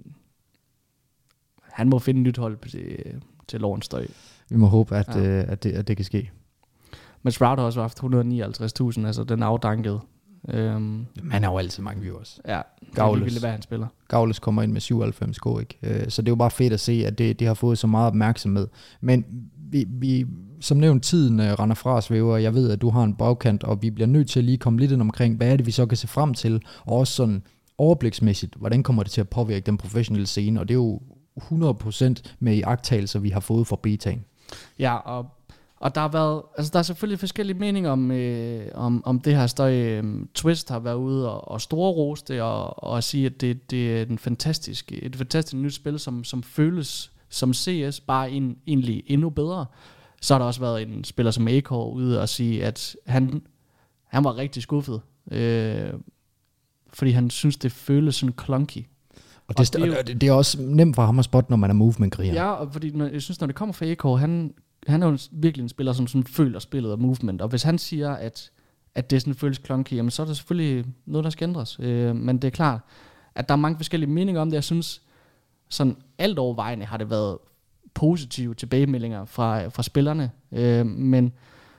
han må finde et nyt hold til, til lovens støj. Vi må håbe, at, ja. øh, at, det, at det kan ske. Men Sprout har også haft et hundrede og nioghalvtreds tusind, altså den er afdanket. Um, han har jo altid mange viewers. Ja, Gaules. Det er hvad han spiller. Gaules kommer ind med syvoghalvfems K, ikke? Uh, så det er jo bare fedt at se, at det, det har fået så meget opmærksomhed. Men vi, vi som nævnt, tiden uh, render fra os, Væver. Jeg ved, at du har en bagkant, og vi bliver nødt til at lige komme lidt ind omkring, hvad er det, vi så kan se frem til, og også sådan overbliksmæssigt, hvordan kommer det til at påvirke den professionelle scene, og det er jo hundrede procent med iagttagelser, vi har fået fra betaen. Ja, og Og der har været, altså der er selvfølgelig forskellige meninger om, øh, om, om det her støj. Øh, Twist har været ude og, og storrose det, og, og sige, at det, det er en fantastisk, et fantastisk nyt spil, som, som føles som C S, bare en, egentlig endnu bedre. Så har der også været en spiller som Akor ude og sige, at han, han var rigtig skuffet, øh, fordi han synes, det føles sådan clunky. Og det, og det, er, jo, det er også nemt for ham at spotte, når man er movement-kriger. Ja, og fordi når, jeg synes, når det kommer fra Akor, han... Han er jo virkelig en spiller, som sådan føler spillet og movement. Og hvis han siger, at, at det sådan føles clunky, jamen så er det selvfølgelig noget, der skal ændres. Øh, men det er klart, at der er mange forskellige meninger om det. Jeg synes, sådan alt overvejende har det været positive tilbagemeldinger fra, fra spillerne, øh, men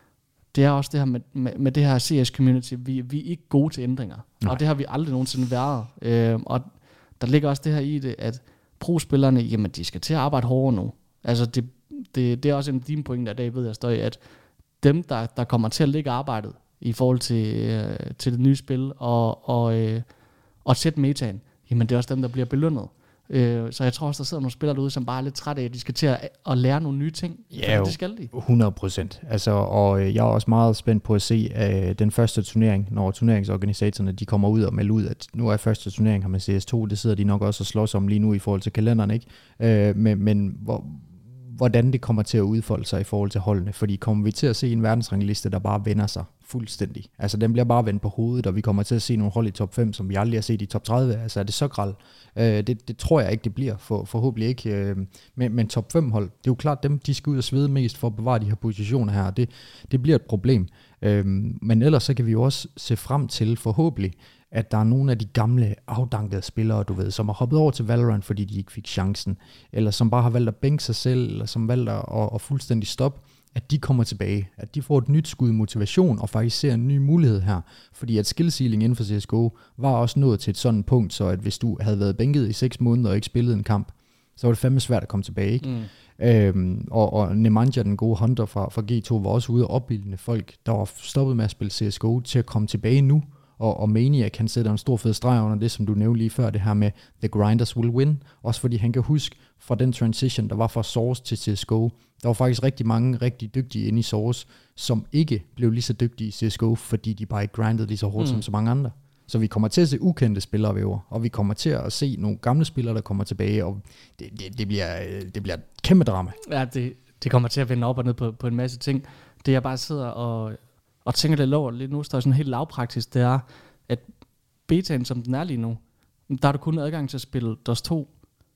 det er også det her med, med, med det her C S-community, vi, vi er ikke gode til ændringer, Nej. og det har vi aldrig nogensinde været, øh, og der ligger også det her i det, at pro-spillerne, jamen de skal til at arbejde hårdere nu, altså det, det, det er også en af dine pointer i dag, ved jeg Støj, at dem, der, der kommer til at lægge arbejdet i forhold til, øh, til det nye spil, og, og, øh, og sætte metaen, jamen det er også dem, der bliver belønnet. Øh, så jeg tror også, der sidder nogle spillere derude, som bare er lidt trætte af, at de skal til at, at lære nogle nye ting. Ja, det skal de. hundrede procent. Altså, og jeg er også meget spændt på at se uh, den første turnering, når turneringsorganisatorerne de kommer ud og melder ud, at nu er første turnering her med C S to, det sidder de nok også og slås om lige nu i forhold til kalenderen, ikke? Uh, men men hvor, hvordan det kommer til at udfolde sig i forhold til holdene, fordi kommer vi til at se en verdensrangliste, der bare vender sig fuldstændig. Altså den bliver bare vendt på hovedet, og vi kommer til at se nogle hold i top fem, som vi aldrig har set i top tredive. Altså er det så grelt? Øh, det, det tror jeg ikke, det bliver. For, forhåbentlig ikke. Øh, men, men top fem hold, det er jo klart dem, de skal ud og svede mest for at bevare de her positioner her. Det, det bliver et problem. Øh, men ellers så kan vi jo også se frem til forhåbentlig, at der er nogle af de gamle, afdankede spillere, du ved, som har hoppet over til Valorant, fordi de ikke fik chancen, eller som bare har valgt at bænke sig selv, eller som valgt at, at, at fuldstændig stoppe, at de kommer tilbage, at de får et nyt skud motivation, og faktisk ser en ny mulighed her, fordi at skill ceiling inden for C S G O var også nået til et sådan punkt, så at hvis du havde været bænket i seks måneder og ikke spillet en kamp, så var det fandme svært at komme tilbage, ikke? Mm. Øhm, og, og Nemanja, den gode hunter fra, fra G to, var også ude og opbildende folk, der var stoppet med at spille C S G O, til at komme tilbage nu. Og, og Maniac kan sætte en stor fed streg under det, som du nævnte lige før, det her med The Grinders will win. Også fordi han kan huske fra den transition, der var fra Source til C S G O. Der var faktisk rigtig mange rigtig dygtige inde i Source, som ikke blev lige så dygtige i C S G O, fordi de bare ikke grindede lige så hårdt mm. som så mange andre. Så vi kommer til at se ukendte spillere væver, og vi kommer til at se nogle gamle spillere, der kommer tilbage, og det, det, det, bliver, det bliver et kæmpe drama. Ja, det, det kommer til at vende op og ned på, på en masse ting. Det jeg bare sidder og... og tænker lidt over lidt nu, så er sådan helt lavpraktisk, det er, at betaen, som den er lige nu, der er du kun adgang til at spille DOS to.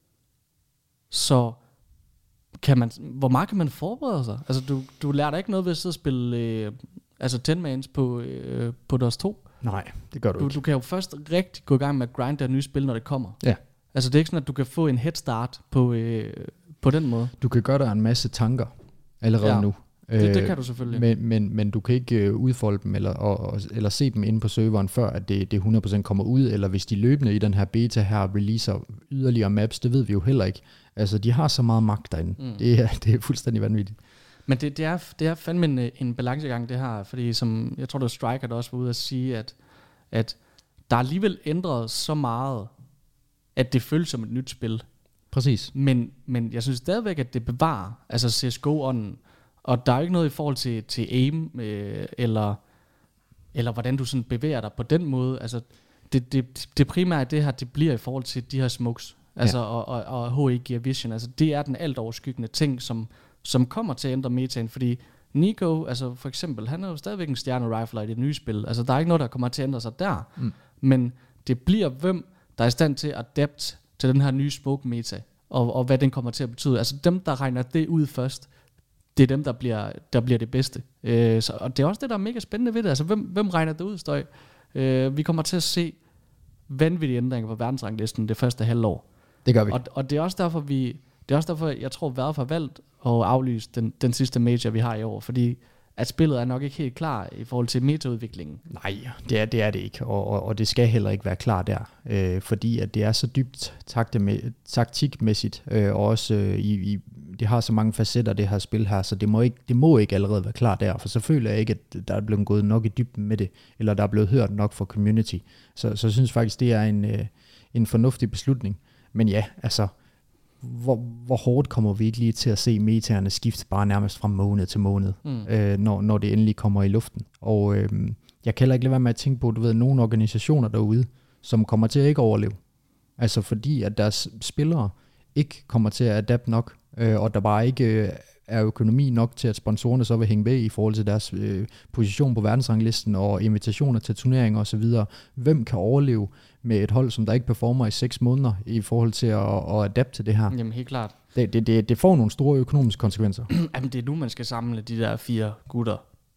Så kan man, hvor meget kan man forberede sig? Altså, du, du lærer dig ikke noget ved at sidde og spille øh, altså ten-mans på, øh, på DOS to. Nej, det gør du, du ikke. Du kan jo først rigtig gå i gang med at grinde det nye spil, når det kommer. Ja. Altså, det er ikke sådan, at du kan få en head start på, øh, på den måde. Du kan gøre dig en masse tanker allerede ja. nu. Det, det kan du selvfølgelig. Men, men, men du kan ikke udfolde dem eller, og, eller se dem inde på serveren, før at det, det hundrede procent kommer ud, eller hvis de løbende i den her beta her releaser yderligere maps, det ved vi jo heller ikke. Altså, de har så meget magt derinde. Mm. Det, er, det er fuldstændig vanvittigt. Men det, det, er, det er fandme en, en balancegang, det her, fordi som, jeg tror, det var Striker, der også var ude at sige, at, at der er alligevel ændret så meget, at det føles som et nyt spil. Præcis. Men, men jeg synes stadigvæk, at det bevarer, altså C S G O-ånden. Og der er ikke noget i forhold til, til aim, øh, eller, eller hvordan du sådan bevæger dig på den måde. Altså, det, det, det primære det her, det bliver i forhold til de her smokes, altså, ja. og, og, og H E Gear Vision. Altså, det er den alt overskyggende ting, som, som kommer til at ændre metaen, fordi Nico, altså for eksempel, han er jo stadigvæk en stjerne-rifler i det nye spil. Altså, der er ikke noget, der kommer til at ændre sig der. Mm. Men det bliver hvem, der er i stand til at adapt til den her nye smoke-meta, og, og hvad den kommer til at betyde. Altså, dem, der regner det ud først, det er dem, der bliver, der bliver det bedste. Øh, så, og det er også det, der er mega spændende ved det. Altså, hvem, hvem regner det ud, Støj? Øh, vi kommer til at se vanvittige ændringer på verdensranglisten det første halvår. Det gør vi. Og, og det er også derfor, vi, det er også derfor, jeg tror, Valve har valgt at aflyse den, den sidste major, vi har i år. Fordi at spillet er nok ikke helt klar i forhold til metaudviklingen. Nej, det er det, er det ikke, og, og, og det skal heller ikke være klar der, øh, fordi at det er så dybt taktikmæssigt, øh, og også øh, i, i, det har så mange facetter, det her spil her, så det må, ikke, det må ikke allerede være klar der, for så føler jeg ikke, at der er blevet gået nok i dybden med det, eller der er blevet hørt nok fra community, så, så jeg synes faktisk, det er en, øh, en fornuftig beslutning, men ja, altså, Hvor, hvor hårdt kommer vi ikke lige til at se metaerne skifte bare nærmest fra måned til måned, mm. øh, når, når det endelig kommer i luften. Og øh, jeg kan heller ikke lade være med at tænke på, du ved, nogle organisationer derude, som kommer til at ikke overleve. Altså fordi, at deres spillere ikke kommer til at adapte nok, øh, og der bare ikke øh, er økonomi nok til, at sponsorerne så vil hænge ved i forhold til deres øh, position på verdensranglisten og invitationer til turneringer osv. Hvem kan overleve med et hold, som der ikke performer i seks måneder i forhold til at, at adapte til det her? Jamen helt klart. Det, det, det, det får nogle store økonomiske konsekvenser. Jamen det er nu, man skal samle de der fire gutter.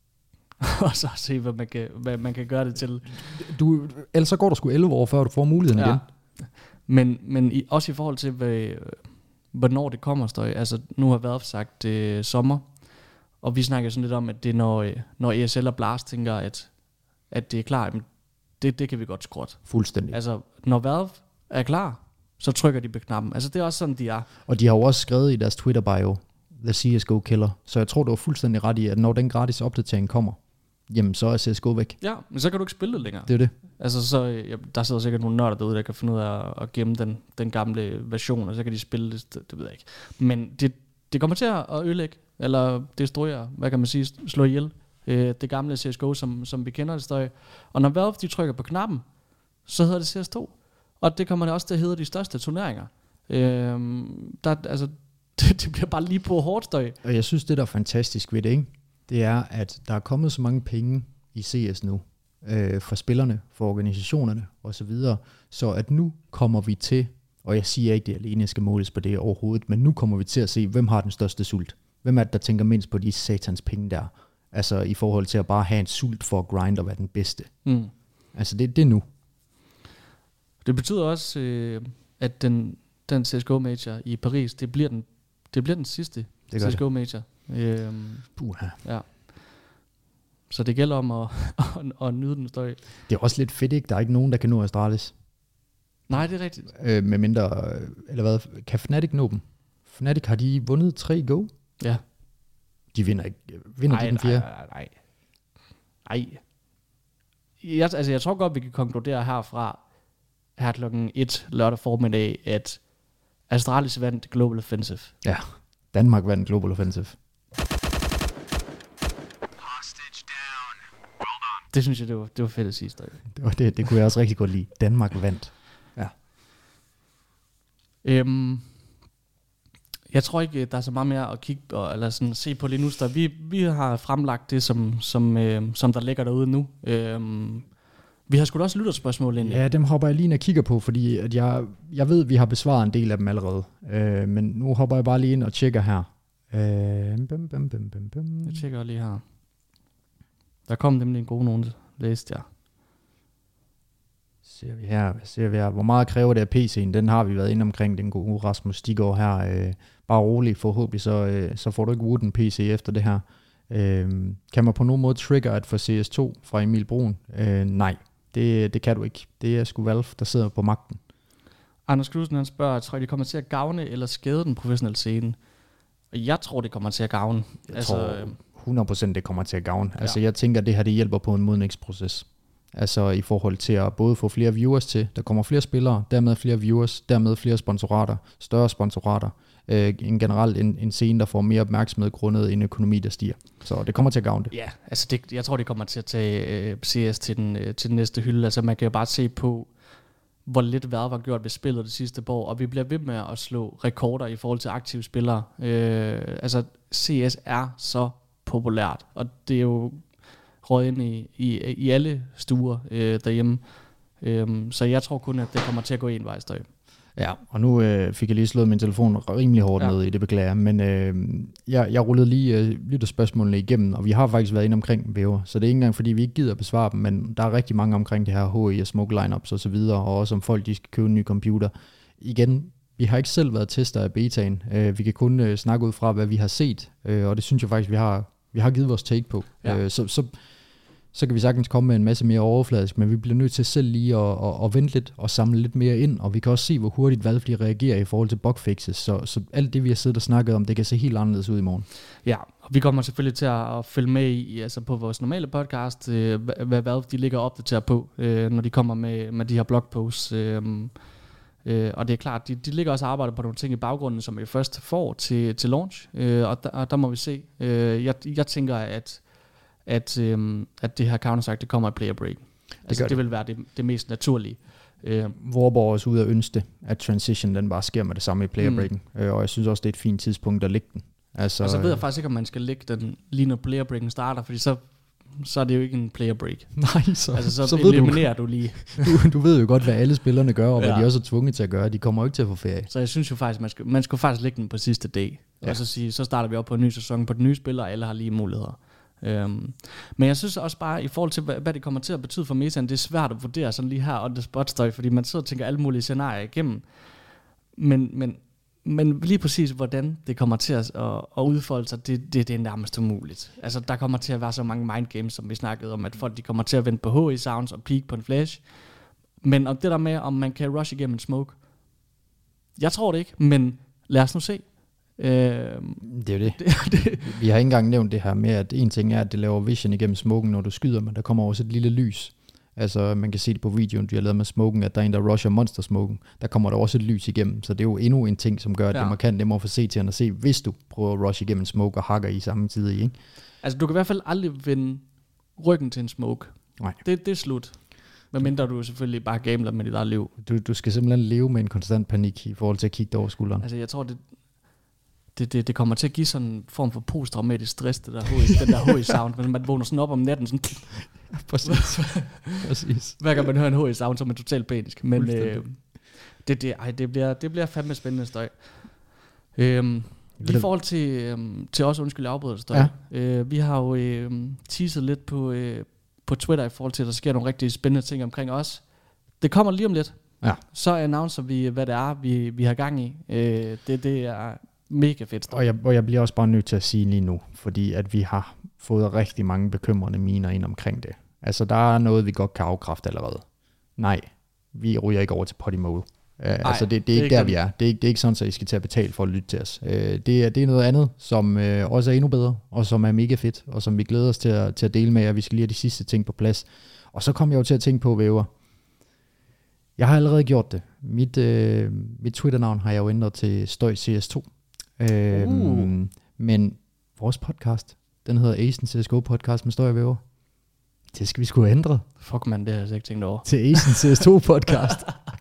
Og så se, hvad man kan, hvad man kan gøre det til. Du, ellers så går der sgu elleve år, før du får muligheden ja. igen. Men, men i, også i forhold til, hvad, hvornår det kommer, Støj. Altså, nu har Valve sagt øh, sommer, og vi snakker sådan lidt om, at det er, når, når E S L og Blast tænker, at, at det er klar, men det, det kan vi godt skråt. Fuldstændig. Altså, når Valve er klar, så trykker de på knappen. Altså, det er også sådan, de er. Og de har jo også skrevet i deres Twitter-bio, The C S G O Killer. Så jeg tror, du var fuldstændig ret i, at når den gratis opdatering kommer, jamen så er C S G O væk. Ja, men så kan du ikke spille det længere. Det er det. Altså, så, ja, der sidder sikkert nogle nørder derude, der kan finde ud af at, at gemme den, den gamle version, og så kan de spille det, det, det ved jeg ikke. Men det, det kommer til at ødelægge, eller destruere, hvad kan man sige, slå ihjel, øh, det gamle C S G O, som, som vi kender det Støj. Og når Valve de trykker på knappen, så hedder det C S to. Og det kommer det også til at hedde de største turneringer. Øh, der, altså, det, det bliver bare lige på hårdt, Støj. Og jeg synes, det der er fantastisk ved det, ikke? Det er, at der er kommet så mange penge i C S nu, øh, for spillerne, for organisationerne osv., så, så at nu kommer vi til, og jeg siger ikke, det alene skal måles på det overhovedet, men nu kommer vi til at se, hvem har den største sult. Hvem er det, der tænker mindst på de satans penge der? Altså i forhold til at bare have en sult for at grind og være den bedste. Mm. Altså det, det er nu. Det betyder også, øh, at den, den C S G O Major i Paris, det bliver den, det bliver den sidste C S G O Major. Øhm, Puha. Ja. Så det gælder om at, at, at nyde den Støj. Det er også lidt fedt, ikke? Der er ikke nogen, der kan nå Astralis. Nej, det er rigtigt. Øh, med mindre, eller hvad, kan Fnatic nå dem? Fnatic, har de vundet tre Go? Ja. De vinder ikke. Vinder ej, de den fjerde? Nej, nej, nej. Nej. Jeg, altså, jeg tror godt, vi kan konkludere herfra, her klokken et lørdag formiddag, at Astralis vandt Global Offensive. Ja, Danmark vandt Global Offensive. Det synes jeg, det var, det var fedt at sige. Det, var det, det kunne jeg også rigtig godt lide. Danmark vandt. Ja. Øhm, jeg tror ikke, der er så meget mere at kigge og, eller sådan, se på lige nu. Så vi, vi har fremlagt det, som, som, øh, som der ligger derude nu. Øhm, vi har sgu da også lytterspørgsmål ind. Ja, dem hopper jeg lige ind og kigger på, fordi at jeg, jeg ved, at vi har besvaret en del af dem allerede. Øh, men nu hopper jeg bare lige ind og tjekker her. Øh, bim, bim, bim, bim, bim. Jeg tjekker lige her. Der kom nemlig en god nogen, læste jeg. Ser vi her, ser vi her. Hvor meget kræver det af P C'en? Den har vi været inde omkring, den gode Rasmus Stiggaard her. Øh, bare rolig, forhåbentlig så, øh, så får du ikke wooden P C efter det her. Øh, kan man på nogen måde trigger at få C S to fra Emil Brun? Øh, nej, det, det kan du ikke. Det er sgu Valve, der sidder på magten. Anders Knudsen, han spørger, tror I, det kommer til at gavne eller skade den professionelle scene? Jeg tror, det kommer til at gavne. Jeg altså, tror hundrede procent det kommer til at gavne. Ja. Altså jeg tænker, at det her det hjælper på en modningsproces. Altså i forhold til at både få flere viewers til, der kommer flere spillere, dermed flere viewers, dermed flere sponsorater, større sponsorater. Øh, en generelt en, en scene, der får mere opmærksomhed grundet en økonomi, der stiger. Så det kommer til at gavne det. Ja, altså det, jeg tror, det kommer til at tage øh, C S til den, øh, til den næste hylde. Altså man kan jo bare se på, hvor lidt Valve har gjort ved spillet det sidste år, og vi bliver ved med at slå rekorder i forhold til aktive spillere. Øh, altså C S er så populært, og det er jo røget ind i, i, i alle stuer øh, derhjemme. Øh, så jeg tror kun, at det kommer til at gå en vej Støj. Ja, og nu øh, fik jeg lige slået min telefon rimelig hårdt ja. ned i det, beklager. Men øh, jeg, jeg rullede lige øh, lytterspørgsmålene igennem, og vi har faktisk været inde omkring væver. Så det er ikke engang, fordi vi ikke gider besvare dem, men der er rigtig mange omkring det her H I og smoke lineups og så videre, og også om folk, de skal købe en ny computer. Igen, vi har ikke selv været tester af betaen. Øh, vi kan kun øh, snakke ud fra, hvad vi har set, øh, og det synes jeg faktisk, vi har, vi har givet vores take på. Ja. Øh, så... så så kan vi sagtens komme med en masse mere overfladisk, men vi bliver nødt til selv lige at, at, at vente lidt og samle lidt mere ind, og vi kan også se, hvor hurtigt Valve de reagerer i forhold til bugfixes, så, så alt det, vi har siddet og snakket om, det kan se helt anderledes ud i morgen. Ja, og vi kommer selvfølgelig til at, at følge med i, altså på vores normale podcast, øh, hvad Valve de ligger og opdaterer på, øh, når de kommer med, med de her blogposts, øh, øh, og det er klart, de, de ligger også og arbejder på nogle ting i baggrunden, som vi først får til, til launch, øh, og, der, og der må vi se. Øh, jeg, jeg tænker, at At, øhm, at det her Counter-Strike, det kommer i player break. Det, altså, det, det vil være det, det mest naturlige. Øh. Vorborg også ud at ønske, at transition den bare sker med det samme i player breaken. Mm. Øh, og jeg synes også, det er et fint tidspunkt at lægge den. Altså, og så ved jeg faktisk ikke, om man skal lægge den lige når player breaken starter, fordi så, så er det jo ikke en player break. Nej, så, altså, så, så eliminerer du, du lige. du, du ved jo godt, hvad alle spillerne gør, og ja. hvad de også er tvunget til at gøre. De kommer jo ikke til at få ferie. Så jeg synes jo faktisk, man skal, man skal faktisk lægge den på sidste dag. Ja. Og så sige, så starter vi op på en ny sæson på den nye spiller, og alle har lige muligheder. Øhm, men jeg synes også bare, i forhold til, hvad, hvad det kommer til at betyde for metaen, det er svært at vurdere sådan lige her on the spot støj, fordi man sidder og tænker alle mulige scenarier igennem. Men, men, men lige præcis, hvordan det kommer til at, at, at udfolde sig, det, det, det er nærmest umuligt. Altså, der kommer til at være så mange mindgames, som vi snakkede om, at folk de kommer til at vente på H E sounds og peak på en flash. Men om det der med, om man kan rush igennem en smoke, jeg tror det ikke, men lad os nu se. Øh, det er jo det. det, det. Vi har ikke engang nævnt det her med, at en ting er, at det laver vision igennem smoken, når du skyder, men der kommer også et lille lys. Altså, man kan se det på videoen, vi har lavet med smoken, at der er en, der rusher monster smoken. Der kommer der også et lys igennem, så det er jo endnu en ting, som gør, at ja. det markant nemmere for C T'erne at se, hvis du prøver at rush igennem smoke og hakker i samme tid, ikke? Altså, du kan i hvert fald aldrig vende ryggen til en smoke. Nej. Det, det er slut. Medmindre du selvfølgelig bare gambler med dit eget liv. Du, du skal simpelthen leve med en konstant panik i forhold til at kigge dig over skulderen. Altså, jeg tror, det, det, det, det kommer til at give sådan en form for posttraumatisk stress, det der H I, den der H I-sound, men man vågner sådan op om natten, sådan... Præcis. Præcis. Hver gang man hører en H I-sound, så er man totalt panisk. Men øh, det, det, ej, det, bliver, det bliver fandme spændende støj. Øhm, I forhold til, øhm, til os, undskyld, afbryder støj. Ja. Øh, vi har jo øh, teaset lidt på... Øh, på Twitter i forhold til, at der sker nogle rigtig spændende ting omkring os. Det kommer lige om lidt. Ja. Så annoncer vi, hvad det er, vi, vi har gang i. Øh, det, det er mega fedt. Og jeg, og jeg bliver også bare nødt til at sige lige nu, fordi at vi har fået rigtig mange bekymrende miner ind omkring det. Altså, der er noget, vi godt kan afkræfte allerede. Nej, vi ryger ikke over til Podimo. Uh, altså, det, det er ikke der, vi er. Det er ikke, det er ikke sådan, at I skal til at betale for at lytte til os. Uh, det, er, det er noget andet, som uh, også er endnu bedre, og som er mega fedt, og som vi glæder os til at, til at dele med jer. Vi skal lige have de sidste ting på plads. Og så kom jeg jo til at tænke på, Væver. Jeg har allerede gjort det. Mit, uh, mit Twitter-navn har jeg jo ændret til Støj C S to. Uh, uh. Men vores podcast, den hedder Acen C S G O podcast med Støj og Væver. Det skal vi sgu have ændret. Fuck man, det har jeg altså ikke tænkt over. Til Acen C S to podcast.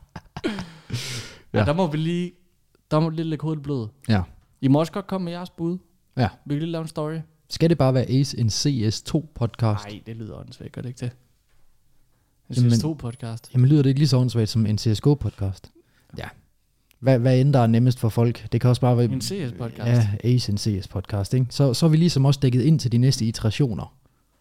Ja, ja, der må vi lige, der må vi lige lægge hovedet blød. Ja. I må også godt komme med jeres bud. Ja. Vi kan lige lave en story. Skal det bare være Ace en C S to podcast? Nej, det lyder åndssvagt, gør det ikke det? En jamen, C S to podcast. Jamen lyder det ikke lige så åndssvagt som en C S G O podcast? Ja. Hvad, hvad end der er nemmest for folk? Det kan også bare være... En C S podcast. Ja, Ace en C S podcast, ikke? Så, så er vi ligesom også dækket ind til de næste iterationer.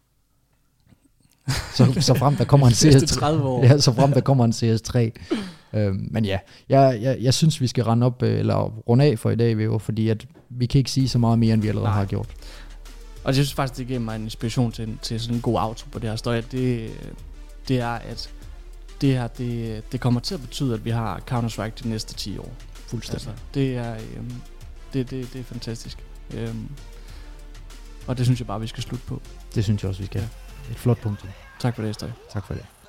Så, så frem der kommer en C S tre. Ja, så frem der kommer en C S tre. Øhm, men ja, jeg, jeg, jeg synes vi skal rende op eller runde af for i dag, Væver, fordi at vi kan ikke sige så meget mere end vi allerede Nej. har gjort. Og jeg synes faktisk det giver mig en inspiration til, til sådan en god outro på det her støj. Det, det er at det her det, det kommer til at betyde at vi har Counter-Strike de næste ti år. Fuldstændig. Altså, det er øhm, det, det, det er fantastisk. Øhm, og det synes jeg bare vi skal slutte på. Det synes jeg også vi skal. Ja. Et flot punkt. Tak for det, Støj. Tak for det.